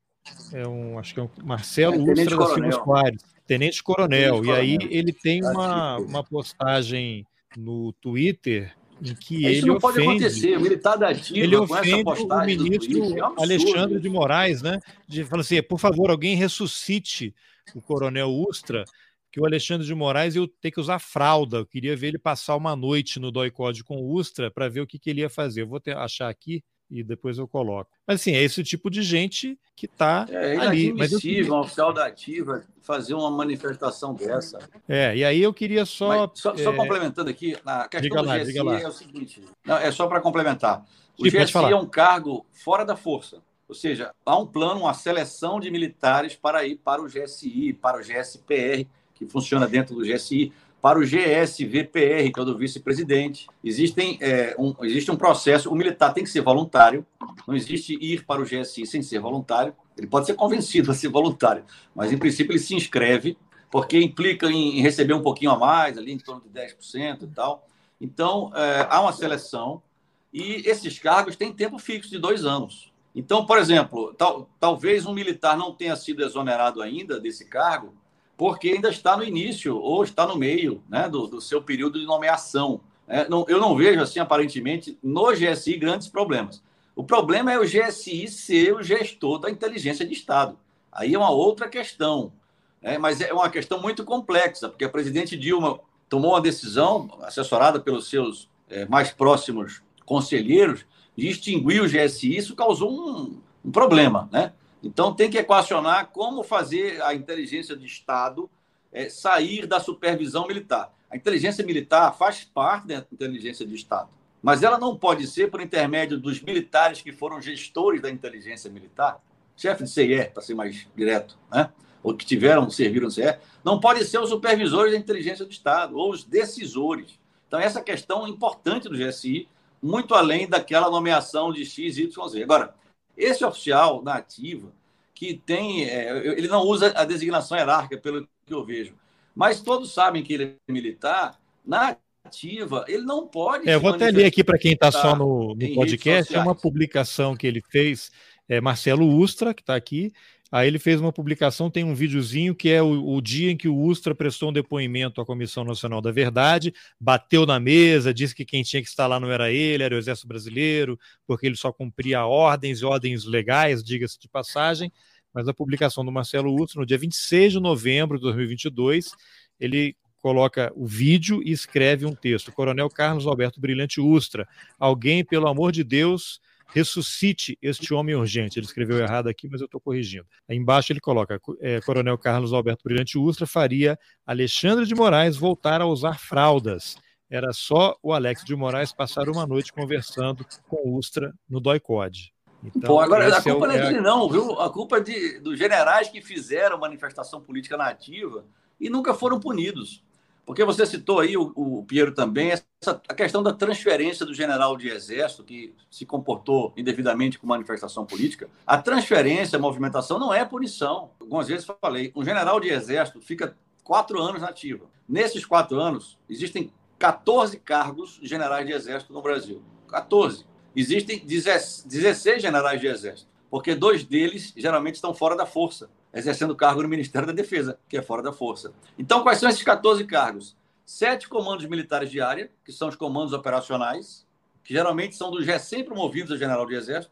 é um, acho que é um Marcelo é, Ustra da Silva Soares, tenente coronel. Tenente e aí coronel. Ele tem uma, uma postagem no Twitter em que Isso ele não ofende, pode acontecer, o militar da ativa, ele ofende com essa o ministro Twitter, é um Alexandre de Moraes, né? De falar assim, por favor, alguém ressuscite o coronel Ustra, que o Alexandre de Moraes ia ter que usar fralda. Eu queria ver ele passar uma noite no Doicode com o Ustra para ver o que, que ele ia fazer. Eu vou ter, achar aqui e depois eu coloco. Mas assim, é esse tipo de gente que está é, ali. Mas eu queria... um oficial da ativa fazer uma manifestação dessa. É, e aí eu queria só... Mas, só, é... só complementando aqui, a questão diga do lá, G S I diga lá. é o seguinte, não, é só para complementar. O Sim, G S I é um cargo fora da força, ou seja, há um plano, uma seleção de militares para ir para o G S I, para o G S P R, que funciona dentro do G S I, para o G S V P R, que é o do vice-presidente. Existem, é, um, existe um processo, o militar tem que ser voluntário, não existe ir para o G S I sem ser voluntário, ele pode ser convencido a ser voluntário, mas em princípio ele se inscreve, porque implica em receber um pouquinho a mais, ali em torno de dez por cento e tal. Então, é, há uma seleção e esses cargos têm tempo fixo de dois anos. Então, por exemplo, tal, talvez um militar não tenha sido exonerado ainda desse cargo, porque ainda está no início ou está no meio, né, do, do seu período de nomeação. É, não, eu não vejo, assim, aparentemente, no G S I grandes problemas. O problema é o G S I ser o gestor da inteligência de Estado. Aí é uma outra questão, né, mas é uma questão muito complexa, porque a presidente Dilma tomou uma decisão, assessorada pelos seus é, mais próximos conselheiros, de extinguir o G S I. Isso causou um, um problema, né? Então, tem que equacionar como fazer a inteligência de Estado é, sair da supervisão militar. A inteligência militar faz parte da inteligência de Estado, mas ela não pode ser por intermédio dos militares que foram gestores da inteligência militar, chefe de C I E, para ser mais direto, né? Ou que tiveram, serviram no C I E, não pode ser os supervisores da inteligência de Estado ou os decisores. Então, essa questão importante do G S I, muito além daquela nomeação de X, Y, Z. Agora, esse oficial da ativa, que tem... É, ele não usa a designação hierárquica, pelo que eu vejo, mas todos sabem que ele é militar, na ativa, ele não pode... É, eu vou até ler aqui para quem está só no, no podcast, é uma publicação que ele fez, é, Marcelo Ustra, que está aqui, aí ele fez uma publicação, tem um videozinho que é o, o dia em que o Ustra prestou um depoimento à Comissão Nacional da Verdade, bateu na mesa, disse que quem tinha que estar lá não era ele, era o Exército Brasileiro, porque ele só cumpria ordens e ordens legais, diga-se de passagem, mas a publicação do Marcelo Ustra, no dia vinte e seis de novembro de dois mil e vinte e dois, ele coloca o vídeo e escreve um texto. Coronel Carlos Alberto Brilhante Ustra, alguém, pelo amor de Deus, ressuscite este homem urgente. Ele escreveu errado aqui, mas eu estou corrigindo. Aí embaixo ele coloca, é, Coronel Carlos Alberto Brilhante Ustra faria Alexandre de Moraes voltar a usar fraldas. Era só o Alex de Moraes passar uma noite conversando com Ustra no Doicode. Então, Pô, agora, a culpa é o, não é dele é... não, viu? A culpa é de, dos generais que fizeram manifestação política na ativa e nunca foram punidos. Porque você citou aí, o, o Piero também, essa, a questão da transferência do general de exército, que se comportou indevidamente com manifestação política. A transferência, a movimentação, não é punição. Algumas vezes eu falei, um general de exército fica quatro anos na ativa. Nesses quatro anos, existem quatorze cargos de generais de exército no Brasil. quatorze. Existem dezesseis generais de exército, porque dois deles geralmente estão fora da força, exercendo cargo no Ministério da Defesa, que é fora da força. Então, quais são esses quatorze cargos? Sete comandos militares de área, que são os comandos operacionais, que geralmente são dos recém-promovidos a general de exército,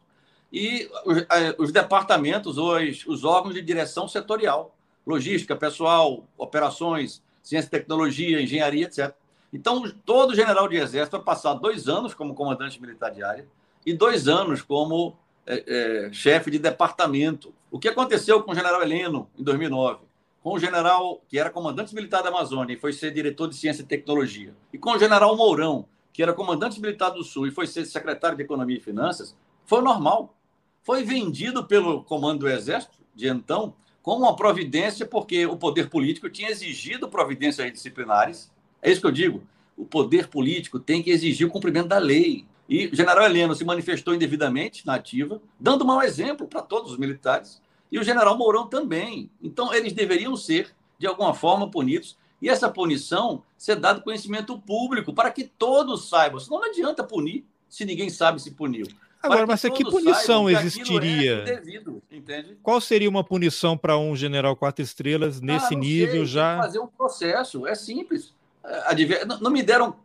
e os, os departamentos ou os, os órgãos de direção setorial, logística, pessoal, operações, ciência e tecnologia, engenharia, etcétera. Então, todo general de exército vai passar dois anos como comandante militar de área e dois anos como é, é, chefe de departamento. O que aconteceu com o general Heleno em dois mil e nove? com o general, que era comandante militar da Amazônia e foi ser diretor de Ciência e Tecnologia, e com o general Mourão, que era comandante militar do Sul e foi ser secretário de Economia e Finanças, foi normal. Foi vendido pelo comando do Exército, de então, como uma providência, porque o poder político tinha exigido providências disciplinares. É isso que eu digo. O poder político tem que exigir o cumprimento da lei. E o general Heleno se manifestou indevidamente na ativa, dando mau exemplo para todos os militares, e o general Mourão também. Então, eles deveriam ser, de alguma forma, punidos, e essa punição ser dada conhecimento público, para que todos saibam. Senão não adianta punir se ninguém sabe se puniu. Agora, mas que punição existiria? É indevido, entende? Qual seria uma punição para um general quatro estrelas nesse ah, nível sei, já? Tem que fazer um processo, é simples. Não me deram...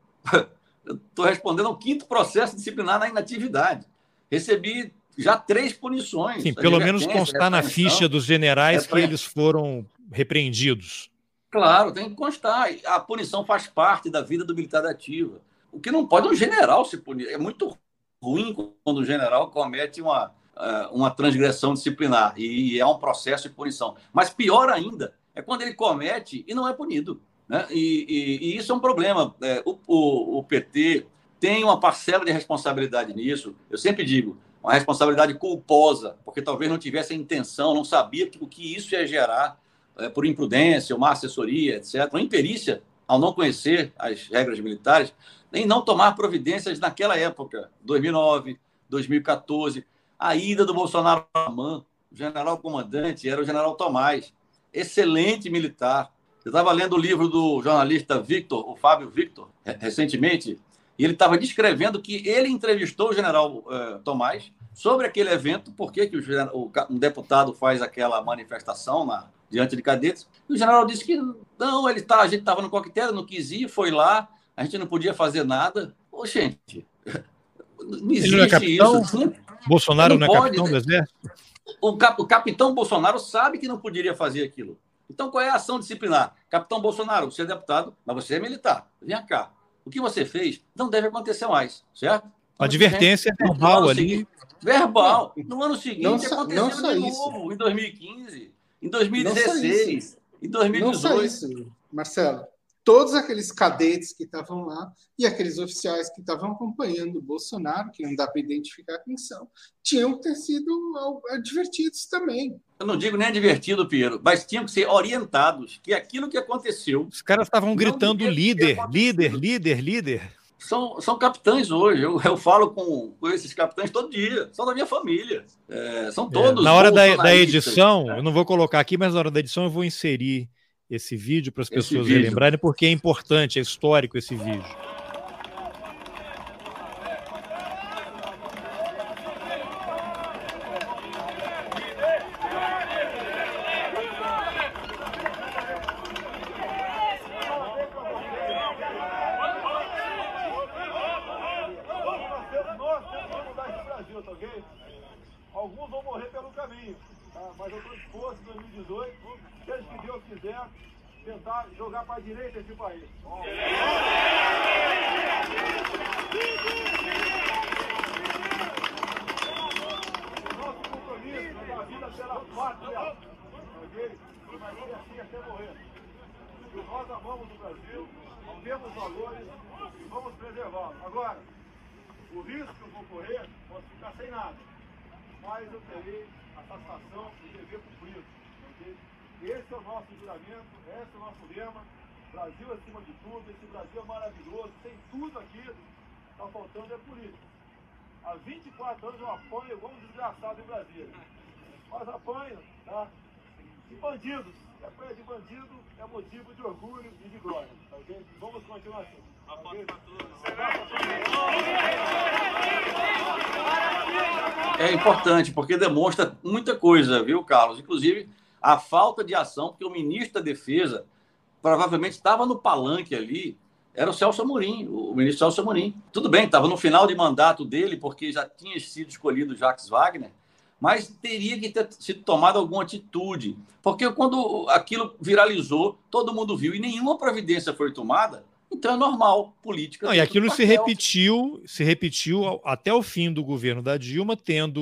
Estou respondendo ao quinto processo disciplinar na inatividade. Recebi já três punições. Sim, pelo menos constar na ficha dos generais que eles foram repreendidos. Claro, tem que constar. A punição faz parte da vida do militar da ativa. O que não pode é um general se punir. É muito ruim quando o general comete uma, uma transgressão disciplinar e é um processo de punição. Mas pior ainda é quando ele comete e não é punido. Né? E, e, e isso é um problema. É, o, o, o P T tem uma parcela de responsabilidade nisso. Eu sempre digo, uma responsabilidade culposa, porque talvez não tivesse a intenção, não sabia o que isso ia gerar é, por imprudência, má assessoria, etcétera. Uma imperícia, ao não conhecer as regras militares, nem não tomar providências naquela época, dois mil e nove, dois mil e quatorze. A ida do Bolsonaro à AMAN, o general comandante era o general Tomás, excelente militar. Eu estava lendo o livro do jornalista Victor, o Fábio Victor, recentemente, e ele estava descrevendo que ele entrevistou o general uh, Tomás sobre aquele evento, por que o, um deputado faz aquela manifestação na, diante de cadetes. E o general disse que não, ele tá, a gente estava no coquetel, não quis ir, foi lá, a gente não podia fazer nada. Ô, gente, não existe ele não é capitão? Isso. Assim, Bolsonaro não, não é pode, capitão do Exército? O, cap, o capitão Bolsonaro sabe que não poderia fazer aquilo. Então, qual é a ação disciplinar? Capitão Bolsonaro, você é deputado, mas você é militar. Vem cá. O que você fez não deve acontecer mais, certo? A advertência é verbal ali. Seguinte, verbal. No ano seguinte, não, aconteceu não de isso. novo, em dois mil e quinze, em dois mil e dezesseis, em dois mil e dezoito. Não só isso, Marcelo. Todos aqueles cadetes que estavam lá e aqueles oficiais que estavam acompanhando o Bolsonaro, que não dá para identificar quem são, tinham que ter sido advertidos também. Eu não digo nem advertido, Piero, mas tinham que ser orientados que aquilo que aconteceu... Os caras estavam gritando líder, líder, líder, líder. São, são capitães hoje. Eu, eu falo com, com esses capitães todo dia. São da minha família. É, são todos... É, na hora da, da edição, né? Eu não vou colocar aqui, mas na hora da edição eu vou inserir esse vídeo para as pessoas relembrarem, porque é importante, é histórico esse vídeo. Alguns vão morrer pelo caminho, tá? Mas eu estou disposto em dois mil e dezoito, seja que Deus quiser, tentar jogar para a direita esse país. Nosso compromisso é a vida pela pátria, ok? Vai ser assim até morrer. E nós amamos o Brasil, temos valores e vamos preservá-lo. Agora, o risco que eu vou correr, posso ficar sem nada. Mas eu terei a satisfação de dever cumprido. Okay? Esse é o nosso juramento, esse é o nosso lema. Brasil acima de tudo, esse Brasil é maravilhoso, tem tudo aqui, está faltando é política. Há vinte e quatro anos eu apanho igual um desgraçado em Brasília. Mas apanho, tá? E bandidos, e apanha de bandido é motivo de orgulho e de glória. Okay? Vamos continuar assim. Okay? É importante, porque demonstra muita coisa, viu, Carlos? Inclusive, a falta de ação, porque o ministro da Defesa provavelmente estava no palanque ali, era o Celso Amorim, o ministro Celso Amorim. Tudo bem, estava no final de mandato dele, porque já tinha sido escolhido Jacques Wagner, mas teria que ter sido tomada alguma atitude, porque quando aquilo viralizou, todo mundo viu e nenhuma providência foi tomada. Então é normal, política. Não, e aquilo se repetiu, se repetiu até o fim do governo da Dilma, tendo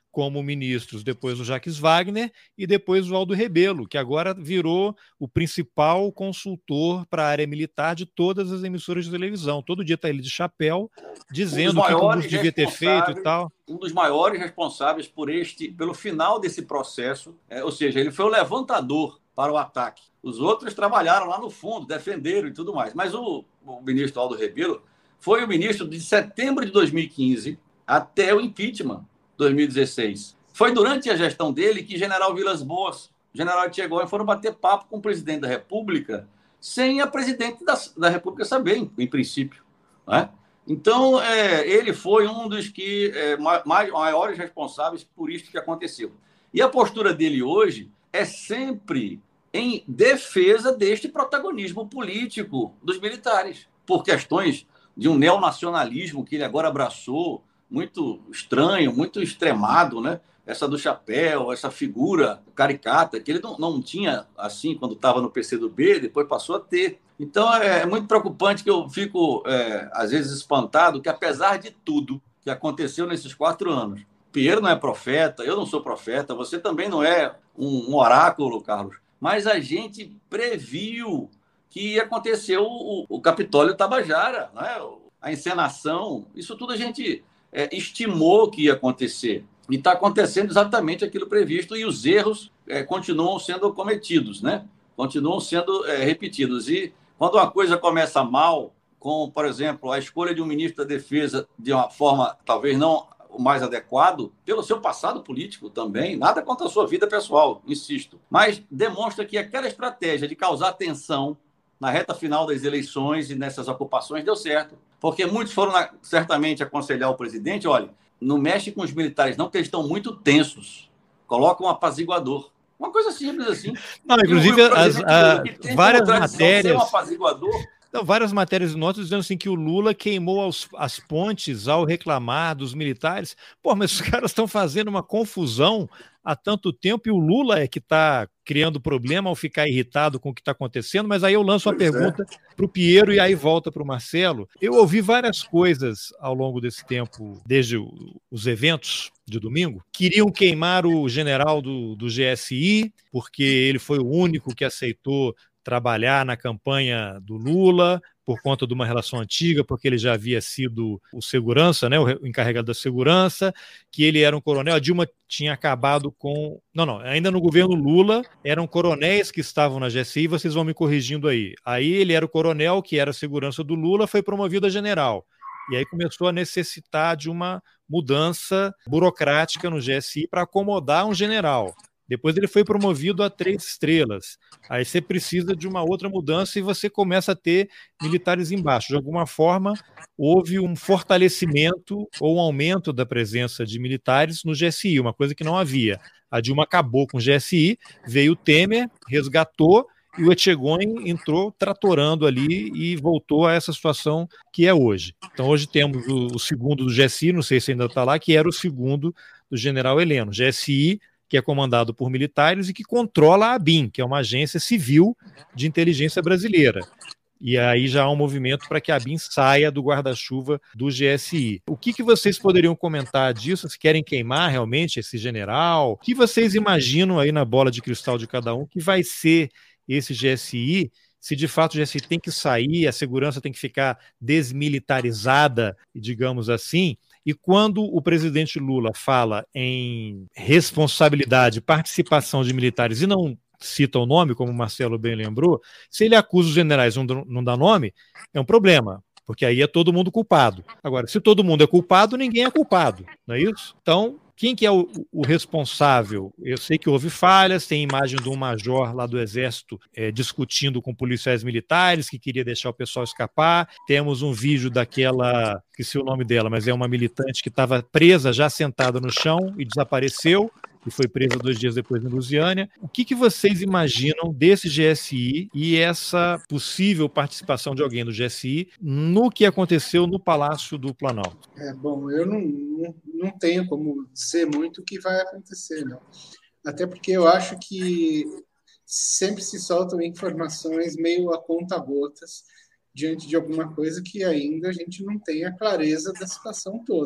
como ministros, depois o Jacques Wagner e depois o Aldo Rebelo, que agora virou o principal consultor para a área militar de todas as emissoras de televisão. Todo dia está ele de chapéu, dizendo um o que o Bush devia ter feito e tal. Um dos maiores responsáveis por este, pelo final desse processo, é, ou seja, ele foi o levantador para o ataque. Os outros trabalharam lá no fundo, defenderam e tudo mais. Mas o, o ministro Aldo Rebelo foi o ministro de setembro de dois mil e quinze até o impeachment dois mil e dezesseis. Foi durante a gestão dele que general Vilas Boas, general Etchegóin foram bater papo com o presidente da República sem a presidente da, da República saber, em, em princípio. Né? Então, é, ele foi um dos que, é, mais, maiores responsáveis por isso que aconteceu. E a postura dele hoje é sempre em defesa deste protagonismo político dos militares, por questões de um neonacionalismo que ele agora abraçou, muito estranho, muito extremado, né? Essa do chapéu, essa figura caricata, que ele não, não tinha assim quando estava no P C do B, depois passou a ter. Então, é muito preocupante que eu fico, é, às vezes, espantado que, apesar de tudo que aconteceu nesses quatro anos, Pinheiro não é profeta, eu não sou profeta, você também não é um, um oráculo, Carlos, mas a gente previu que ia acontecer o, o Capitólio Tabajara, né? A encenação, isso tudo a gente é, estimou que ia acontecer. E está acontecendo exatamente aquilo previsto e os erros é, continuam sendo cometidos, né? Continuam sendo é, repetidos. E quando uma coisa começa mal, com, por exemplo, a escolha de um ministro da Defesa de uma forma talvez não o mais adequado, pelo seu passado político também, nada contra a sua vida pessoal, insisto, mas demonstra que aquela estratégia de causar tensão na reta final das eleições e nessas ocupações deu certo, porque muitos foram na, certamente aconselhar o presidente, olha, não mexe com os militares não, porque eles estão muito tensos, coloca um apaziguador. Uma coisa simples assim. Não, inclusive, as, a, várias matérias... Um apaziguador, Então, várias matérias de notas dizendo assim que o Lula queimou aos, as pontes ao reclamar dos militares. Pô, mas os caras estão fazendo uma confusão há tanto tempo e o Lula é que está criando problema ao ficar irritado com o que está acontecendo, mas aí eu lanço a pois pergunta é. para o Pinheiro e aí volta para o Marcelo. Eu ouvi várias coisas ao longo desse tempo, desde o, os eventos de domingo. Queriam queimar o general do, do G S I, porque ele foi o único que aceitou trabalhar na campanha do Lula por conta de uma relação antiga, porque ele já havia sido o segurança, né, o encarregado da segurança, que ele era um coronel. A Dilma tinha acabado com... Não, não, ainda no governo Lula, eram coronéis que estavam na G S I, vocês vão me corrigindo aí. Aí ele era o coronel, que era a segurança do Lula, foi promovido a general. E aí começou a necessitar de uma mudança burocrática no G S I para acomodar um general. Depois ele foi promovido a três estrelas. Aí você precisa de uma outra mudança e você começa a ter militares embaixo. De alguma forma, houve um fortalecimento ou um aumento da presença de militares no G S I, uma coisa que não havia. A Dilma acabou com o G S I, veio o Temer, resgatou, e o Etchegóin entrou tratorando ali e voltou a essa situação que é hoje. Então hoje temos o, o segundo do G S I, não sei se ainda está lá, que era o segundo do general Heleno. G S I, que é comandado por militares e que controla a ABIN, que é uma agência civil de inteligência brasileira. E aí já há um movimento para que a ABIN saia do guarda-chuva do G S I. O que, que vocês poderiam comentar disso? Se querem queimar realmente esse general? O que vocês imaginam aí na bola de cristal de cada um que vai ser esse G S I? Se de fato o G S I tem que sair, a segurança tem que ficar desmilitarizada, digamos assim. E quando o presidente Lula fala em responsabilidade, participação de militares e não cita o nome, como o Marcelo bem lembrou, se ele acusa os generais e não dá nome, é um problema, porque aí é todo mundo culpado. Agora, se todo mundo é culpado, ninguém é culpado, não é isso? Então, quem que é o, o responsável? Eu sei que houve falhas, tem imagem de um major lá do Exército é, discutindo com policiais militares que queria deixar o pessoal escapar. Temos um vídeo daquela, esqueci o nome dela, mas é uma militante que estava presa, já sentada no chão e desapareceu, e foi presa dois dias depois em Lusiânia. O que, que vocês imaginam desse G S I e essa possível participação de alguém do G S I no que aconteceu no Palácio do Planalto? É, bom, eu não, não, não tenho como dizer muito o que vai acontecer, não. Até porque eu acho que sempre se soltam informações meio a conta-gotas diante de alguma coisa que ainda a gente não tem a clareza da situação toda.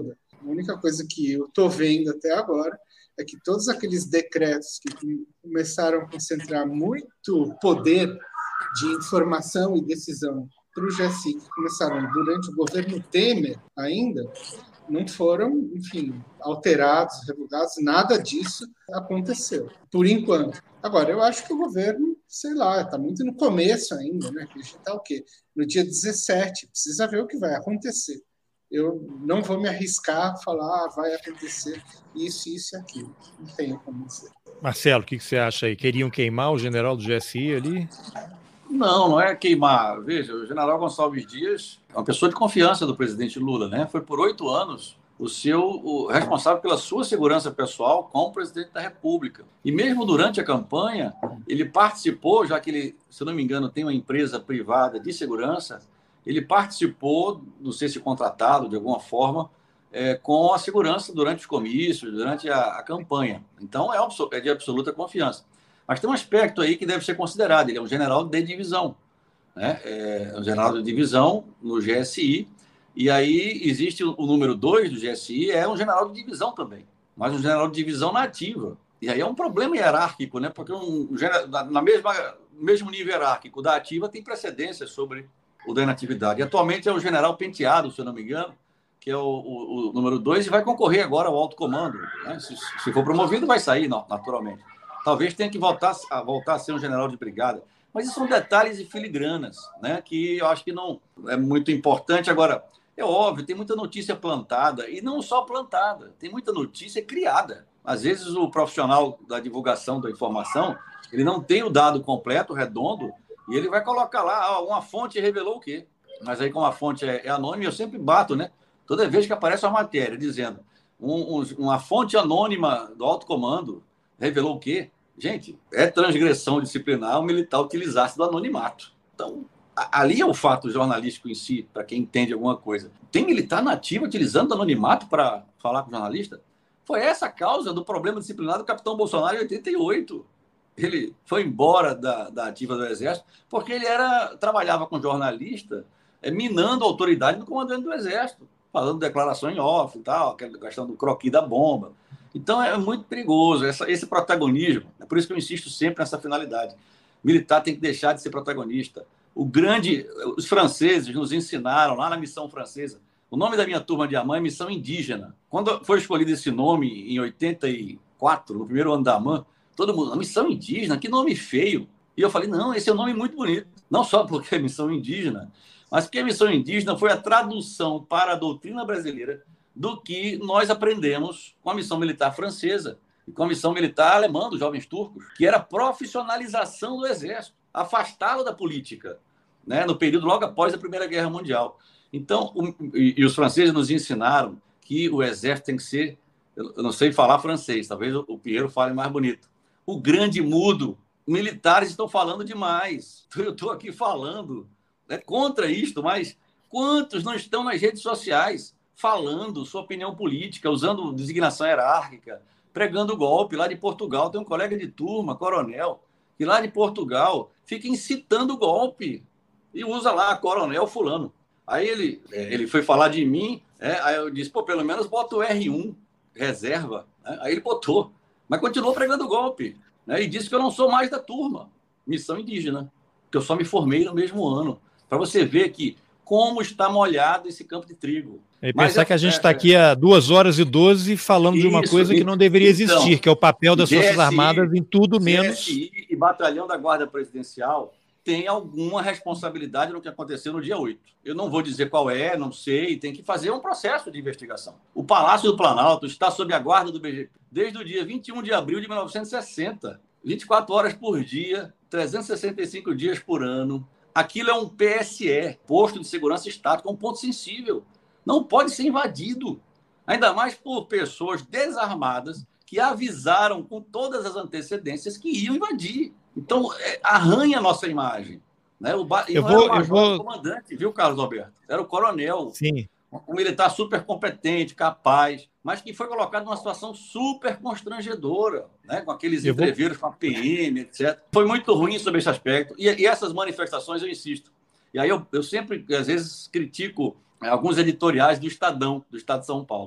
A única coisa que eu estou vendo até agora é que todos aqueles decretos que começaram a concentrar muito poder de informação e decisão para o G S I, que começaram durante o governo Temer ainda, não foram, enfim, alterados, revogados, nada disso aconteceu, por enquanto. Agora, eu acho que o governo, sei lá, está muito no começo ainda, né? A gente está o quê? No dia dezessete, precisa ver o que vai acontecer. Eu não vou me arriscar a falar, ah, vai acontecer isso, isso e aquilo. Não tenho como dizer. Marcelo, o que você acha aí? Queriam queimar o general do G S I ali? Não, não é queimar. Veja, o general Gonçalves Dias é uma pessoa de confiança do presidente Lula, né? Foi por oito anos o seu o responsável pela sua segurança pessoal como presidente da República. E mesmo durante a campanha, ele participou, já que ele, se não me engano, tem uma empresa privada de segurança, ele participou, não sei se contratado de alguma forma, é, com a segurança durante os comícios, durante a, a campanha. Então, é, é de absoluta confiança. Mas tem um aspecto aí que deve ser considerado. Ele é um general de divisão, né? É um general de divisão no G S I, e aí existe o, o número dois do G S I, é um general de divisão também, mas um general de divisão na ativa. E aí é um problema hierárquico, né? Porque um, na, na mesma, no mesmo nível hierárquico da ativa tem precedência sobre o da inatividade. E atualmente é o general Penteado, se eu não me engano, que é o, o, o número dois, e vai concorrer agora ao alto comando, né? Se, se for promovido, vai sair, naturalmente. Talvez tenha que voltar a, voltar a ser um general de brigada. Mas isso são detalhes e filigranas, né? Que eu acho que não é muito importante. Agora, é óbvio, tem muita notícia plantada, e não só plantada, tem muita notícia criada. Às vezes o profissional da divulgação da informação, ele não tem o dado completo, redondo, e ele vai colocar lá, ah, uma fonte revelou o quê? Mas aí, como a fonte é, é anônima, eu sempre bato, né? Toda vez que aparece uma matéria dizendo um, um, uma fonte anônima do alto comando revelou o quê? Gente, é transgressão disciplinar o militar utilizar-se do anonimato. Então, a, ali é o fato jornalístico em si, para quem entende alguma coisa. Tem militar nativo utilizando o anonimato para falar com o jornalista? Foi essa a causa do problema disciplinar do capitão Bolsonaro em oitenta e oito. Ele foi embora da, da ativa do Exército porque ele era, trabalhava com jornalista, é, minando a autoridade do comandante do Exército, falando declaração em off e tal, aquela questão do croqui da bomba. Então, é muito perigoso essa, esse protagonismo. É por isso que eu insisto sempre nessa finalidade. O militar tem que deixar de ser protagonista. O grande, os franceses nos ensinaram, lá na missão francesa, o nome da minha turma de AMAN é Missão Indígena. Quando foi escolhido esse nome, em oitenta e quatro, no primeiro ano da AMAN, todo mundo, Missão Indígena, que nome feio. E eu falei, não, esse é um nome muito bonito. Não só porque é Missão Indígena, mas porque a Missão Indígena foi a tradução para a doutrina brasileira do que nós aprendemos com a missão militar francesa e com a missão militar alemã dos jovens turcos, que era a profissionalização do Exército, afastá-lo da política, né, no período logo após a Primeira Guerra Mundial. Então, o, e, e os franceses nos ensinaram que o Exército tem que ser, eu não sei falar francês, talvez o, o Piero fale mais bonito, o grande mudo. Militares estão falando demais. Eu estou aqui falando, né, contra isto, mas quantos não estão nas redes sociais falando sua opinião política, usando designação hierárquica, pregando golpe? Lá de Portugal tem um colega de turma, coronel, que lá de Portugal fica incitando golpe e usa lá coronel fulano. Aí ele, ele foi falar de mim, é, aí eu disse, pô, pelo menos bota o R um, reserva. Né? Aí ele botou, mas continuou pregando golpe, né? E disse que eu não sou mais da turma, missão indígena, que eu só me formei no mesmo ano. Para você ver que como está molhado esse campo de trigo. E pensar é, que a gente está é, aqui há duas horas e doze falando isso, de uma coisa que não deveria existir, então, que é o papel das G S I, Forças Armadas em tudo menos... G S I e Batalhão da Guarda Presidencial tem alguma responsabilidade no que aconteceu no dia oito. Eu não vou dizer qual é, não sei, tem que fazer um processo de investigação. O Palácio do Planalto está sob a guarda do B G P desde o dia vinte e um de abril de mil novecentos e sessenta. vinte e quatro horas por dia, trezentos e sessenta e cinco dias por ano. Aquilo é um P S E, Posto de Segurança Estático, um ponto sensível. Não pode ser invadido. Ainda mais por pessoas desarmadas que avisaram com todas as antecedências que iam invadir. Então, é, arranha a nossa imagem. Né? O ba... eu não vou, era o major, eu vou... o comandante, viu, Carlos Alberto? Era o coronel. Sim. Um militar super competente, capaz, mas que foi colocado numa situação super constrangedora, né? Com aqueles eu entreveiros vou... com a P M, etcétera. Foi muito ruim sobre esse aspecto. E, e essas manifestações, eu insisto. E aí eu, eu sempre, às vezes, critico alguns editoriais do Estadão, do Estado de São Paulo.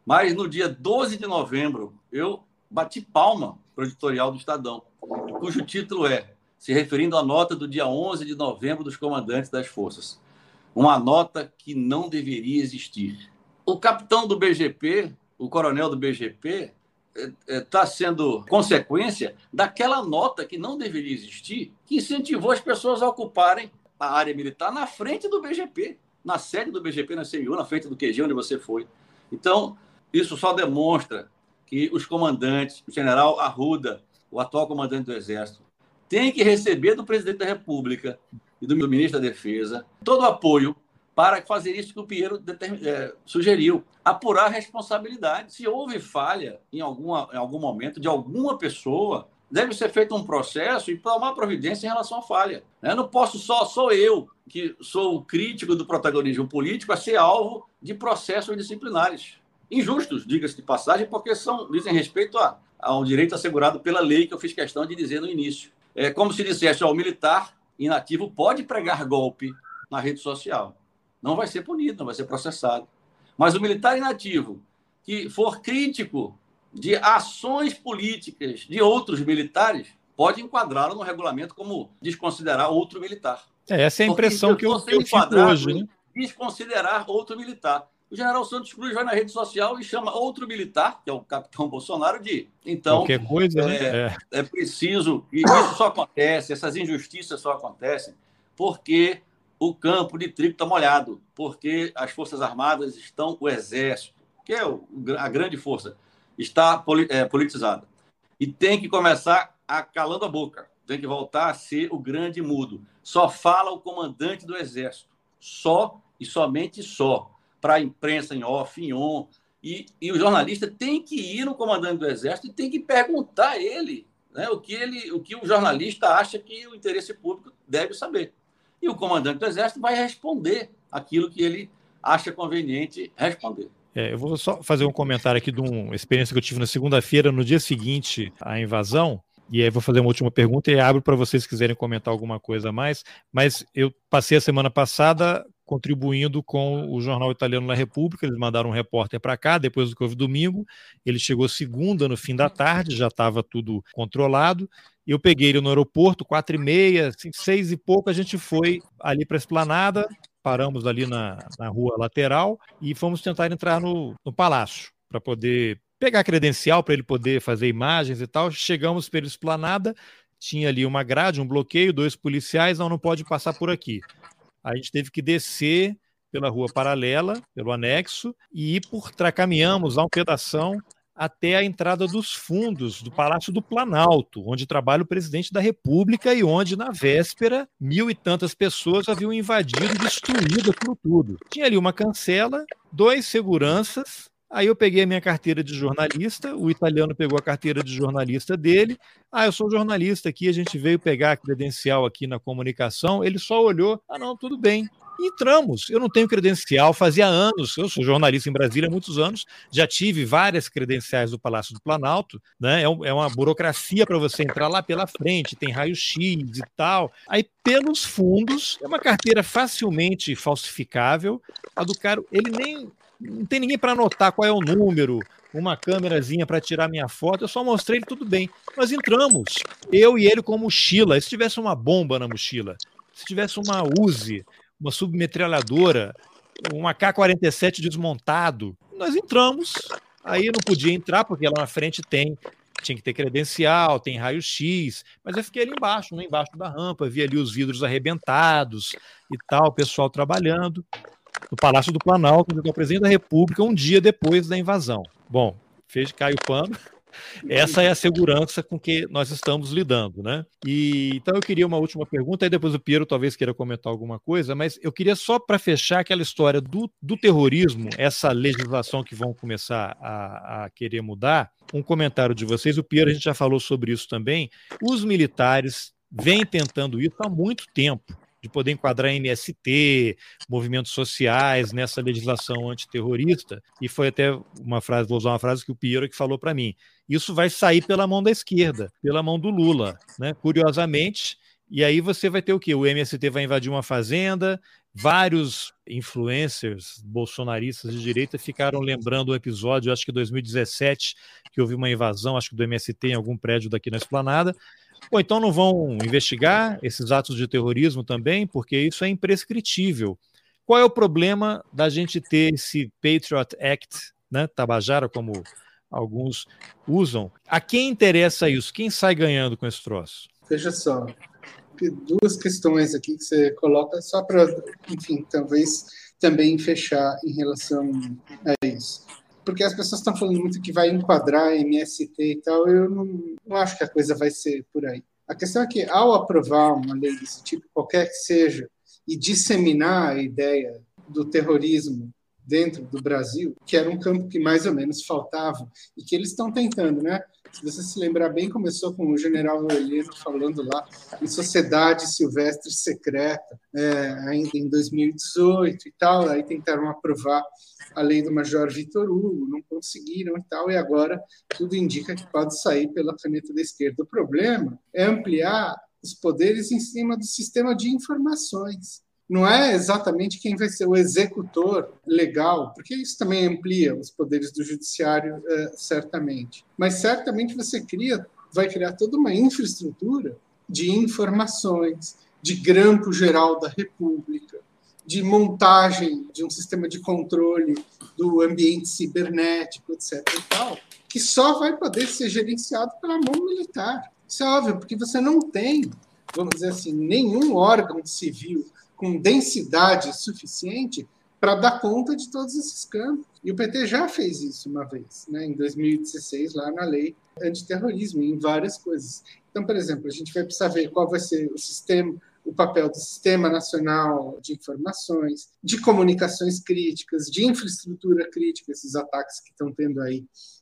Mas no dia doze de novembro, eu bati palma para o editorial do Estadão, cujo título é, se referindo à nota do dia onze de novembro dos comandantes das forças, uma nota que não deveria existir. O capitão do B G P, o coronel do B G P, está sendo consequência daquela nota que não deveria existir, que incentivou as pessoas a ocuparem a área militar na frente do B G P, na sede do B G P, na C M U, na frente do Q G, onde você foi. Então, isso só demonstra que os comandantes, o general Arruda, o atual comandante do Exército, têm que receber do presidente da República e do ministro da Defesa todo o apoio para fazer isso que o Pinheiro é, sugeriu, apurar a responsabilidade. Se houve falha em, alguma, em algum momento de alguma pessoa, deve ser feito um processo e tomar providência em relação à falha. Eu não posso só, só eu, que sou o crítico do protagonismo político, a ser alvo de processos disciplinares. Injustos, diga-se de passagem, porque são, dizem respeito a, ao direito assegurado pela lei, que eu fiz questão de dizer no início. É como se dissesse, ó, o militar inativo pode pregar golpe na rede social. Não vai ser punido, não vai ser processado. Mas o militar inativo que for crítico de ações políticas de outros militares pode enquadrá-lo no regulamento como desconsiderar outro militar. É, essa é a impressão que eu, eu fico hoje, né? Desconsiderar outro militar. O general Santos Cruz vai na rede social e chama outro militar, que é o capitão Bolsonaro, de... Então, qualquer coisa, é, né? É. é preciso... E isso só acontece, essas injustiças só acontecem porque o campo de trigo está molhado, porque as Forças Armadas estão... O Exército, que é o, a grande força, está é, politizada. E tem que começar a calando a boca. Tem que voltar a ser o grande mudo. Só fala o comandante do Exército. Só e somente só. Para a imprensa em off, em on. E, e o jornalista tem que ir no comandante do Exército e tem que perguntar a ele, né, o, que ele o que o jornalista acha que o interesse público deve saber. E o comandante do Exército vai responder aquilo que ele acha conveniente responder. É, eu vou só fazer um comentário aqui de uma experiência que eu tive na segunda-feira, no dia seguinte à invasão. E aí vou fazer uma última pergunta e abro para vocês que quiserem comentar alguma coisa a mais. Mas eu passei a semana passada contribuindo com o jornal italiano La Repubblica. Eles mandaram um repórter para cá, depois do que houve domingo. Ele chegou segunda, no fim da tarde, já estava tudo controlado. Eu peguei ele no aeroporto, quatro e meia, seis e pouco, a gente foi ali para a Esplanada, paramos ali na, na rua lateral e fomos tentar entrar no, no palácio para poder pegar credencial para ele poder fazer imagens e tal. Chegamos pela Esplanada, tinha ali uma grade, um bloqueio, dois policiais, não, não pode passar por aqui. A gente teve que descer pela rua paralela, pelo anexo, e ir por trás, caminhamos a um pedação até a entrada dos fundos do Palácio do Planalto, onde trabalha o presidente da República e onde, na véspera, mil e tantas pessoas haviam invadido e destruído aquilo tudo. Tinha ali uma cancela, dois seguranças. Aí eu peguei a minha carteira de jornalista, o italiano pegou a carteira de jornalista dele. Ah, eu sou jornalista aqui, a gente veio pegar a credencial aqui na comunicação. Ele só olhou, ah não, tudo bem. E entramos, eu não tenho credencial, fazia anos, eu sou jornalista em Brasília há muitos anos, já tive várias credenciais do Palácio do Planalto, né? É, um, é uma burocracia para você entrar lá pela frente, tem raio-x e tal. Aí pelos fundos, é uma carteira facilmente falsificável, a do cara, ele nem... Não tem ninguém para anotar qual é o número, uma câmerazinha para tirar minha foto, eu só mostrei ele, tudo bem. Nós entramos, eu e ele com mochila, se tivesse uma bomba na mochila, se tivesse uma Uzi, uma submetralhadora, um A K quarenta e sete desmontado, nós entramos, aí não podia entrar, porque lá na frente tem, tinha que ter credencial, tem raio-x, mas eu fiquei ali embaixo, né, embaixo da rampa, vi ali os vidros arrebentados e tal, o pessoal trabalhando. No Palácio do Planalto, onde é o presidente da República, um dia depois da invasão. Bom, fez cair o pano. Essa é a segurança com que nós estamos lidando, né? E, então eu queria uma última pergunta, aí depois o Piero talvez queira comentar alguma coisa, mas eu queria só para fechar aquela história do, do terrorismo, essa legislação que vão começar a, a querer mudar, um comentário de vocês, o Piero, a gente já falou sobre isso também, os militares vêm tentando isso há muito tempo, de poder enquadrar M S T, movimentos sociais nessa legislação antiterrorista, e foi até uma frase, vou usar uma frase que o Piero que falou para mim, isso vai sair pela mão da esquerda, pela mão do Lula, né? Curiosamente, E aí você vai ter o quê? O M S T vai invadir uma fazenda, vários influencers bolsonaristas de direita ficaram lembrando o episódio, acho que dois mil e dezessete, que houve uma invasão, acho que do M S T em algum prédio daqui na Esplanada. Ou então não vão investigar esses atos de terrorismo também, porque isso é imprescritível. Qual é o problema da gente ter esse Patriot Act, né, Tabajara, como alguns usam? A quem interessa isso? Quem sai ganhando com esse troço? Veja só, duas questões aqui que você coloca, só para, enfim, talvez também fechar em relação a isso. Porque as pessoas estão falando muito que vai enquadrar M S T e tal, eu não, não acho que a coisa vai ser por aí. A questão é que, ao aprovar uma lei desse tipo, qualquer que seja, e disseminar a ideia do terrorismo dentro do Brasil, que era um campo que mais ou menos faltava, e que eles estão tentando, né? Se você se lembrar bem, começou com o general Heleno falando lá em Sociedade Silvestre Secreta, é, ainda em dois mil e dezoito e tal, aí tentaram aprovar a lei do Major Vitor Hugo, não conseguiram e tal, e agora tudo indica que pode sair pela caneta da esquerda. O problema é ampliar os poderes em cima do sistema de informações. Não é exatamente quem vai ser o executor legal, porque isso também amplia os poderes do judiciário, uh, certamente. Mas certamente você cria, vai criar toda uma infraestrutura de informações, de grampo geral da República, de montagem de um sistema de controle do ambiente cibernético, etc. e tal, que só vai poder ser gerenciado pela mão militar. Isso é óbvio, porque você não tem, vamos dizer assim, nenhum órgão civil com densidade suficiente para dar conta de todos esses campos. E o P T já fez isso uma vez, né, em dois mil e dezesseis, lá na lei antiterrorismo, em várias coisas. Então, por exemplo, a gente vai precisar ver qual vai ser o sistema, o papel do Sistema Nacional de Informações, de comunicações críticas, de infraestrutura crítica, esses ataques que estão tendo aí,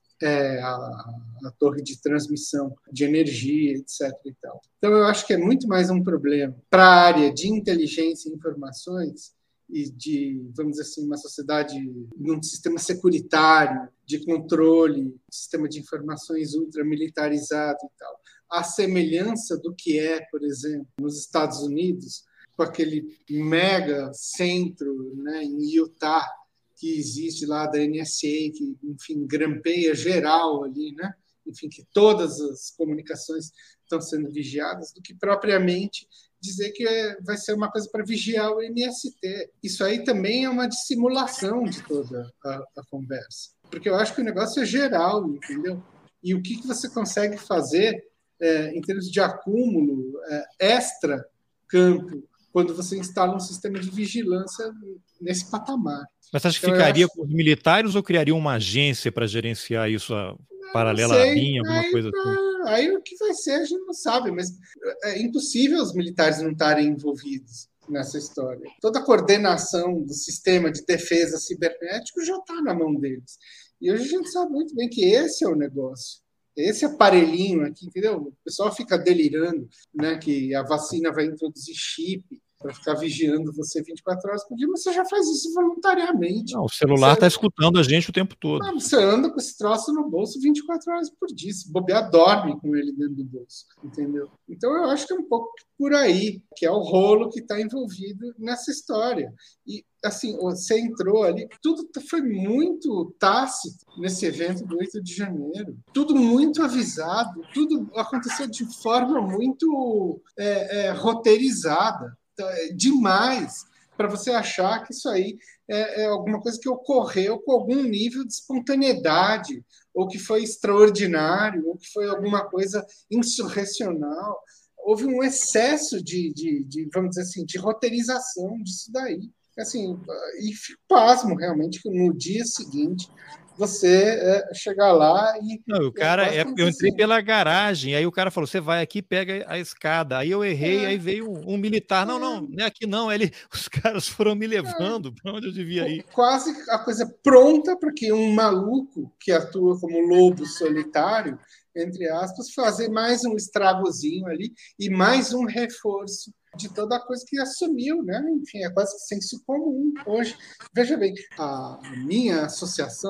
é, a, a torre de transmissão de energia, etc. E tal. Então, eu acho que é muito mais um problema para a área de inteligência e informações e de, vamos dizer assim, uma sociedade num sistema securitário, de controle, sistema de informações ultramilitarizado e tal. A semelhança do que é, por exemplo, nos Estados Unidos, com aquele mega centro, né, em Utah, que existe lá da N S A, que, enfim, grampeia geral ali, né? Enfim, que todas as comunicações estão sendo vigiadas, do que propriamente dizer que é, vai ser uma coisa para vigiar o M S T. Isso aí também é uma dissimulação de toda a, a conversa. Porque eu acho que o negócio é geral, entendeu? E o que, que você consegue fazer é, em termos de acúmulo é, extra-campo, quando você instala um sistema de vigilância nesse patamar. Mas você acha que então, ficaria acho... com os militares ou criaria uma agência para gerenciar isso a... paralela à B I M, alguma aí, coisa assim? Aí o que vai ser a gente não sabe, mas é impossível os militares não estarem envolvidos nessa história. Toda a coordenação do sistema de defesa cibernético já está na mão deles. E hoje a gente sabe muito bem que esse é o negócio. Esse aparelhinho aqui, entendeu? O pessoal fica delirando, né, que a vacina vai introduzir chip para ficar vigiando você vinte e quatro horas por dia, mas você já faz isso voluntariamente. Não, o celular está você... escutando a gente o tempo todo. Não, você anda com esse troço no bolso vinte e quatro horas por dia. Se bobear, dorme com ele dentro do bolso, entendeu? Então, eu acho que é um pouco por aí, que é o rolo que está envolvido nessa história. E, assim, você entrou ali, tudo foi muito tácito nesse evento do oito de janeiro. Tudo muito avisado, tudo aconteceu de forma muito é, é, roteirizada. Demais para você achar que isso aí é, é alguma coisa que ocorreu com algum nível de espontaneidade, ou que foi extraordinário, ou que foi alguma coisa insurrecional. Houve um excesso de, de, de vamos dizer assim, de roteirização disso daí. Assim, e fico pasmo, realmente, que no dia seguinte você é, chegar lá e... Não, o cara, é, eu entrei pela garagem, aí o cara falou, você vai aqui, pega a escada. Aí eu errei, é. aí veio um, um militar. Não, não, não é aqui não. Ele, os caras foram me levando é. para onde eu devia ir. Quase a coisa pronta para que um maluco que atua como lobo solitário, entre aspas, fazer mais um estragozinho ali e mais um reforço de toda a coisa que assumiu, né? Enfim, é quase senso comum hoje. Veja bem, a minha associação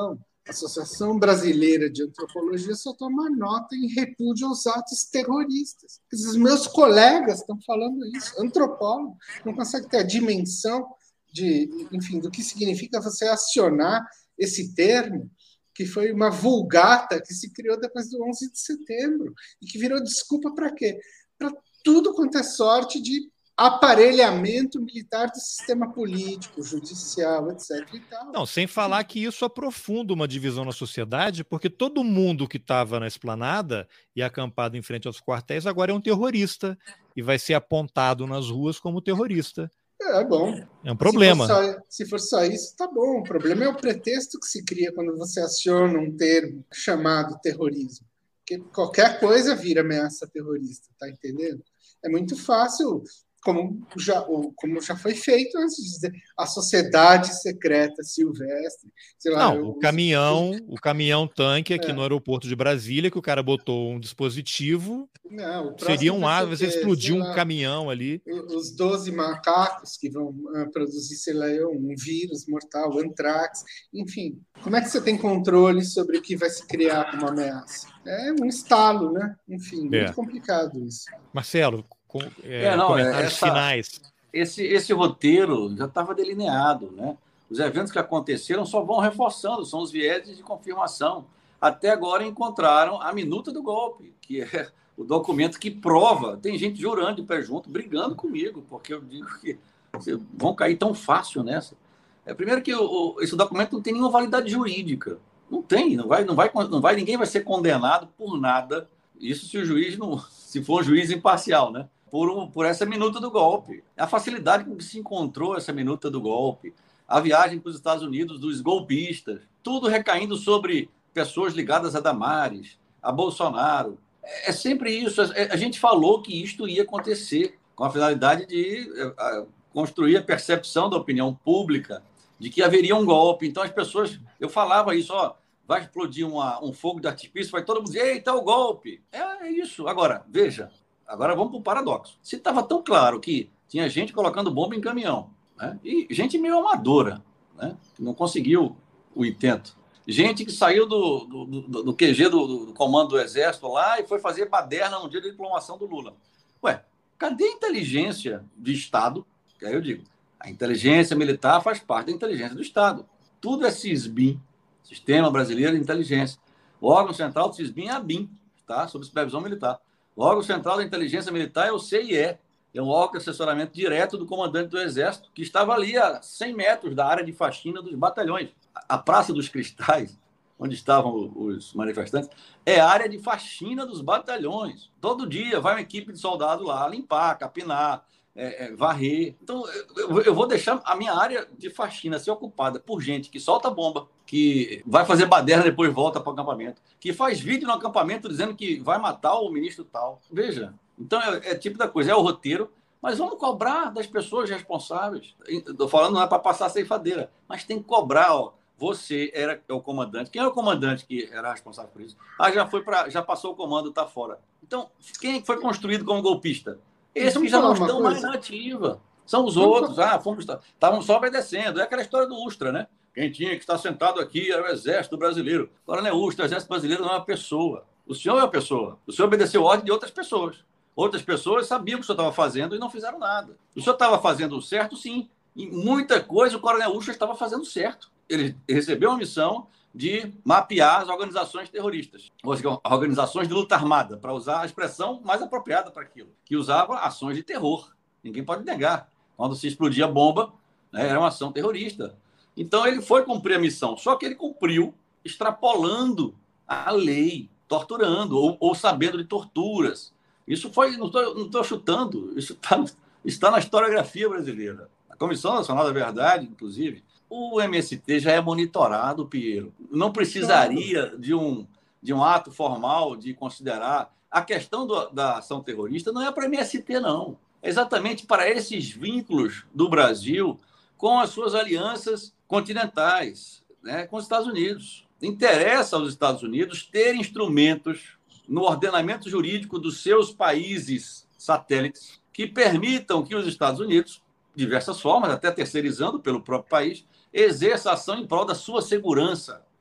A Associação Brasileira de Antropologia só toma nota em repúdio aos atos terroristas. Os meus colegas estão falando isso, antropólogos, não conseguem ter a dimensão de, enfim, do que significa você acionar esse termo, que foi uma vulgata que se criou depois do onze de setembro e que virou desculpa para quê? Para tudo quanto é sorte de aparelhamento militar do sistema político, judicial, etc. E tal. Não, sem falar que isso aprofunda uma divisão na sociedade, porque todo mundo que estava na esplanada e acampado em frente aos quartéis agora é um terrorista e vai ser apontado nas ruas como terrorista. É bom. É um problema. Se for só, se for só isso, tá bom. O problema é o pretexto que se cria quando você aciona um termo chamado terrorismo. Porque qualquer coisa vira ameaça terrorista, tá entendendo? É muito fácil, como já, como já foi feito antes de dizer, a sociedade secreta silvestre. Sei lá, Não, eu, o caminhão, o caminhão tanque aqui É. no aeroporto de Brasília, que o cara botou um dispositivo, Não, o próximo seria um vai ser ar, o você quê? explodiu Sei um lá, caminhão ali. os doze macacos que vão ah, produzir, sei lá, eu, um vírus mortal, antrax, enfim. Como é que você tem controle sobre o que vai se criar como ameaça? É um estalo, né? Enfim, É. muito complicado isso. Marcelo, com, é, É, não, comentários essa- finais. Esse, esse roteiro já estava delineado, né? Os eventos que aconteceram só vão reforçando, são os vieses de confirmação. Até agora encontraram a minuta do golpe, que é o documento que prova. Tem gente jurando de pé junto, brigando comigo, porque eu digo que vocês vão cair tão fácil nessa. É, primeiro que o, o- esse documento não tem nenhuma validade jurídica. Não tem, não vai, não vai, não vai, ninguém vai ser condenado por nada. Isso se o juiz não, se for um juiz imparcial, né? Por, um, por essa minuta do golpe. A facilidade com que se encontrou essa minuta do golpe, a viagem para os Estados Unidos dos golpistas, tudo recaindo sobre pessoas ligadas a Damares, a Bolsonaro. É, é sempre isso. A, a gente falou que isto ia acontecer, com a finalidade de é, a, construir a percepção da opinião pública de que haveria um golpe. Então as pessoas... Eu falava isso, ó, vai explodir uma, um fogo de artifício, vai todo mundo dizer, eita, o golpe. É, é isso. Agora, veja, agora vamos para o paradoxo. Se estava tão claro que tinha gente colocando bomba em caminhão, né? E gente meio amadora, né? Que não conseguiu o intento. Gente que saiu do, do, do, do Q G do, do comando do Exército lá e foi fazer baderna no dia da diplomação do Lula. Ué, cadê a inteligência de Estado? Que aí eu digo, a inteligência militar faz parte da inteligência do Estado. Tudo é SISBIM, Sistema Brasileiro de Inteligência. O órgão central do SISBIM é a BIM, tá? Sob supervisão militar. O órgão central da inteligência militar é o C I E, é um órgão de assessoramento direto do comandante do Exército, que estava ali a cem metros da área de faxina dos batalhões. A Praça dos Cristais, onde estavam os manifestantes, é a área de faxina dos batalhões. Todo dia vai uma equipe de soldados lá limpar, capinar, é, é, varrer. Então, eu, eu vou deixar a minha área de faxina ser ocupada por gente que solta bomba, que vai fazer baderna e depois volta para o acampamento, que faz vídeo no acampamento dizendo que vai matar o ministro tal. Veja, então é, é tipo da coisa, é o roteiro, mas vamos cobrar das pessoas responsáveis. Estou falando não é para passar a ceifadeira, mas tem que cobrar, ó. Você era é o comandante. Quem é o comandante que era responsável por isso? Ah, já foi para, já passou o comando, está fora. Então, quem foi construído como golpista? Esses que já não estão mais na ativa. São os outros. Ah, fomos, estavam só obedecendo. É aquela história do Ustra, né? Quem tinha que estar sentado aqui era o Exército Brasileiro. Agora não é Ustra, o Exército Brasileiro não é uma pessoa. O senhor é uma pessoa. O senhor obedeceu ordem de outras pessoas. Outras pessoas sabiam o que o senhor estava fazendo e não fizeram nada. O senhor estava fazendo certo, sim. E muita coisa o Coronel Ustra estava fazendo certo. Ele recebeu uma missão de mapear as organizações terroristas, ou seja, organizações de luta armada, para usar a expressão mais apropriada para aquilo, que usava ações de terror. Ninguém pode negar. Quando se explodia bomba, né, era uma ação terrorista. Então, ele foi cumprir a missão, só que ele cumpriu extrapolando a lei, torturando, ou, ou sabendo de torturas. Isso foi, não estou não estou chutando, isso está está na historiografia brasileira. A Comissão Nacional da Verdade, inclusive, o M S T já é monitorado, Piero. Não precisaria de um, de um ato formal de considerar. A questão do, da ação terrorista não é para o M S T, não. É exatamente para esses vínculos do Brasil com as suas alianças continentais, né, com os Estados Unidos. Interessa aos Estados Unidos ter instrumentos no ordenamento jurídico dos seus países satélites que permitam que os Estados Unidos, de diversas formas, até terceirizando pelo próprio país, exerça ação em prol da sua segurança.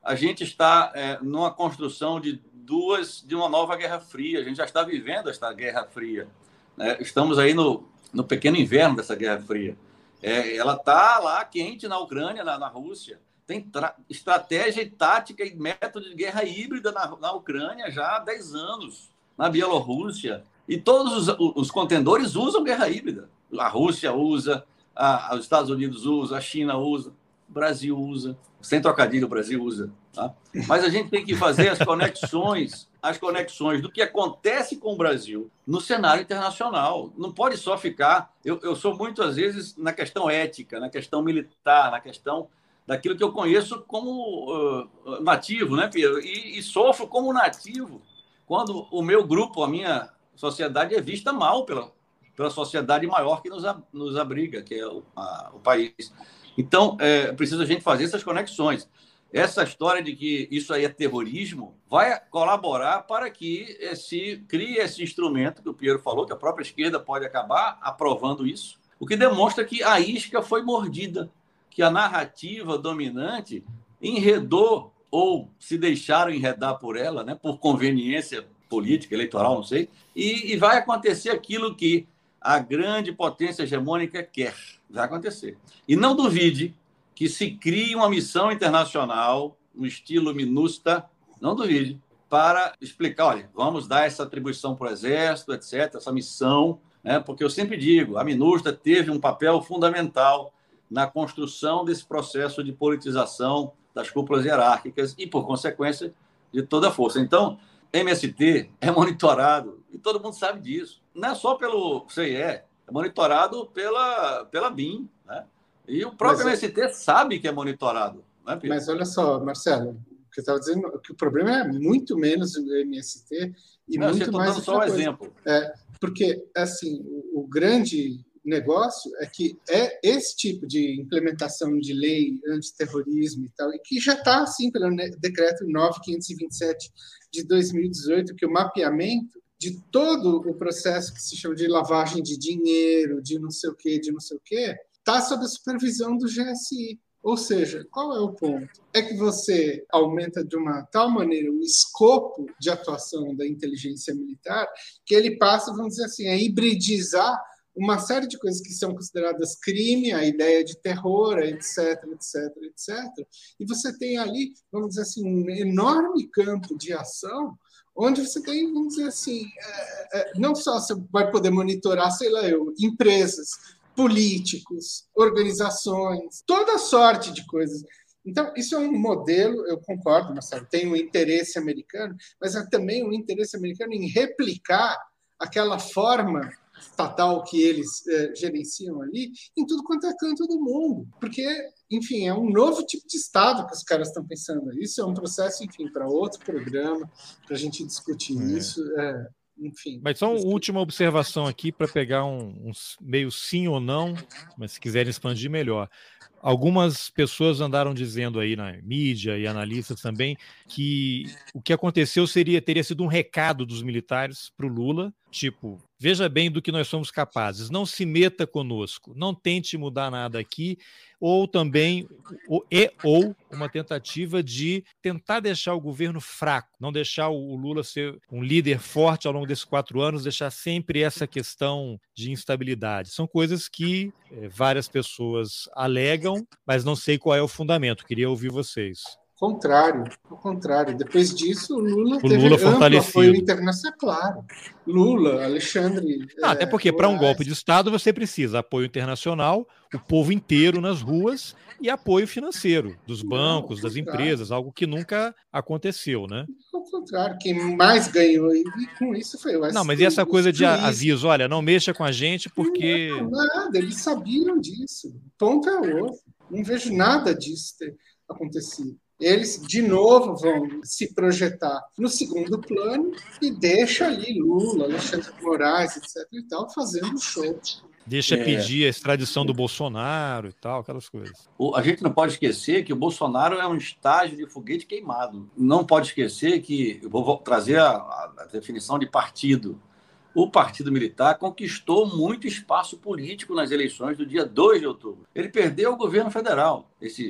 a gente está é, numa construção de duas, de uma nova Guerra Fria. A gente já está vivendo esta Guerra Fria. Né? Estamos aí no, no pequeno inverno dessa Guerra Fria. É, ela está lá quente na Ucrânia, na, na Rússia. Tem estratégia e tática e método de guerra híbrida na, na Ucrânia já há dez anos. Na Bielorrússia. E todos os, os contendores usam guerra híbrida. A Rússia usa, a, os Estados Unidos usam, a China usa, o Brasil usa. Sem trocadilho, o Brasil usa. Tá? Mas a gente tem que fazer as conexões, as conexões do que acontece com o Brasil no cenário internacional. Não pode só ficar... Eu, eu sou muito, às vezes, na questão ética, na questão militar, na questão daquilo que eu conheço como uh, nativo, né, Pedro? E, e sofro como nativo quando o meu grupo, a minha sociedade é vista mal pela, pela sociedade maior que nos, nos abriga, que é o, a, o país. Então, é preciso a gente fazer essas conexões. Essa história de que isso aí é terrorismo vai colaborar para que se crie esse instrumento que o Piero falou, que a própria esquerda pode acabar aprovando isso, o que demonstra que a isca foi mordida, que a narrativa dominante enredou ou se deixaram enredar por ela, né, por conveniência política, eleitoral, não sei, e, e vai acontecer aquilo que a grande potência hegemônica quer. Vai acontecer. E não duvide que se crie uma missão internacional, no estilo MINUSTA, não duvide, para explicar, olha, vamos dar essa atribuição para o Exército, etcétera, essa missão, né, porque eu sempre digo, a MINUSTA teve um papel fundamental na construção desse processo de politização das cúpulas hierárquicas e, por consequência, de toda a força. Então, M S T é monitorado, e todo mundo sabe disso. Não é só pelo C I E, é monitorado pela, pela B I M, né? E o próprio mas, M S T sabe que é monitorado. Né, Pedro? Mas olha só, Marcelo, o que eu estava dizendo é que o problema é muito menos o M S T e não, muito mais... Dando só um exemplo. É, porque, assim, o, o grande negócio é que é esse tipo de implementação de lei antiterrorismo e tal, e que já está, assim, pelo decreto nove mil quinhentos e vinte e sete de dois mil e dezoito, que o mapeamento de todo o processo que se chama de lavagem de dinheiro, de não sei o quê, de não sei o quê, está sob a supervisão do G S I. Ou seja, qual é o ponto? É que você aumenta de uma tal maneira o escopo de atuação da inteligência militar que ele passa, vamos dizer assim, a hibridizar uma série de coisas que são consideradas crime, a ideia de terror, etc, etc, etcétera. E você tem ali, vamos dizer assim, um enorme campo de ação onde você tem, vamos dizer assim, é, é, não só você vai poder monitorar, sei lá eu, empresas, políticos, organizações, toda sorte de coisas. Então, isso é um modelo, eu concordo, Marcelo, tem um interesse americano, mas é também um interesse americano em replicar aquela forma estatal que eles eh, gerenciam ali em tudo quanto é canto do mundo. Porque, enfim, é um novo tipo de Estado que os caras estão pensando. Isso é um processo, enfim, para outro programa, para a gente discutir é. isso. É, enfim. Mas só uma última observação aqui para pegar um, um meio sim ou não, mas se quiserem expandir, melhor. Algumas pessoas andaram dizendo aí na mídia e analistas também que o que aconteceu seria, teria sido um recado dos militares para o Lula, tipo, veja bem do que nós somos capazes, não se meta conosco, não tente mudar nada aqui, ou também, ou, e, ou uma tentativa de tentar deixar o governo fraco, não deixar o Lula ser um líder forte ao longo desses quatro anos, deixar sempre essa questão de instabilidade. São coisas que é, várias pessoas alegam, mas não sei qual é o fundamento, queria ouvir vocês. Contrário, ao contrário. Depois disso, o Lula o teve Lula amplo apoio internacional, claro. Lula, Alexandre... Não, é, até porque para um golpe de Estado você precisa apoio internacional, o povo inteiro nas ruas e apoio financeiro dos bancos, não, das empresas, algo que nunca aconteceu, né? Ao contrário, quem mais ganhou e com isso foi o S. Não, mas e essa coisa de aviso, olha, não mexa com a gente porque... Não, nada, eles sabiam disso. O ponto é outro. Não vejo nada disso ter acontecido. Eles, de novo, vão se projetar no segundo plano e deixa ali Lula, Alexandre de Moraes, etc e tal, fazendo show. Deixa é. pedir a extradição do Bolsonaro e tal, aquelas coisas. A gente não pode esquecer que o Bolsonaro é um estágio de foguete queimado. Não pode esquecer que, eu vou trazer a, a definição de partido. O Partido Militar conquistou muito espaço político nas eleições do dia dois de outubro. Ele perdeu o governo federal, esses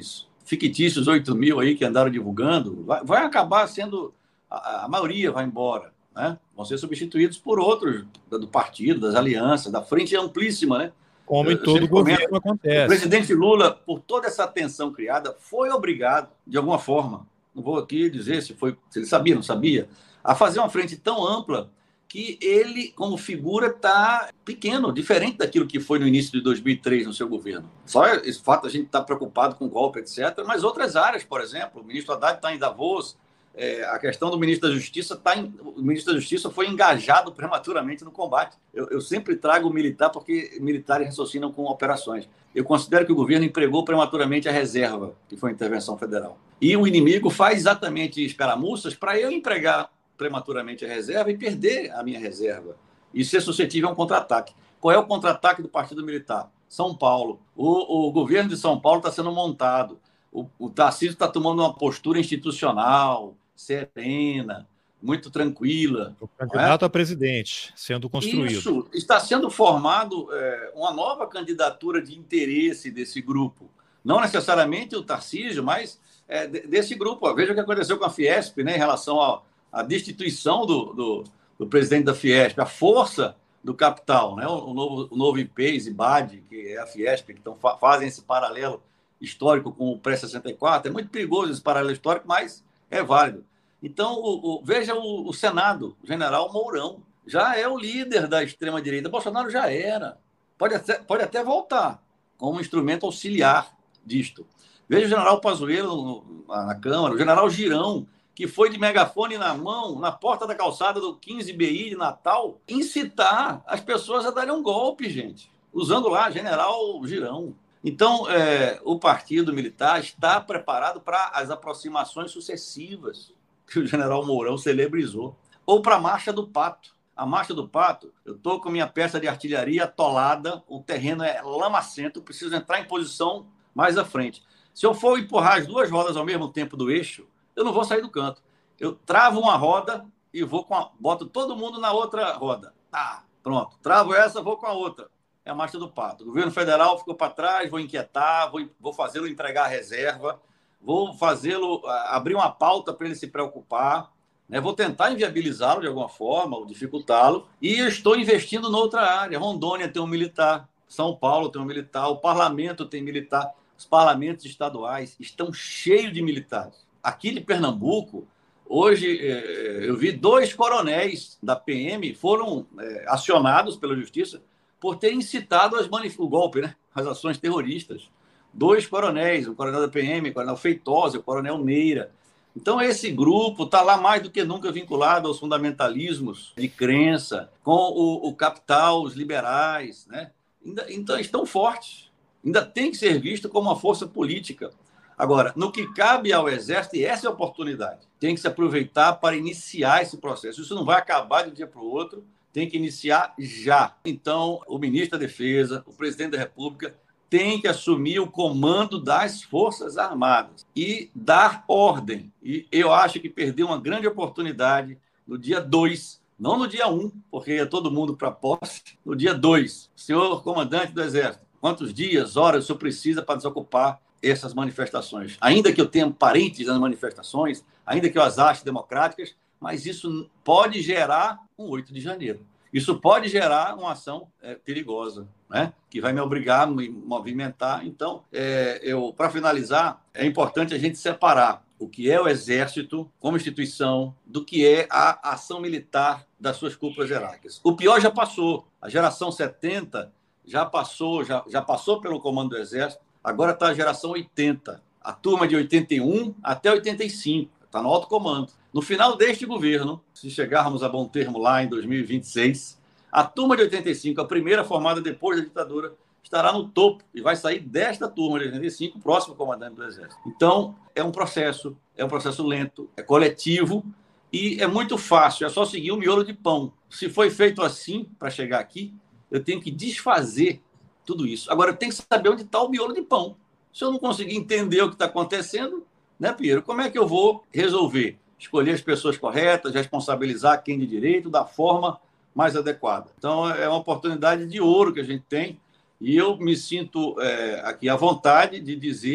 fictícios oito mil aí que andaram divulgando, vai, vai acabar sendo, a, a maioria vai embora, né? Vão ser substituídos por outros do partido, das alianças, da frente amplíssima, né? Como em todo governo acontece. O presidente Lula, por toda essa tensão criada, foi obrigado, de alguma forma, não vou aqui dizer se, foi, se ele sabia, não sabia, a fazer uma frente tão ampla que ele, como figura, está pequeno, diferente daquilo que foi no início de dois mil e três no seu governo. Só esse fato a gente está preocupado com golpe, etcétera, mas outras áreas, por exemplo, o ministro Haddad está em Davos, é, a questão do ministro da Justiça, tá em, o ministro da Justiça foi engajado prematuramente no combate. Eu, eu sempre trago o militar porque militares raciocinam com operações. Eu considero que o governo empregou prematuramente a reserva, que foi a intervenção federal. E o inimigo faz exatamente escaramuças para eu empregar prematuramente a reserva e perder a minha reserva e ser suscetível a um contra-ataque. Qual é o contra-ataque do Partido Militar? São Paulo. O, o governo de São Paulo está sendo montado. O, o Tarcísio está tomando uma postura institucional, serena, muito tranquila. O candidato é? a presidente sendo construído. Isso. Está sendo formado é, uma nova candidatura de interesse desse grupo. Não necessariamente o Tarcísio, mas é, desse grupo. Veja o que aconteceu com a Fiesp, né, em relação ao a destituição do, do, do presidente da Fiesp, a força do capital, né? o, o novo, o novo I P E S, IBAD, que é a Fiesp, que então, fa fazem esse paralelo histórico com o pré sessenta e quatro. É muito perigoso esse paralelo histórico, mas é válido. Então, o, o, veja o, o Senado, o general Mourão, já é o líder da extrema-direita. Bolsonaro já era. Pode até, pode até voltar como um instrumento auxiliar disto. Veja o general Pazuello na Câmara, o general Girão, que foi de megafone na mão, na porta da calçada do quinze B I de Natal, incitar as pessoas a darem um golpe, gente, usando lá general Girão. Então, é, o Partido Militar está preparado para as aproximações sucessivas que o general Mourão celebrizou, ou para a Marcha do Pato. A Marcha do Pato, eu estou com minha peça de artilharia atolada, o terreno é lamacento, preciso entrar em posição mais à frente. Se eu for empurrar as duas rodas ao mesmo tempo do eixo, eu não vou sair do canto. Eu travo uma roda e vou com a... boto todo mundo na outra roda. Tá, pronto. Travo essa, vou com a outra. É a Marcha do Pato. O governo federal ficou para trás, vou inquietar, vou, vou fazê-lo entregar a reserva, vou fazê-lo abrir uma pauta para ele se preocupar, né? Vou tentar inviabilizá-lo de alguma forma, ou dificultá-lo, e eu estou investindo noutra área. Rondônia tem um militar, São Paulo tem um militar, o parlamento tem militar, os parlamentos estaduais estão cheios de militares. Aqui de Pernambuco, hoje eu vi dois coronéis da P M foram acionados pela Justiça por terem incitado as manif- o golpe, né? As ações terroristas. Dois coronéis, o coronel da P M, o coronel Feitosa, o coronel Meira. Então, esse grupo está lá mais do que nunca vinculado aos fundamentalismos de crença, com o, o capital, os liberais, né? Ainda, então, estão fortes. Ainda tem que ser visto como uma força política. Agora, no que cabe ao Exército, e essa é a oportunidade, tem que se aproveitar para iniciar esse processo. Isso não vai acabar de um dia para o outro, tem que iniciar já. Então, o ministro da Defesa, o presidente da República, tem que assumir o comando das Forças Armadas e dar ordem. E eu acho que perdeu uma grande oportunidade no dia dois, não no dia um, porque ia todo mundo para posse, no dia dois. Senhor comandante do Exército, quantos dias, horas o senhor precisa para desocupar essas manifestações? Ainda que eu tenha parentes nas manifestações, ainda que eu as ache democráticas, mas isso pode gerar um oito de janeiro. Isso pode gerar uma ação é, perigosa, né? Que vai me obrigar a me movimentar. Então, é, eu, para finalizar, é importante a gente separar o que é o Exército como instituição do que é a ação militar das suas cúpulas hierárquicas. O pior já passou. A geração setenta já passou, já, já passou pelo comando do Exército. Agora está a geração oitenta, a turma de oitenta e um até oitenta e cinco, está no alto comando. No final deste governo, se chegarmos a bom termo lá em dois mil e vinte e seis, a turma de oitenta e cinco, a primeira formada depois da ditadura, estará no topo e vai sair desta turma de oitenta e cinco, próximo comandante do Exército. Então, é um processo, é um processo lento, é coletivo e é muito fácil, é só seguir o miolo de pão. Se foi feito assim para chegar aqui, eu tenho que desfazer tudo isso. Agora, eu tenho que saber onde está o miolo de pão. Se eu não conseguir entender o que está acontecendo, né, Piero? Como é que eu vou resolver? Escolher as pessoas corretas, responsabilizar quem de direito da forma mais adequada. Então, é uma oportunidade de ouro que a gente tem e eu me sinto é, aqui à vontade de dizer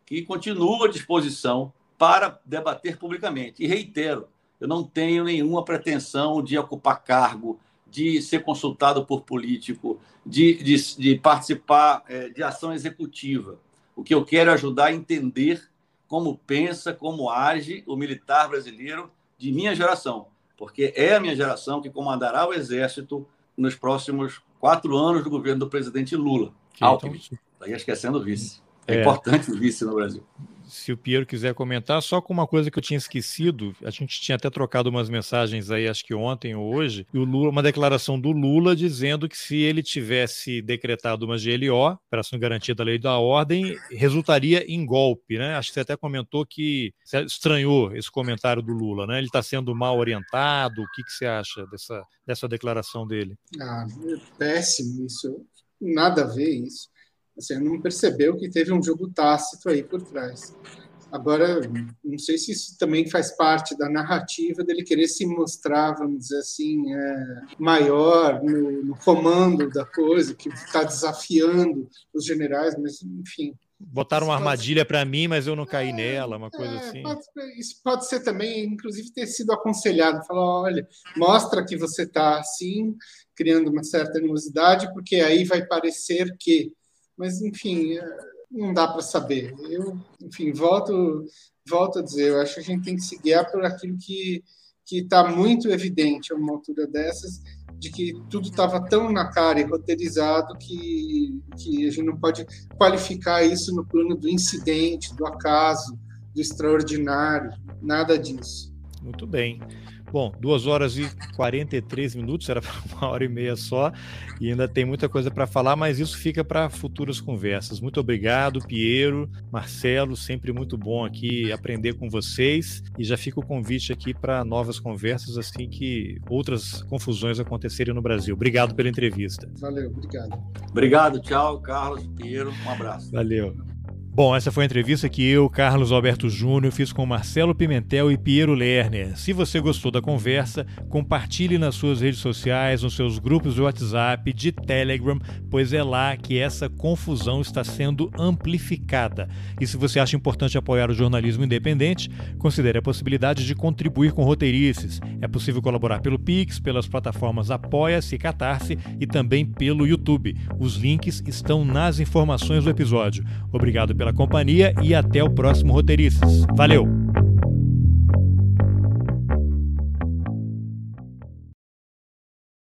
que continuo à disposição para debater publicamente. E reitero, eu não tenho nenhuma pretensão de ocupar cargo, de ser consultado por político, de, de, de participar é, de ação executiva. O que eu quero é ajudar a entender como pensa, como age o militar brasileiro de minha geração, porque é a minha geração que comandará o Exército nos próximos quatro anos do governo do presidente Lula. Alckmin, aí esquecendo o vice. É, é importante o vice no Brasil. Se o Piero quiser comentar, só com uma coisa que eu tinha esquecido, a gente tinha até trocado umas mensagens aí, acho que ontem ou hoje, e o Lula, uma declaração do Lula dizendo que se ele tivesse decretado uma G L O, Operação Garantia da Lei da Ordem, resultaria em golpe, né? Acho que você até comentou que você estranhou esse comentário do Lula, né? Ele está sendo mal orientado, o que, que você acha dessa, dessa declaração dele? Ah, é péssimo isso, nada a ver isso. Você não percebeu que teve um jogo tácito aí por trás. Agora, não sei se isso também faz parte da narrativa dele querer se mostrar, vamos dizer assim, é, maior no, no comando da coisa, que está desafiando os generais, mas, enfim... Botaram uma armadilha para mim, mas eu não caí é, nela, uma coisa é, assim. Pode, isso pode ser também, inclusive, ter sido aconselhado. Falar, olha, mostra que você está assim, criando uma certa animosidade, porque aí vai parecer que... Mas, enfim, não dá para saber. Eu, enfim, volto, volto a dizer, eu acho que a gente tem que se guiar por aquilo que está muito evidente a uma altura dessas, de que tudo estava tão na cara e roteirizado que, que a gente não pode qualificar isso no plano do incidente, do acaso, do extraordinário, nada disso. Muito bem. Bom, duas horas e quarenta e três minutos, era para uma hora e meia só, e ainda tem muita coisa para falar, mas isso fica para futuras conversas. Muito obrigado, Piero, Marcelo, sempre muito bom aqui aprender com vocês, e já fica o convite aqui para novas conversas assim que outras confusões acontecerem no Brasil. Obrigado pela entrevista. Valeu, obrigado. Obrigado, tchau, Carlos, Piero, um abraço. Valeu. Bom, essa foi a entrevista que eu, Carlos Alberto Júnior, fiz com Marcelo Pimentel e Piero Lerner. Se você gostou da conversa, compartilhe nas suas redes sociais, nos seus grupos de WhatsApp, de Telegram, pois é lá que essa confusão está sendo amplificada. E se você acha importante apoiar o jornalismo independente, considere a possibilidade de contribuir com roteirices. É possível colaborar pelo Pix, pelas plataformas Apoia-se e Catarse e também pelo YouTube. Os links estão nas informações do episódio. Obrigado pela companhia e até o próximo Roteiristas. Valeu!